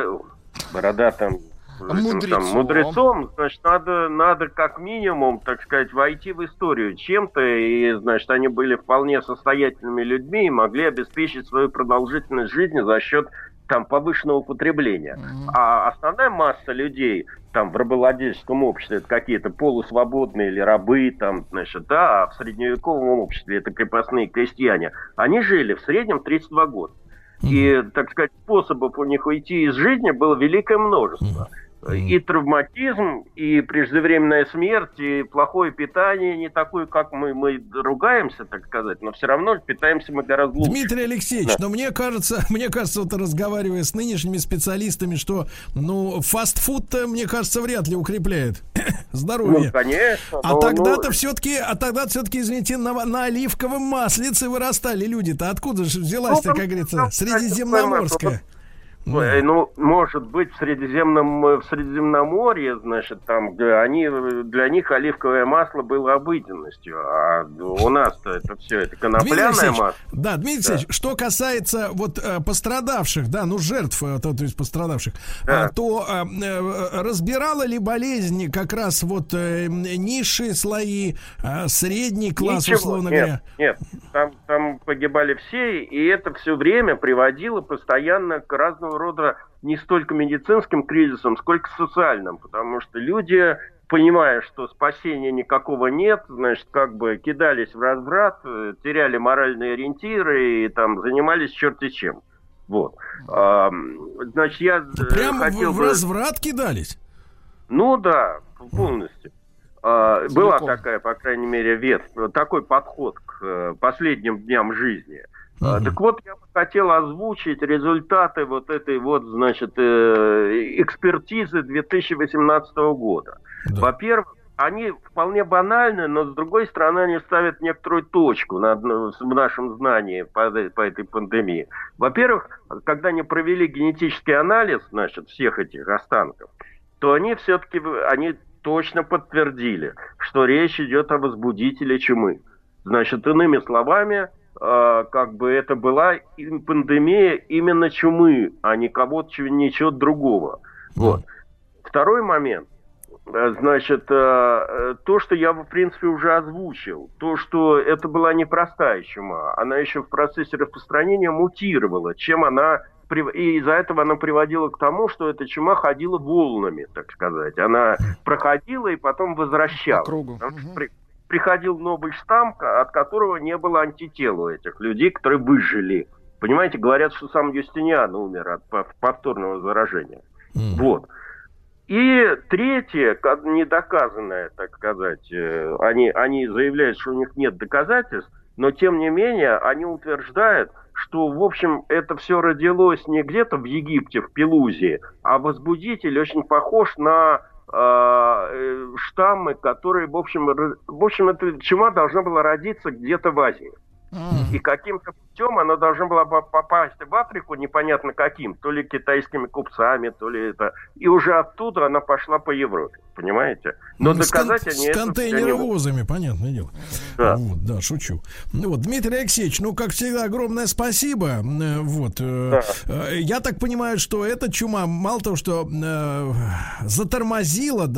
мудрецом, значит, надо как минимум, так сказать, войти в историю чем-то, и, значит, они были вполне состоятельными людьми и могли обеспечить свою продолжительность жизни за счет там повышенного потребления. А основная масса людей там в рабовладельческом обществе это какие-то полусвободные или рабы, там, значит, да, а в средневековом обществе это крепостные крестьяне. Они жили в среднем 32 года. И, так сказать, способов у них уйти из жизни было великое множество. И травматизм, и преждевременная смерть, и плохое питание, не такое, как мы ругаемся, так сказать, но все равно питаемся мы гораздо лучше. Дмитрий Алексеевич, но мне кажется, вот разговаривая с нынешними специалистами, что, ну, фастфуд-то, мне кажется, вряд ли укрепляет здоровье. Ну, конечно. А тогда-то все-таки, извините, на оливковом маслице вырастали люди-то. Откуда же взялась-то, как говорится, средиземноморская? Ну, может быть, в Средиземноморье, значит, там, для них оливковое масло было обыденностью, а у нас-то это все, это конопляное масло. Да, Дмитрий Алексеевич, что касается вот пострадавших, да, ну, жертв, то есть пострадавших, то разбирала ли болезнь как раз вот низшие слои, средний класс, условно говоря? Нет, там погибали все, и это все время приводило постоянно к разного рода не столько медицинским кризисам, сколько социальным, потому что люди, понимая, что спасения никакого нет, значит, как бы кидались в разврат, теряли моральные ориентиры и там занимались черти чем. Вот. Значит, я прямо в разврат кидались? Ну да, полностью. Была такая, по крайней мере, такой подход к последним дням жизни. Так вот, я бы хотел озвучить результаты вот этой вот, значит, экспертизы 2018 года. Да. Во-первых, они вполне банальны, но, с другой стороны, они ставят некоторую точку в нашем знании по этой пандемии. Во-первых, когда они провели генетический анализ, значит, всех этих останков, то они все-таки точно подтвердили, что речь идет о возбудителе чумы. Значит, иными словами, как бы это была пандемия именно чумы, а не ничего другого. Вот. Второй момент. Значит, то, что я, в принципе, уже озвучил, то, что это была непростая чума, она еще в процессе распространения мутировала, и из-за этого она приводила к тому, что эта чума ходила волнами, так сказать. Она проходила и потом возвращалась. По кругу. Приходил новый штамм, от которого не было антител у этих людей, которые выжили. Понимаете, говорят, что сам Юстиниан умер от повторного заражения. Вот. И третье, недоказанное, так сказать, они заявляют, что у них нет доказательств, но тем не менее они утверждают, что, в общем, это все родилось не где-то в Египте, в Пелузе, а возбудитель очень похож на штаммы, которые, в общем, эта чума должна была родиться где-то в Азии. И каким-то путем она должна была попасть в Африку, непонятно каким, то ли китайскими купцами, то ли это. И уже оттуда она пошла по Европе, понимаете? Но доказать они это... С контейнеровозами, понятное дело. Да. Вот, да, шучу. Вот, Дмитрий Алексеевич, как всегда, огромное спасибо. Вот. Да. Я так понимаю, что эта чума, мало того, что затормозила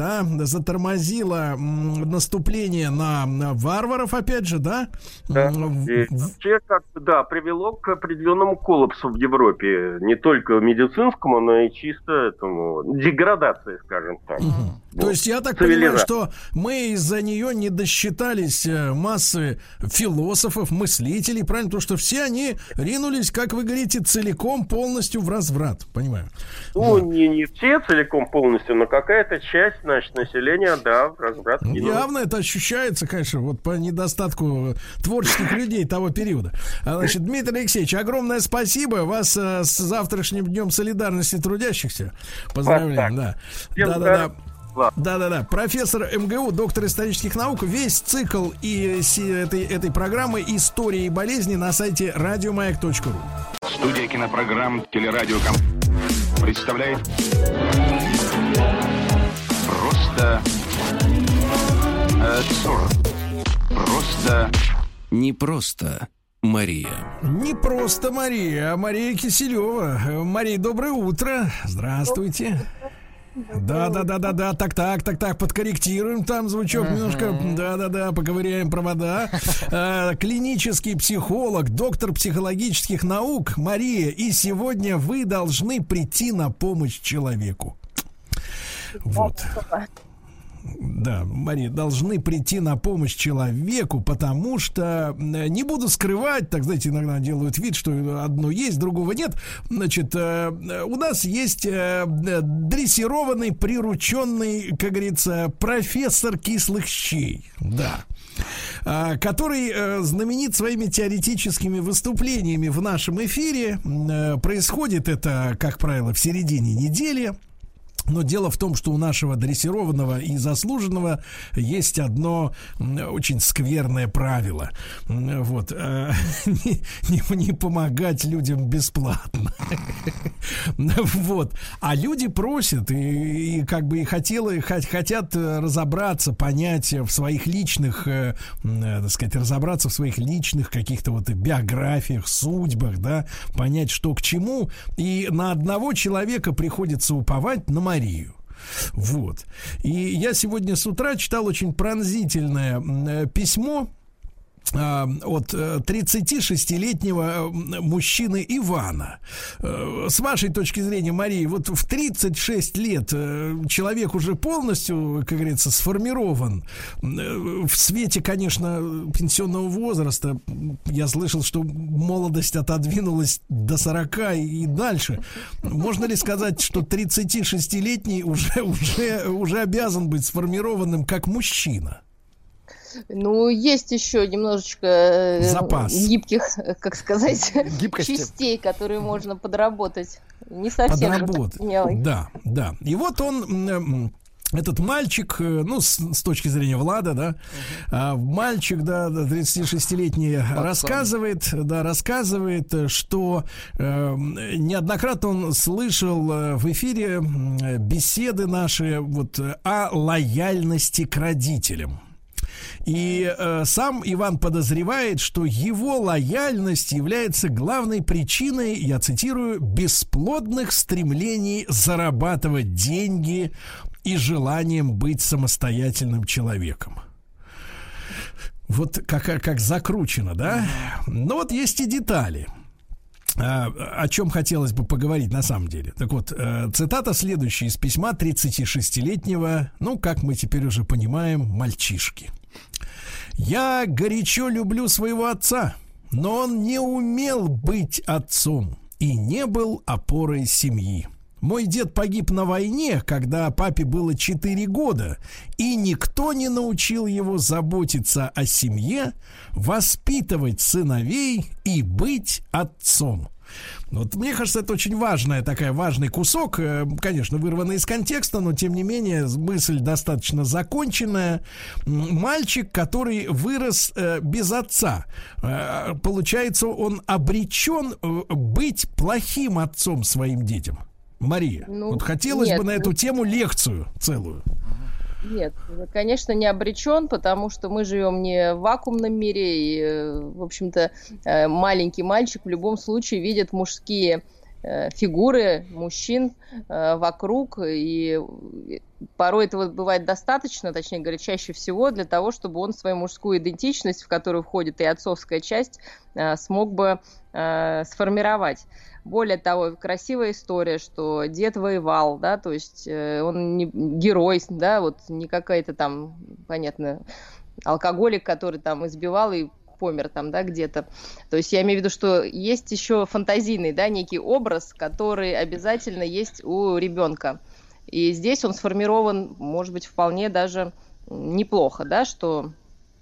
наступление на варваров, опять же, да? Да. Вообще, привело к определенному коллапсу в Европе. Не только медицинскому, но и чисто деградации, скажем так. Вот. То есть я так понимаю, что мы из-за нее не досчитались массы философов, мыслителей, правильно? Потому что все они ринулись, как вы говорите, целиком, полностью в разврат. Понимаю. Не все целиком полностью, но какая-то часть, значит, населения, в разврат. Явно это ощущается, конечно, вот по недостатку творческих людей того периода. Значит, Дмитрий Алексеевич, огромное спасибо. Вас с завтрашним днем солидарности трудящихся. Поздравляем, Да. Профессор МГУ, доктор исторических наук. Весь цикл этой программы «История и болезни» на сайте радиомаяк.ру. Студия кинопрограмм «Телерадиоком» представляет Просто не просто Мария. Не просто Мария, а Мария Киселева. Мария, доброе утро. Здравствуйте. Да, так, подкорректируем там звучок немножко. Да, поковыряем провода. Клинический психолог, доктор психологических наук Мария. И сегодня вы должны прийти на помощь человеку. Вот. Да, Мария, должны прийти на помощь человеку, потому что, не буду скрывать, так, знаете, иногда делают вид, что одно есть, другого нет. Значит, у нас есть дрессированный, прирученный, как говорится, профессор кислых щей, да, который знаменит своими теоретическими выступлениями в нашем эфире. Происходит это, как правило, в середине недели. Но дело в том, что у нашего дрессированного и заслуженного есть одно очень скверное правило. Вот. Не помогать людям бесплатно. Вот. А люди просят и как бы хотят разобраться, понять в своих личных, так сказать, разобраться в своих личных каких-то вот биографиях, судьбах, да, понять, что к чему. И на одного человека приходится уповать, на Марию. Вот. И я сегодня с утра читал очень пронзительное письмо от 36-летнего мужчины Ивана. С вашей точки зрения, Мария, вот в 36 лет человек уже полностью, как говорится, сформирован. В свете, конечно, пенсионного возраста, я слышал, что молодость отодвинулась до 40 и дальше. Можно ли сказать, что 36-летний уже обязан быть сформированным как мужчина? Ну, есть еще немножечко гибких, как сказать, частей, которые можно подработать. Не совсем смелый. Да. И вот он... Этот мальчик, ну, с точки зрения Влада, да, мальчик, да, 36-летний, рассказывает, что неоднократно он слышал в эфире беседы наши вот о лояльности к родителям. И сам Иван подозревает, что его лояльность является главной причиной, я цитирую, бесплодных стремлений зарабатывать деньги и желанием быть самостоятельным человеком. Вот как закручено, да? Но вот есть и детали, о чем хотелось бы поговорить на самом деле. Так вот, цитата следующая из письма 36-летнего, ну, как мы теперь уже понимаем, мальчишки. «Я горячо люблю своего отца, но он не умел быть отцом и не был опорой семьи. Мой дед погиб на войне, когда папе было 4 года, и никто не научил его заботиться о семье, воспитывать сыновей и быть отцом». Вот, мне кажется, это очень важный кусок, конечно, вырванный из контекста, но тем не менее мысль достаточно законченная. Мальчик, который вырос без отца, получается, он обречен быть плохим отцом своим детям. Мария, вот хотелось бы на эту тему лекцию целую. Нет, конечно, не обречен, потому что мы живем не в вакуумном мире, и, в общем-то, маленький мальчик в любом случае видит мужские фигуры мужчин вокруг, и порой этого бывает достаточно, точнее говоря, чаще всего для того, чтобы он свою мужскую идентичность, в которую входит и отцовская часть, смог бы сформировать. Более того, красивая история, что дед воевал, да, то есть он не герой, да, вот не какая-то там, понятно, алкоголик, который там избивал и помер там, да, где-то. То есть я имею в виду, что есть еще фантазийный, да, некий образ, который обязательно есть у ребенка. И здесь он сформирован, может быть, вполне даже неплохо, да, что,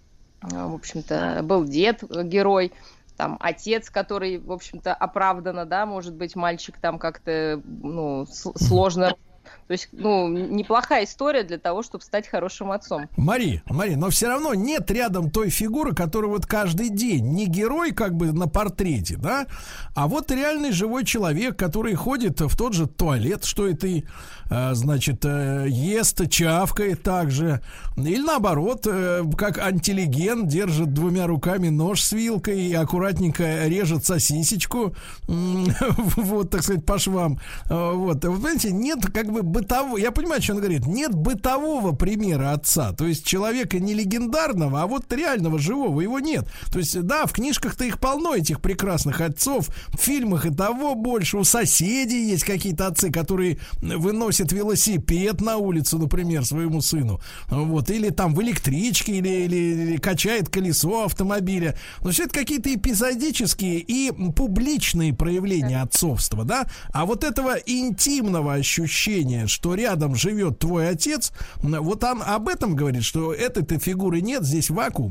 в общем-то, был дед герой, там отец, который, в общем-то, оправданно, да, может быть, мальчик там как-то, ну, сложно. То есть, ну, неплохая история для того, чтобы стать хорошим отцом. Мария, но все равно нет рядом той фигуры, которая вот каждый день не герой как бы на портрете, да, а вот реальный живой человек, который ходит в тот же туалет, что и ты, значит, ест, чавкает также, или наоборот, как антилеген, держит 2 руками нож с вилкой и аккуратненько режет сосисечку, вот, так сказать, по швам. Вот, вы понимаете, нет как бы бытового, я понимаю, что он говорит, нет бытового примера отца, то есть человека не легендарного, а вот реального, живого, его нет. То есть, да, в книжках-то их полно, этих прекрасных отцов, в фильмах и того больше, у соседей есть какие-то отцы, которые выносят велосипед на улицу, например, своему сыну, вот, или там в электричке, или качает колесо автомобиля. Но все это какие-то эпизодические и публичные проявления отцовства, да, а вот этого интимного ощущения, что рядом живет твой отец, вот он об этом говорит, что этой-то фигуры нет, здесь вакуум.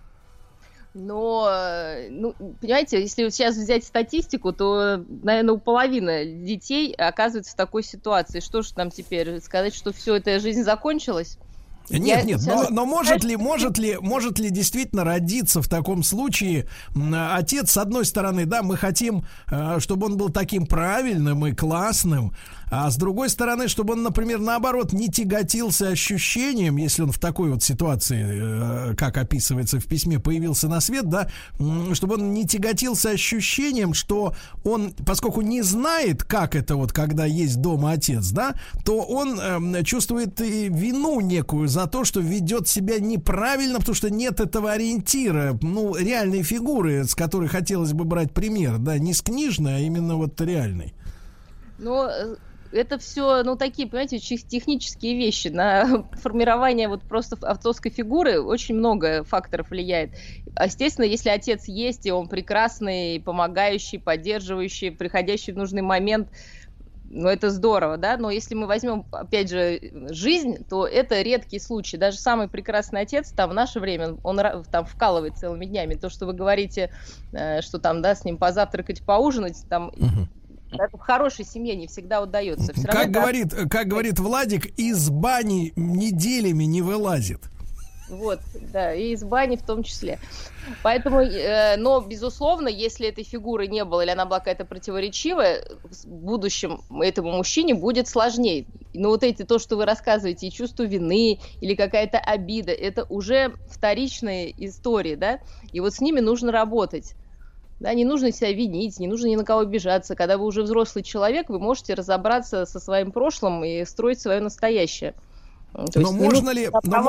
Но, ну, понимаете, если сейчас взять статистику, то, наверное, у половины детей оказывается в такой ситуации. Что же нам теперь сказать, что все, эта жизнь закончилась? Нет, но может ли действительно родиться в таком случае отец, с одной стороны, да, мы хотим, чтобы он был таким правильным и классным, а с другой стороны, чтобы он, например, наоборот, не тяготился ощущением, если он в такой вот ситуации, как описывается в письме, появился на свет, да, чтобы он не тяготился ощущением, что он, поскольку не знает, как это вот, когда есть дома отец, да, то он чувствует вину некую за то, что ведет себя неправильно, потому что нет этого ориентира, ну, реальной фигуры, с которой хотелось бы брать пример, да, не с книжной, а именно вот реальной. Ну, это все, ну, такие, понимаете, технические вещи. На формирование вот просто отцовской фигуры очень много факторов влияет. Естественно, если отец есть, и он прекрасный, помогающий, поддерживающий, приходящий в нужный момент, ну, это здорово, да, но если мы возьмем, опять же, жизнь, то это редкий случай. Даже самый прекрасный отец, там, в наше время, он там вкалывает целыми днями. То, что вы говорите, что там, да, с ним позавтракать, поужинать, там... Это в хорошей семье не всегда удается. Как говорит Владик, из бани неделями не вылазит. Вот, да, и из бани в том числе. Поэтому, но, безусловно, если этой фигуры не было, или она была какая-то противоречивая, в будущем этому мужчине будет сложнее. Но вот эти, то, что вы рассказываете, и чувство вины, или какая-то обида, это уже вторичные истории, да, и вот с ними нужно работать. Да, не нужно себя винить, не нужно ни на кого обижаться. Когда вы уже взрослый человек, вы можете разобраться со своим прошлым и строить свое настоящее. Но можно ли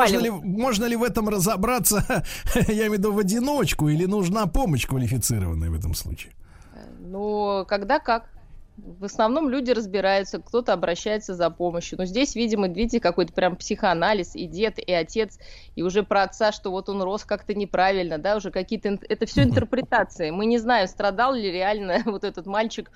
в этом разобраться, я имею в виду, в одиночку, или нужна помощь квалифицированная в этом случае? Ну, когда как. В основном люди разбираются, кто-то обращается за помощью. Но здесь, видимо, видите, какой-то прям психоанализ, и дед, и отец, и уже про отца, что вот он рос как-то неправильно, да, уже какие-то... Это все интерпретации. Мы не знаем, страдал ли реально вот этот мальчик,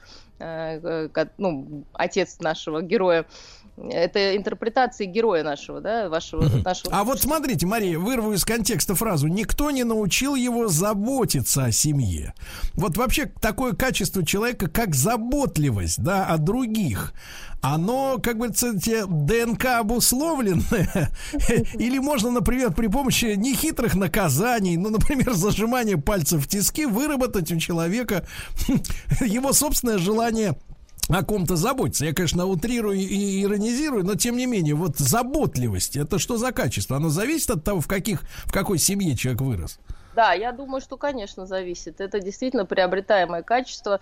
ну, отец нашего героя. Это интерпретации героя нашего, да, нашего. А вот смотрите, Мария, вырву из контекста фразу: никто не научил его заботиться о семье. Вот вообще такое качество человека, как заботливость, да, о других, оно, как говорится, ДНК обусловленное? Или можно, например, при помощи нехитрых наказаний, ну, например, зажимания пальцев в тиски, выработать у человека его собственное желание о ком-то заботиться. Я, конечно, утрирую и иронизирую, но тем не менее, вот заботливость, это что за качество? Оно зависит от того, в какой семье человек вырос? Да, я думаю, что, конечно, зависит. Это действительно приобретаемое качество.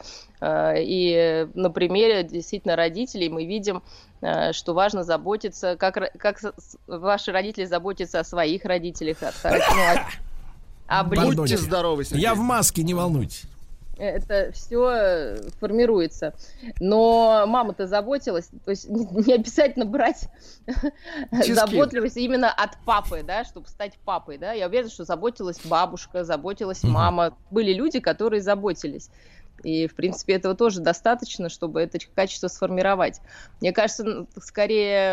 И на примере действительно родителей мы видим, что важно заботиться, как ваши родители заботятся о своих родителях. Будьте здоровы, Сергей. Я в маске, не волнуйтесь. Это все формируется. Но мама-то заботилась, то есть не обязательно брать заботливость именно от папы, да, чтобы стать папой, да. Я уверена, что заботилась бабушка, заботилась мама. Были люди, которые заботились. И, в принципе, этого тоже достаточно, чтобы это качество сформировать. Мне кажется, скорее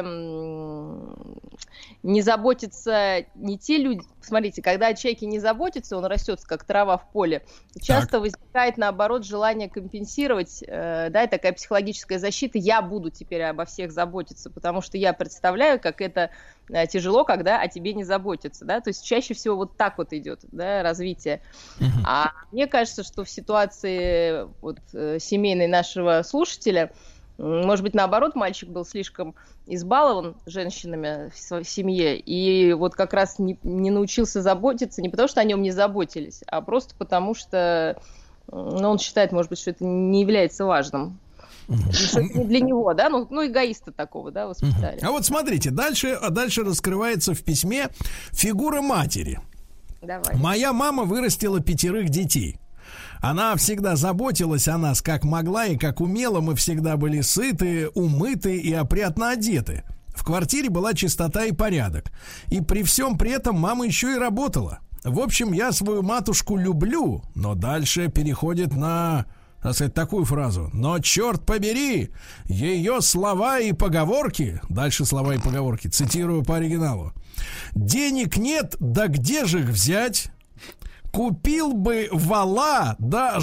не заботятся не те люди. Смотрите, когда о человеке не заботится, он растет как трава в поле. Часто возникает, наоборот, желание компенсировать, да, такая психологическая защита. Я буду теперь обо всех заботиться, потому что я представляю, как это тяжело, когда о тебе не заботятся, да. То есть чаще всего вот так вот идет, да, развитие. А мне кажется, что в ситуации вот семейной нашего слушателя, может быть, наоборот, мальчик был слишком избалован женщинами в семье, и вот как раз не научился заботиться не потому, что о нем не заботились, а просто потому, что он считает, может быть, что это не является важным. Что это не для него, да, ну эгоиста такого, да, воспитали. А вот смотрите, дальше раскрывается в письме фигура матери. Давай. Моя мама вырастила 5 детей. Она всегда заботилась о нас как могла и как умела. Мы всегда были сыты, умыты и опрятно одеты. В квартире была чистота и порядок. И при всем при этом мама еще и работала. В общем, я свою матушку люблю, но дальше переходит на, так сказать, такую фразу: но черт побери, ее слова и поговорки, дальше слова и поговорки, цитирую по оригиналу: денег нет, да где же их взять? Купил бы вала, да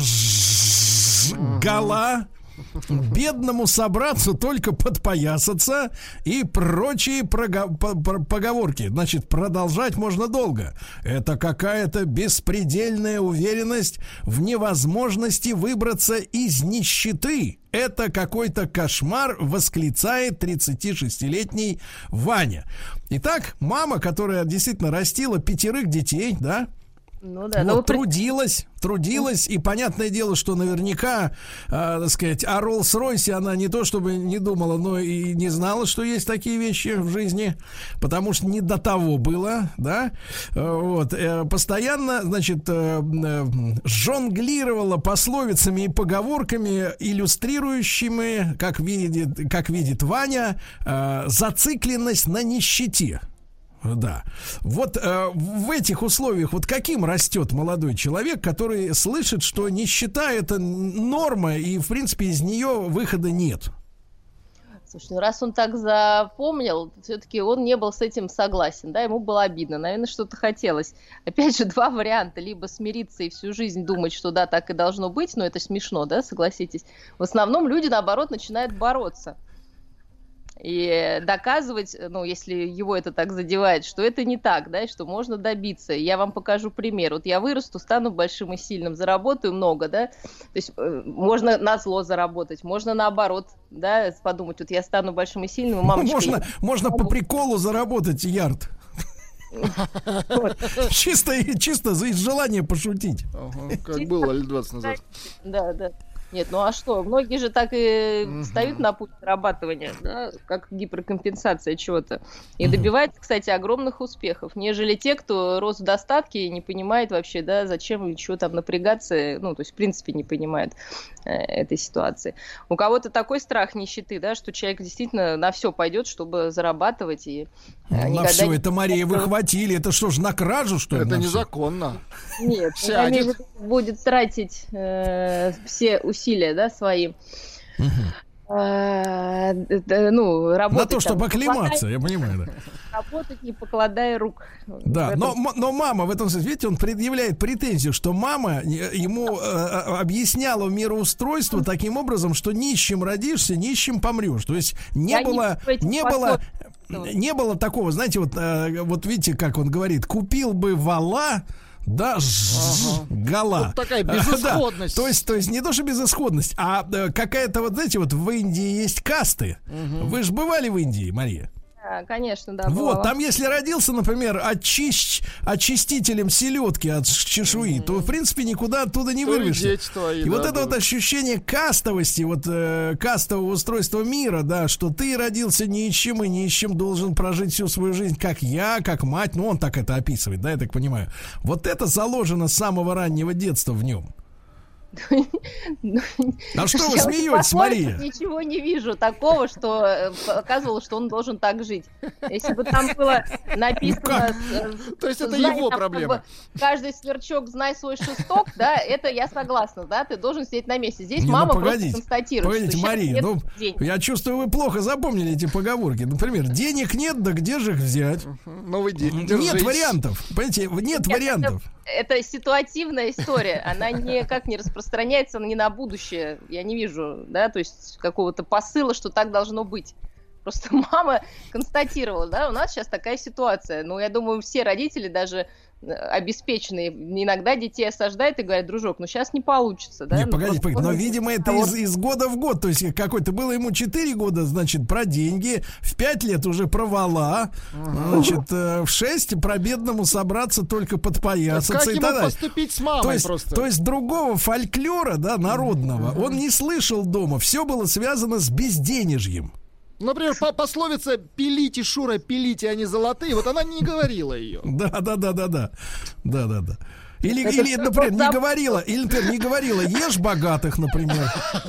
гала, бедному собраться только подпоясаться и прочие поговорки. Значит, продолжать можно долго. Это какая-то беспредельная уверенность в невозможности выбраться из нищеты. Это какой-то кошмар, восклицает 36-летний Ваня. Итак, мама, которая действительно растила 5 детей, да, Ну да, вот, трудилась, и понятное дело, что наверняка, так сказать, о Роллс-Ройсе она не то чтобы не думала, но и не знала, что есть такие вещи в жизни, потому что не до того было, да, вот, постоянно, значит, жонглировала пословицами и поговорками, иллюстрирующими, как видит Ваня, зацикленность на нищете. Да. Вот в этих условиях вот каким растет молодой человек, который слышит, что нищета — это норма, и, в принципе, из нее выхода нет? Слушай, ну раз он так запомнил, все-таки он не был с этим согласен, да, ему было обидно, наверное, что-то хотелось. Опять же, два варианта: либо смириться и всю жизнь думать, что да, так и должно быть, но это смешно, да, согласитесь. В основном люди, наоборот, начинают бороться и доказывать, ну, если его это так задевает, что это не так, да, и что можно добиться. Я вам покажу пример. Вот я вырасту, стану большим и сильным, заработаю много, да, то есть можно назло заработать, можно наоборот, да, подумать, вот я стану большим и сильным, и мамочка... Можно по приколу заработать ярд. Чисто из желания пошутить. Как было лет 20 назад. Да. Нет, ну а что? Многие же так и встают на путь зарабатывания, да, как гиперкомпенсация чего-то. И добиваются, кстати, огромных успехов, нежели те, кто рос в достатке и не понимает вообще, да, зачем или чего там напрягаться, ну, то есть, в принципе, не понимает этой ситуации. У кого-то такой страх нищеты, да, что человек действительно на все пойдет, чтобы зарабатывать. И на все это, Мария, вы хватили. Это что ж, на кражу, что ли? Это незаконно. Нет, будет тратить все усилия, да, свои. Ну, работать. На то, чтобы оклематься, я понимаю, да. Работать, не покладая рук. Да, но мама в этом смысле, видите, он предъявляет претензию, что мама ему объясняла мироустройство таким образом, что нищим родишься, нищим помрешь. То есть не было такого, знаете, вот видите, как он говорит: купил бы вола, да, гола. Вот такая безысходность. Да. То есть не то, что безысходность, а какая-то, вот знаете, вот в Индии есть касты. Вы же бывали в Индии, Мария? Да, конечно, да. Вот, там если родился, например, очистителем селедки от чешуи, то, в принципе, никуда оттуда не вырвешься. И вот это вот ощущение кастовости, вот кастового устройства мира, да, что ты родился нищим, и нищим должен прожить всю свою жизнь, как я, как мать, ну, он так это описывает, да, я так понимаю. Вот это заложено с самого раннего детства в нем. А что вы смеетесь, Мария? Ничего не вижу такого, что показывало, что он должен так жить. Если бы там было написано... То есть это его проблема. Каждый сверчок знай свой шесток, да, это я согласна, да, ты должен сидеть на месте. Здесь мама просто констатирует. Погодите, Мария, я чувствую, вы плохо запомнили эти поговорки. Например, денег нет, да где же их взять? Новый день. Нет вариантов. Понимаете, нет вариантов. Это ситуативная история, она никак не распространяется ни на будущее. Я не вижу, да, то есть какого-то посыла, что так должно быть. Просто мама констатировала, да, у нас сейчас такая ситуация. Ну, я думаю, все родители, даже обеспеченные, иногда детей осаждают и говорят: дружок, ну сейчас не получится, да? Не, погодите, но, видимо, это из года в год. То есть какой-то было ему 4 года, значит, про деньги, в 5 лет уже про вола, значит, в 6 про бедному собраться, только подпоясаться. Как ему поступить с мамой просто? То есть другого фольклора, да, народного, он не слышал дома. Все было связано с безденежьем. Например, пословица «пилите, Шура, пилите, они золотые», вот она не говорила ее. Да. Или, например, не говорила «ешь богатых», например.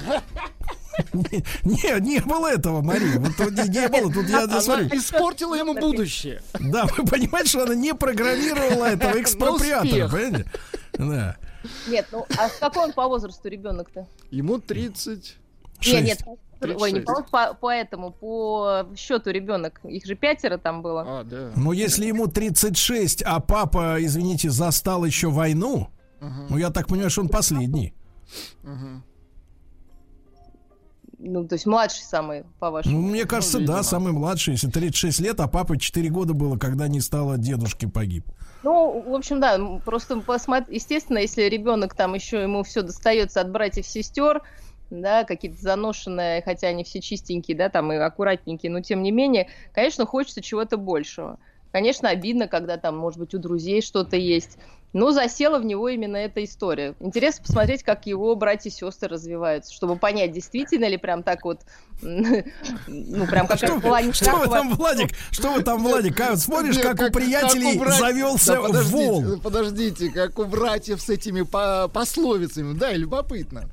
Не было этого, Мария. Вот не было. Тут я смотрю. Она испортила ему будущее. Да, вы понимаете, что она не программировала этого экспроприатора, понимаете? Да. Нет, ну а какой он по возрасту ребенок-то? Ему 30. Нет. Ой, не по счету ребенок. Их же 5 там было. Да. Ну, если ему 36, а папа, извините, застал еще войну, ну, я так понимаю, что он последний. Ну, то есть младший самый, по-вашему? Ну, мне кажется, да, самый младший. Если 36 лет, а папа 4 года было, когда не стало, дедушки погиб. Ну, в общем, да, просто естественно, если ребенок там еще ему все достается от братьев-сестер, да, какие-то заношенные, хотя они все чистенькие, да, там и аккуратненькие, но тем не менее, конечно, хочется чего-то большего. Конечно, обидно, когда там, может быть, у друзей что-то есть. Но засела в него именно эта история. Интересно посмотреть, как его братья и сестры развиваются, чтобы понять, действительно ли прям так вот, ну, прям как Что вы там, Владик? Что вы там, Владик? Смотришь, как у приятелей завелся волк. Подождите, как у братьев с этими пословицами. Да, любопытно.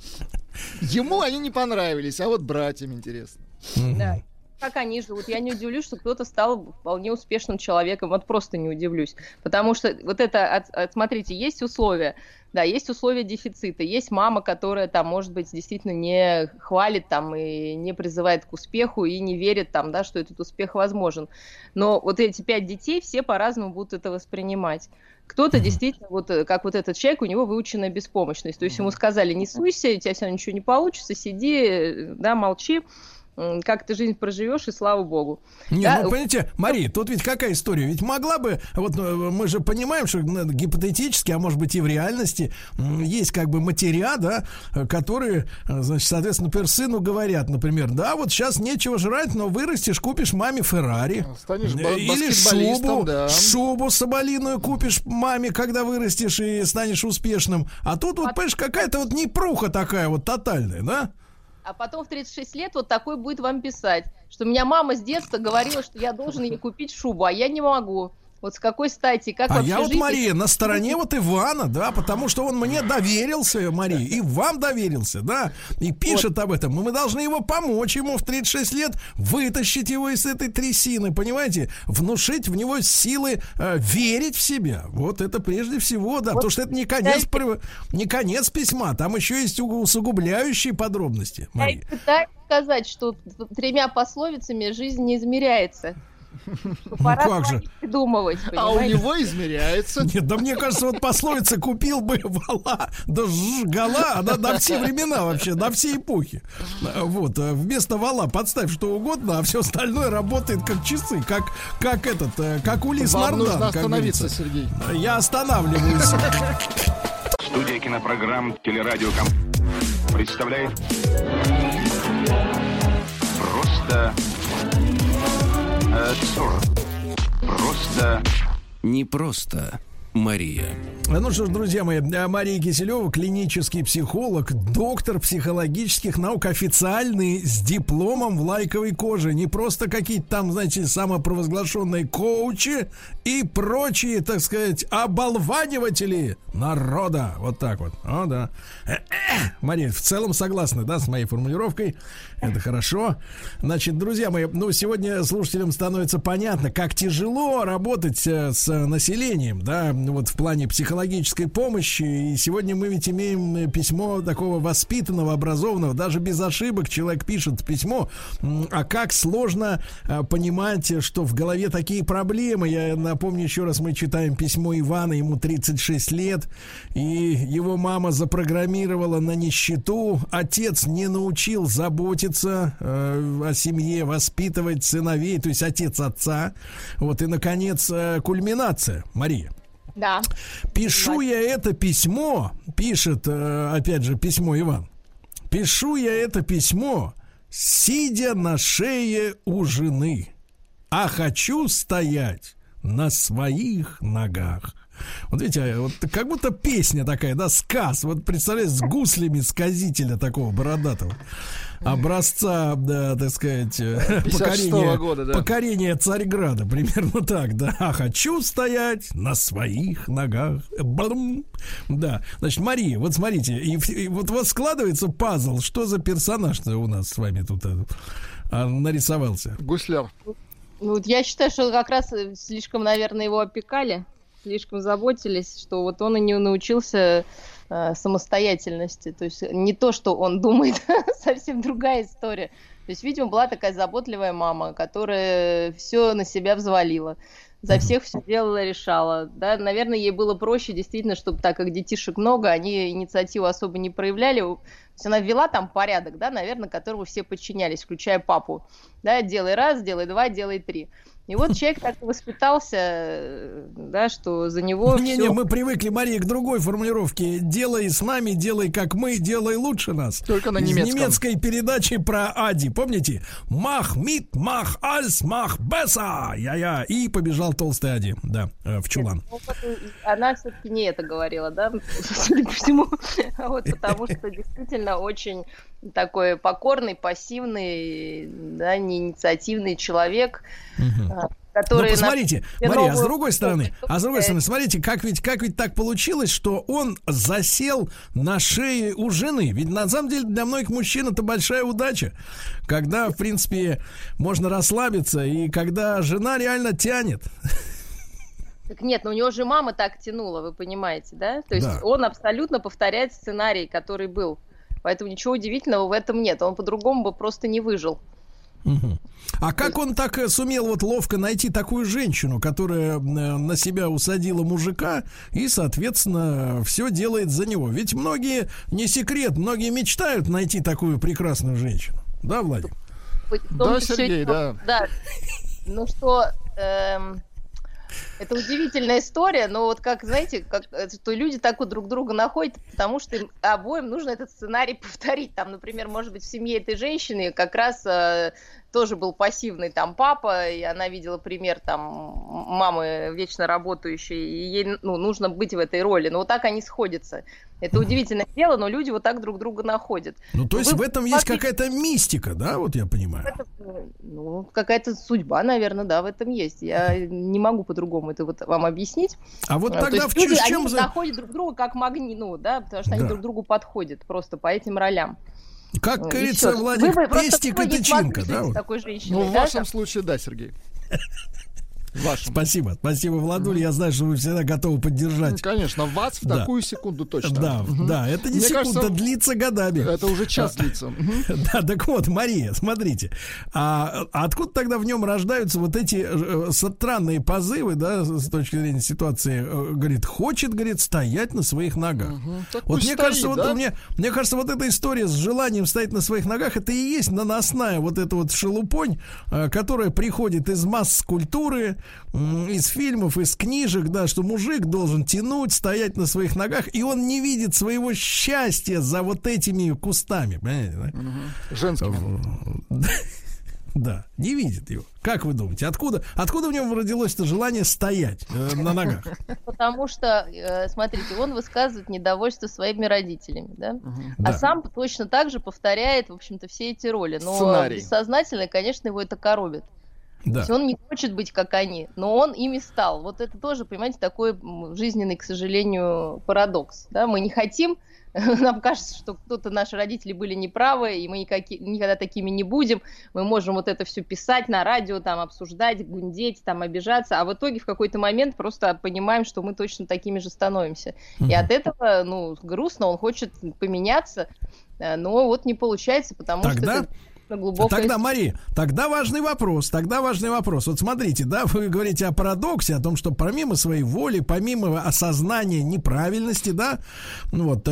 Ему они не понравились, а вот братьям интересно. Да. Как они живут. Я не удивлюсь, что кто-то стал вполне успешным человеком. Вот просто не удивлюсь. Потому что вот это, смотрите, есть условия. Да, есть условия дефицита. Есть мама, которая там, может быть, действительно не хвалит там и не призывает к успеху и не верит там, да, что этот успех возможен. Но вот эти 5 детей все по-разному будут это воспринимать. Кто-то действительно, вот как вот этот человек, у него выученная беспомощность. То есть ему сказали, не суйся, у тебя все равно ничего не получится, сиди, да, молчи. Как ты жизнь проживешь, и слава богу. Не, да? ну, понимаете, Мария, тут ведь какая история? Ведь могла бы, вот мы же понимаем, что гипотетически, а может быть и в реальности, есть как бы матеря, да, которые, значит, соответственно, например, сыну говорят, например, да, вот сейчас нечего жрать, но вырастешь, купишь маме Феррари. Станешь или шубу соболиную купишь маме, когда вырастешь и станешь успешным. А тут вот, понимаешь, какая-то вот непруха такая вот тотальная, да? А потом в 36 лет вот такой будет вам писать, что меня мама с детства говорила, что я должен ей купить шубу, а я не могу. Вот с какой стати, как вообще я вот, жить? Мария, на стороне вот Ивана, да, потому что он мне доверился, Мария, и вам доверился, да, и пишет об этом. Мы должны его помочь ему в 36 лет, вытащить его из этой трясины, понимаете, внушить в него силы верить в себя. Вот это прежде всего, да, потому что это не конец письма, там еще есть усугубляющие подробности, Мария. Я пытаюсь сказать, что 3 пословицами жизнь не измеряется. Пора как же придумывать, а у него измеряется. Нет, да мне кажется, вот пословица «купил бы вала, да жгала», она на все времена вообще, на все эпохи. Вот, вместо вала подставь что угодно, а все остальное работает как часы, как Улис Нардан. Вам нужно остановиться, Сергей. Я останавливаюсь. Студия кинопрограмм «Телерадиоком» представляет «Просто...» Просто не просто Мария. Ну что ж, друзья мои, Мария Киселева, клинический психолог, доктор психологических наук, официальный, с дипломом в лайковой коже. Не просто какие-то там, знаете, самопровозглашенные коучи и прочие, так сказать, оболваниватели народа. Вот так вот. О, да. Мария, в целом согласна, да, с моей формулировкой. Это хорошо. Значит, друзья мои, ну, сегодня слушателям становится понятно, как тяжело работать с населением, да, вот в плане психологической помощи. И сегодня мы ведь имеем письмо такого воспитанного, образованного, даже без ошибок человек пишет письмо. А как сложно понимать, что в голове такие проблемы. Я напомню еще раз, мы читаем письмо Ивана, ему 36 лет, и его мама запрограммировала на нищету. Отец не научил заботиться о семье, воспитывать сыновей, то есть отец отца. Вот, и, наконец, кульминация, Мария. Да. Пишу я это письмо, пишет, опять же, письмо Иван. Пишу я это письмо, сидя на шее у жены, а хочу стоять на своих ногах. Вот видите, вот как будто песня такая, да, сказ. Вот представляешь, с гуслями сказителя такого бородатого. Образца, да, так сказать, покорения Царьграда. Примерно так, да. А хочу стоять на своих ногах. Да. Значит, Мария, вот смотрите, и вот складывается пазл. Что за персонаж-то у нас с вами тут нарисовался? Гусляр. Вот я считаю, что как раз слишком, наверное, его опекали, слишком заботились, что вот он и не научился самостоятельности. То есть не то, что он думает, совсем другая история. То есть, видимо, была такая заботливая мама, которая все на себя взвалила. За всех все делала, решала. Да? Наверное, ей было проще, действительно, чтобы так как детишек много, они инициативу особо не проявляли. То есть она ввела там порядок, да, наверное, которому все подчинялись, включая папу. Да, делай раз, делай два, делай три. И вот человек так воспитался, да, что за него Не-не, мы привыкли, Мария, к другой формулировке. Делай с нами, делай как мы, делай лучше нас. Только на немецком. Из немецкой передачи про Ади, помните? Мах мит, мах альс, мах беса. Я-я. И побежал толстый Ади, да, в чулан. Она все-таки не это говорила, да, судя по всему. Вот, потому что действительно очень такой покорный, пассивный, да, неинициативный человек, который... Но посмотрите, Мария, а с другой стороны, смотрите, как ведь так получилось, что он засел на шее у жены. Ведь на самом деле для многих мужчин это большая удача, когда, в принципе, можно расслабиться, и когда жена реально тянет. Так нет, но у него же мама так тянула, вы понимаете, да? То есть он абсолютно повторяет сценарий, который был. Поэтому ничего удивительного в этом нет. Он по-другому бы просто не выжил. А как он так сумел вот ловко найти такую женщину, которая на себя усадила мужика и, соответственно, все делает за него? Ведь многие, не секрет, многие мечтают найти такую прекрасную женщину. Да, Владик? Да, Сергей, да. Да. Ну что... Это удивительная история, но вот как, знаете, что люди так вот друг друга находят, потому что им обоим нужно этот сценарий повторить. Там, например, может быть, в семье этой женщины как раз тоже был пассивный там папа, и она видела пример там мамы вечно работающей, и ей нужно быть в этой роли. Но вот так они сходятся. Это удивительное дело, но люди вот так друг друга находят. Ну, то есть в этом есть какая-то мистика, да, вот я понимаю? Какая-то судьба, наверное, да, в этом есть. Я не могу по-другому это вот вам объяснить. А вот тогда в чем... Они находят друг друга как магнит, да, потому что они друг другу подходят просто по этим ролям. Как говорится, Владик, пестик и тычинка, да? Вот. Такой женщиной, ну, в вашем случае, да, Сергей. Спасибо, Владуль, я знаю, что вы всегда готовы поддержать. Ну, конечно, вас в такую секунду точно. Да, это не секунда, длится годами. Это уже час длится. Да, так вот, Мария, смотрите, а откуда тогда в нем рождаются вот эти странные позывы, да, с точки зрения ситуации, говорит, стоять на своих ногах. Вот мне кажется, вот эта история с желанием стоять на своих ногах, это и есть наносная вот эта вот шелупонь, которая приходит из масс культуры, из фильмов, из книжек, да, что мужик должен тянуть, стоять на своих ногах, и он не видит своего счастья за вот этими кустами, понимаете, да? Женскими. Да, не видит его. Как вы думаете, откуда в нем родилось это желание стоять на ногах? Потому что, смотрите, он высказывает недовольство своими родителями, да? А сам точно так же повторяет, в общем-то, все эти роли. Но бессознательно, конечно, его это коробит. Да. То есть он не хочет быть как они, но он ими стал. Вот это тоже, понимаете, такой жизненный, к сожалению, парадокс. Да? Мы не хотим, нам кажется, что кто-то, наши родители были неправы, и мы никогда такими не будем. Мы можем вот это все писать на радио, там, обсуждать, гундеть, там, обижаться, а в итоге в какой-то момент просто понимаем, что мы точно такими же становимся. И от этого, грустно, он хочет поменяться, но вот не получается, потому что... Это... Тогда, Мария, тогда важный вопрос. Вот смотрите, да, вы говорите о парадоксе, о том, что помимо своей воли, помимо осознания неправильности, да, вот,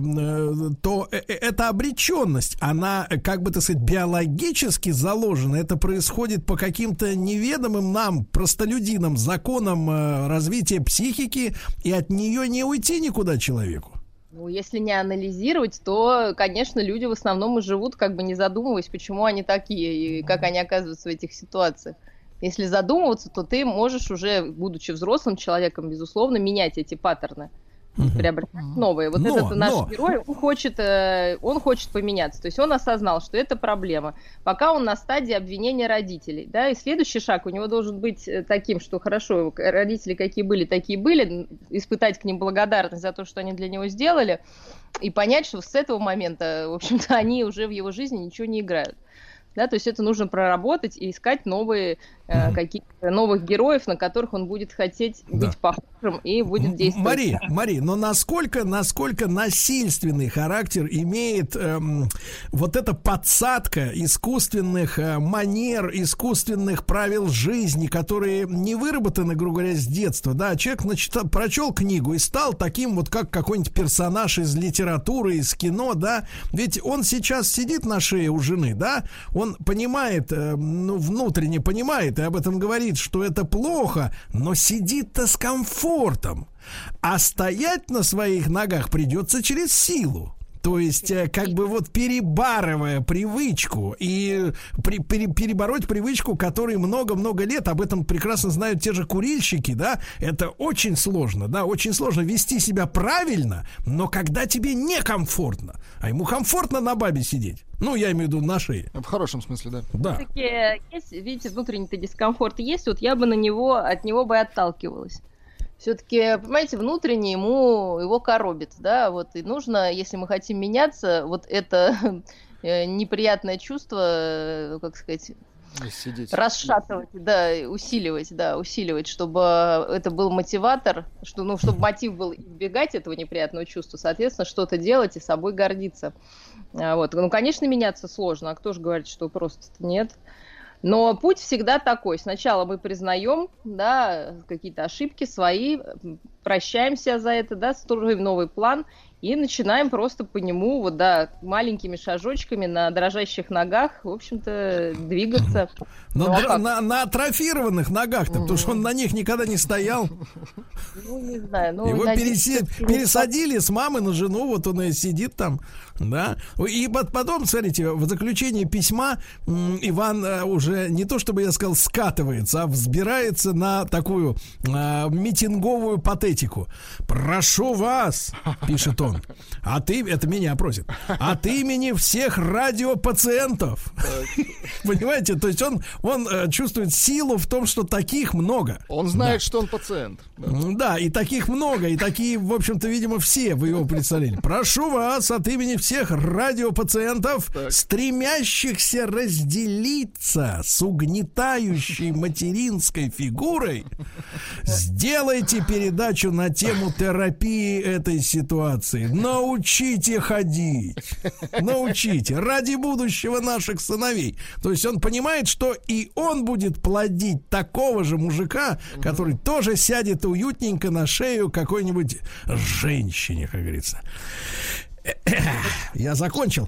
то эта обреченность, она, как бы так сказать, биологически заложена. Это происходит по каким-то неведомым нам, простолюдинам, законам развития психики, и от нее не уйти никуда человеку. Ну, если не анализировать, то, конечно, люди в основном и живут, как бы не задумываясь, почему они такие и как они оказываются в этих ситуациях. Если задумываться, то ты можешь уже, будучи взрослым человеком, безусловно, менять эти паттерны, приобретать новые. Вот этот наш герой, он хочет поменяться. То есть он осознал, что это проблема. Пока он на стадии обвинения родителей. Да, и следующий шаг у него должен быть таким, что хорошо, родители какие были, такие были, испытать к ним благодарность за то, что они для него сделали, и понять, что с этого момента, в общем-то, они уже в его жизни ничего не играют. Да, то есть это нужно проработать и искать новые каких-то новых героев, на которых он будет хотеть быть похожим и будет действовать. Мария, но насколько насильственный характер имеет вот эта подсадка искусственных манер, искусственных правил жизни, которые не выработаны, грубо говоря, с детства, да, человек прочел книгу и стал таким вот, как какой-нибудь персонаж из литературы, из кино, да, ведь он сейчас сидит на шее у жены, да, он понимает, внутренне понимает, и об этом говорит, что это плохо, но сидит-то с комфортом. А стоять на своих ногах придется через силу. То есть, как бы вот перебарывая привычку и перебороть привычку, которой много-много лет, об этом прекрасно знают те же курильщики, да, это очень сложно, да, очень сложно вести себя правильно, но когда тебе некомфортно, а ему комфортно на бабе сидеть. Ну, я имею в виду на шее. В хорошем смысле, да. Да. Все-таки есть, видите, внутренний-то дискомфорт есть, вот я бы от него бы отталкивалась. Все-таки, понимаете, внутренне его коробит, да, вот, и нужно, если мы хотим меняться, вот это неприятное чувство, как сказать, расшатывать, да, усиливать, чтобы это был мотиватор, чтобы мотив был избегать этого неприятного чувства, соответственно, что-то делать и собой гордиться. Вот. Ну, конечно, меняться сложно, а кто же говорит, что просто нет? Но путь всегда такой. Сначала мы признаем, да, какие-то ошибки свои, прощаемся за это, да, строим новый план и начинаем просто по нему, вот, да, маленькими шажочками на дрожащих ногах, в общем-то, двигаться. На атрофированных ногах-то, потому что он на них никогда не стоял. Ну, не знаю. Его пересадили с мамы на жену, вот он и сидит там, да. И потом, смотрите, в заключении письма Иван уже не то, чтобы я сказал, скатывается, а взбирается на такую митинговую патетику. «Прошу вас», пишет он, это меня просит, от имени всех радиопациентов. Понимаете, то есть он чувствует силу в том, что таких много. Он знает, что он пациент. Да, и таких много, и такие, в общем-то, видимо, все вы его представили. Прошу вас от имени всех радиопациентов, стремящихся разделиться с угнетающей материнской фигурой, сделайте передачу на тему терапии этой ситуации. Научите ходить. Научите. Ради будущего наших сыновей. То есть он понимает, что и он будет плодить такого же мужика, который тоже сядет уютненько на шею какой-нибудь женщине, как говорится. Я закончил.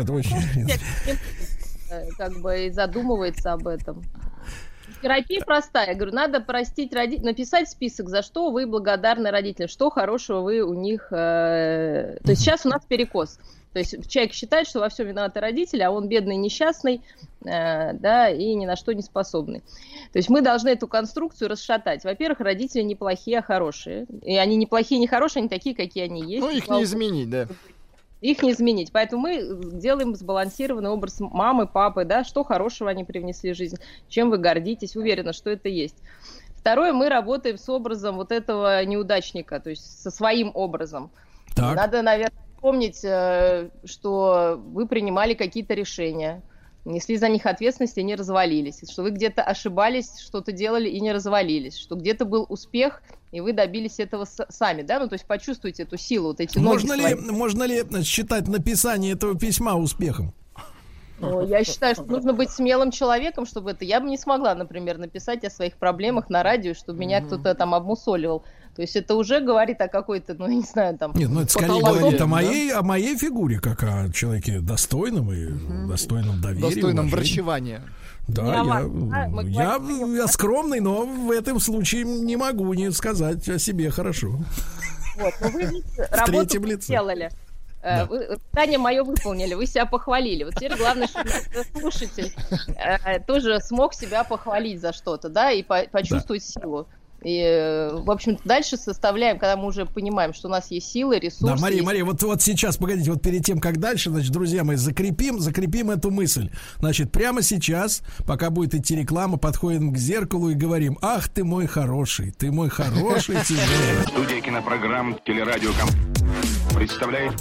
Как бы и задумывается об этом. Терапия простая. Я говорю, надо простить написать список, за что вы благодарны родителям, что хорошего вы у них... То есть сейчас у нас перекос. То есть человек считает, что во всем виноваты родители, а он бедный, несчастный, да, и ни на что не способный. То есть мы должны эту конструкцию расшатать. Во-первых, родители не плохие, а хорошие. И они не плохие, не хорошие, они такие, какие они есть. Ну, их не изменить, да. Их не изменить. Поэтому мы делаем сбалансированный образ мамы, папы, да, что хорошего они привнесли в жизнь, чем вы гордитесь, уверена, что это есть. Второе, мы работаем с образом вот этого неудачника, то есть со своим образом. Так. Надо, наверное, помнить, что вы принимали какие-то решения, несли за них ответственность и не развалились, что вы где-то ошибались, что-то делали и не развалились, что где-то был успех, и вы добились этого сами, да, ну, то есть почувствуйте эту силу, вот эти ноги свои. Можно ли считать написание этого письма успехом? Ну, я считаю, что нужно быть смелым человеком, чтобы это... Я бы не смогла, например, написать о своих проблемах на радио, чтобы меня кто-то там обмусоливал. То есть это уже говорит о какой-то, ну, не знаю, там... Нет, ну это скорее говорит о моей фигуре, как о человеке достойном и достойном доверия. Достойном врачевания. Да, я скромный, но в этом случае не могу не сказать о себе хорошо. Вот, но вы работу сделали. Да. Задание мое выполнили, вы себя похвалили. Вот теперь главное, чтобы слушатель тоже смог себя похвалить за что-то, да, и почувствовать силу. И, в общем, дальше составляем, когда мы уже понимаем, что у нас есть силы, ресурсы. Да, Мария, вот сейчас, погодите, вот перед тем, как дальше, значит, друзья мои, закрепим эту мысль. Значит, прямо сейчас, пока будет идти реклама, подходим к зеркалу и говорим: ах, ты мой хороший тебе. Студия кинопрограмм «Телерадио» представляет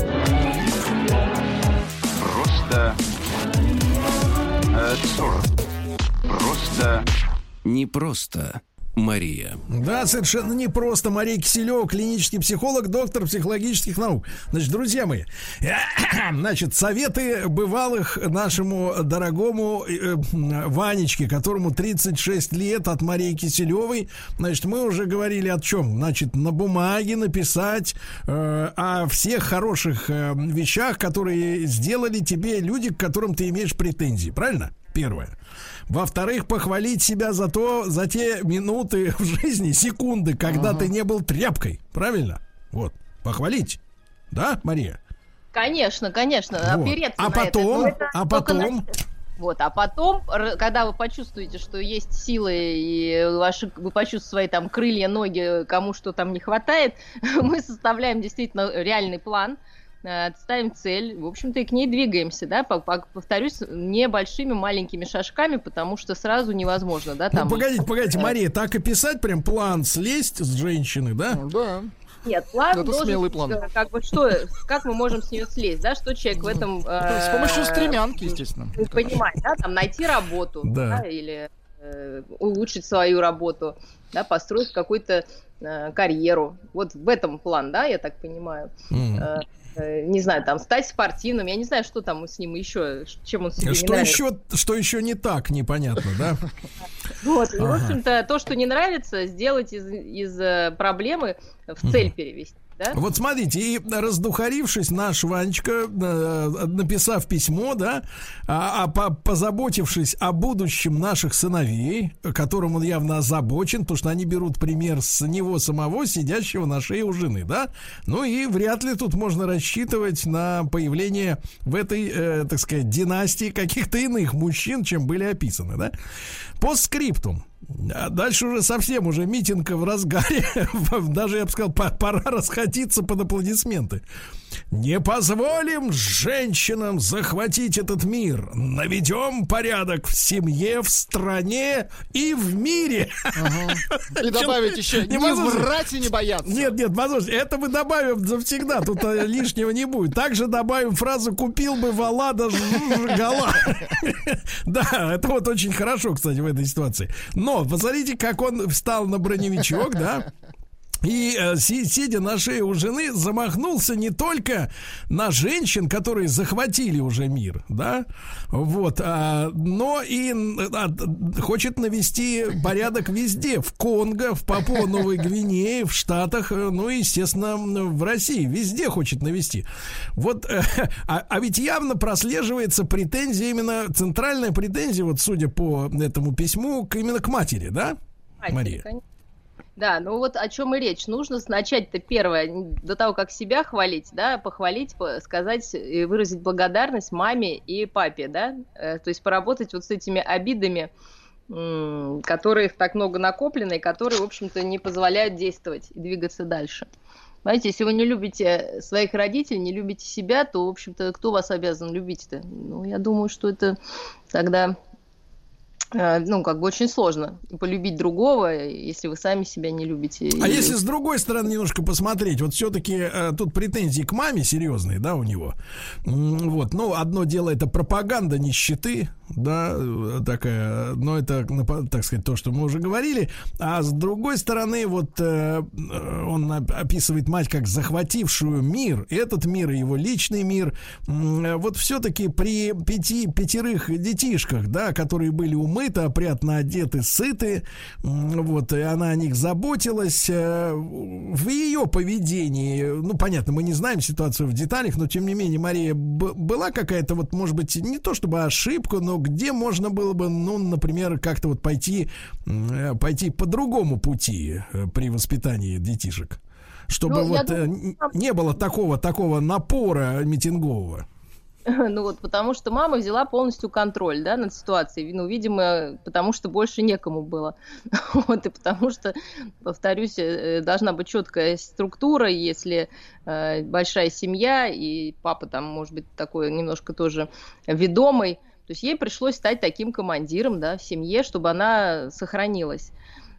просто не просто Мария. Да, совершенно не просто. Мария Киселева, клинический психолог, доктор психологических наук. Значит, друзья мои, советы бывалых нашему дорогому Ванечке, которому 36 лет, от Марии Киселевой. Значит, мы уже говорили о чем. Значит, на бумаге написать о всех хороших вещах, которые сделали тебе люди, к которым ты имеешь претензии. Правильно? Первое. Во-вторых, похвалить себя за те минуты в жизни, секунды, когда ты не был тряпкой. Правильно? Вот. Похвалить. Да, Мария? Конечно. Вот. Опереться А на потом? это. А потом, когда вы почувствуете, что есть силы, и вы почувствуете свои там крылья, ноги, кому что там не хватает, мы составляем действительно реальный план, ставим цель, в общем-то, и к ней двигаемся, да, повторюсь, небольшими маленькими шажками, потому что сразу невозможно, да, там... Погодите, Мария, так и писать прям план слезть с женщины, да? Да. Нет, план это должен, смелый план. Как мы можем с нее слезть, да, что человек в этом... С помощью стремянки, естественно. Понимает, да, там найти работу, да, или улучшить свою работу, да, построить какую-то карьеру. Вот в этом план, да, я так понимаю. Не знаю, там, стать спортивным, я не знаю, что там с ним еще, чем он себе не нравится. Что еще не так, непонятно, да? Вот, и, в общем-то, то, что не нравится, сделать из проблемы в цель перевести. Да? Вот смотрите, и раздухарившись, наш Ванечка, написав письмо, да, позаботившись о будущем наших сыновей, которым он явно озабочен, потому что они берут пример с него самого, сидящего на шее у жены, да, ну и вряд ли тут можно рассчитывать на появление в этой, так сказать, династии каких-то иных мужчин, чем были описаны, да. Постскриптум. А дальше уже совсем уже митинг в разгаре. Даже, я бы сказал, пора расходиться под аплодисменты. Не позволим женщинам захватить этот мир. Наведем порядок в семье, в стране и в мире. И добавить еще, не врать и не бояться. Нет, послушайте, это мы добавим завсегда, тут лишнего не будет. Также добавим фразу «купил бы вала, даже гола». Да, это вот очень хорошо, кстати, в этой ситуации. Но посмотрите, как он встал на броневичок, да, и, сидя на шее у жены, замахнулся не только на женщин, которые захватили уже мир, да, вот, но и хочет навести порядок везде, в Конго, в Папуа-Новой Гвинее, в Штатах, ну и, естественно, в России, везде хочет навести. Вот, а ведь явно прослеживается претензия, именно центральная претензия, вот судя по этому письму, именно к матери, да, Мария? Да, ну вот о чем и речь. Нужно начать-то первое, до того, как себя хвалить, да, похвалить, сказать и выразить благодарность маме и папе, да, то есть поработать вот с этими обидами, которые так много накоплены, и которые, в общем-то, не позволяют действовать и двигаться дальше. Знаете, если вы не любите своих родителей, не любите себя, то, в общем-то, кто вас обязан любить-то? Ну, я думаю, что это тогда... Ну, как бы очень сложно полюбить другого, если вы сами себя не любите. А если с другой стороны немножко посмотреть, вот все-таки тут претензии к маме серьезные, да, у него. Вот, ну, одно дело это пропаганда нищеты, да, такая, но это, так сказать, то, что мы уже говорили. А с другой стороны, вот он описывает мать как захватившую мир, этот мир и его личный мир. Вот все-таки при пятерых детишках, да, которые были умыты, опрятно одеты, сыты, вот, и она о них заботилась. В ее поведении, ну, понятно, мы не знаем ситуацию в деталях, но, тем не менее, Мария, была какая-то, вот, может быть, не то чтобы ошибка, но где можно было бы, ну, например, как-то вот пойти по другому пути при воспитании детишек, чтобы не было такого напора митингового. Ну вот, потому что мама взяла полностью контроль, да, над ситуацией, ну, видимо, потому что больше некому было, вот, и потому что, повторюсь, должна быть четкая структура, если большая семья, и папа там, может быть, такой немножко тоже ведомый, то есть ей пришлось стать таким командиром, да, в семье, чтобы она сохранилась.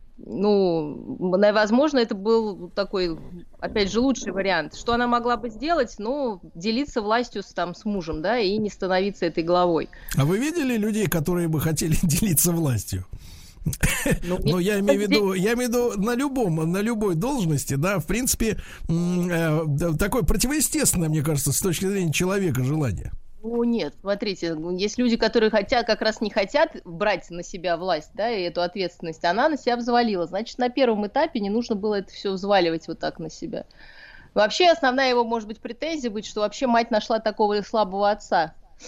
Ну, возможно, это был такой, опять же, лучший вариант. Что она могла бы сделать? Ну, делиться властью с мужем, да, и не становиться этой главой. А вы видели людей, которые бы хотели делиться властью? Ну, я имею в виду на любой должности, да, в принципе, такое противоестественное, мне кажется, с точки зрения человека желание. Ну, нет, смотрите, есть люди, которые как раз не хотят брать на себя власть, да, и эту ответственность, она на себя взвалила. Значит, на первом этапе не нужно было это все взваливать вот так на себя. Вообще, основная его, может быть, претензия быть, что вообще мать нашла такого слабого отца,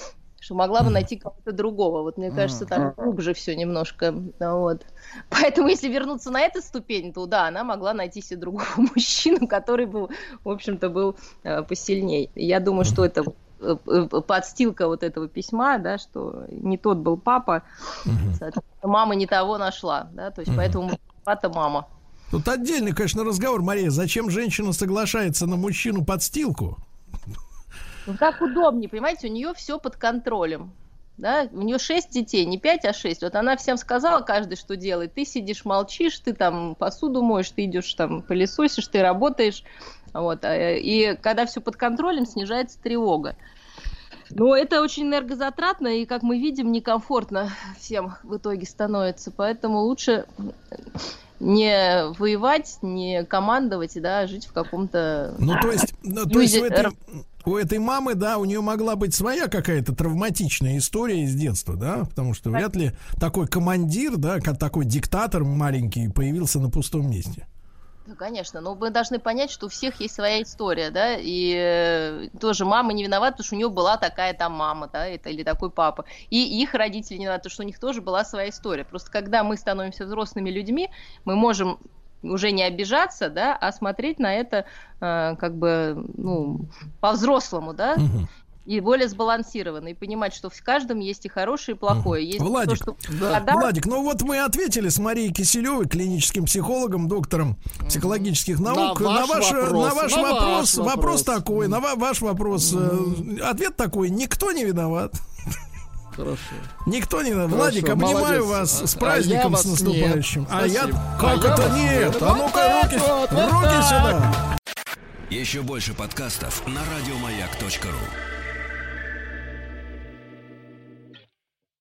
что могла бы найти кого-то другого. Вот мне кажется, там глубже все немножко. Вот. Поэтому, если вернуться на эту ступень, то да, она могла найти себе другого мужчину, который был, в общем-то, был посильней. Я думаю, что это подстилка вот этого письма, да, что не тот был папа, мама не того нашла, да, то есть поэтому это мама. Тут отдельный, конечно, разговор, Мария, зачем женщина соглашается на мужчину-подстилку? Ну, как удобнее, понимаете, у нее все под контролем. Да? У нее 6 детей, не 5, а 6. Вот она всем сказала, каждый, что делает. Ты сидишь, молчишь, ты там посуду моешь, ты идешь там пылесосишь, ты работаешь. Вот. И когда все под контролем, снижается тревога. Но это очень энергозатратно, и, как мы видим, некомфортно всем в итоге становится. Поэтому лучше не воевать, не командовать, да, а жить в каком-то... Ну, то есть у этой мамы, да, у нее могла быть своя какая-то травматичная история из детства, да, потому что вряд ли такой командир, да, как такой диктатор маленький появился на пустом месте. Ну, конечно, но мы должны понять, что у всех есть своя история, да, и тоже мама не виновата, потому что у нее была такая там мама, да, или такой папа, и их родители не виноваты, потому что у них тоже была своя история. Просто когда мы становимся взрослыми людьми, мы можем уже не обижаться, да, а смотреть на это как бы, ну, по-взрослому, да, и более сбалансированно, и понимать, что в каждом есть и хорошее, и плохое. Есть Владик, то, что... Владик, ну вот мы ответили с Марией Киселевой, клиническим психологом, доктором психологических наук, на ваш вопрос. Вопрос такой, на ваш вопрос. Ответ такой: никто не виноват. Хорошо. Никто не виноват. Владик, обнимаю вас с праздником, с наступающим. А я... Как это нет? А ну-ка, руки сюда. Еще больше подкастов на радиомаяк.ру.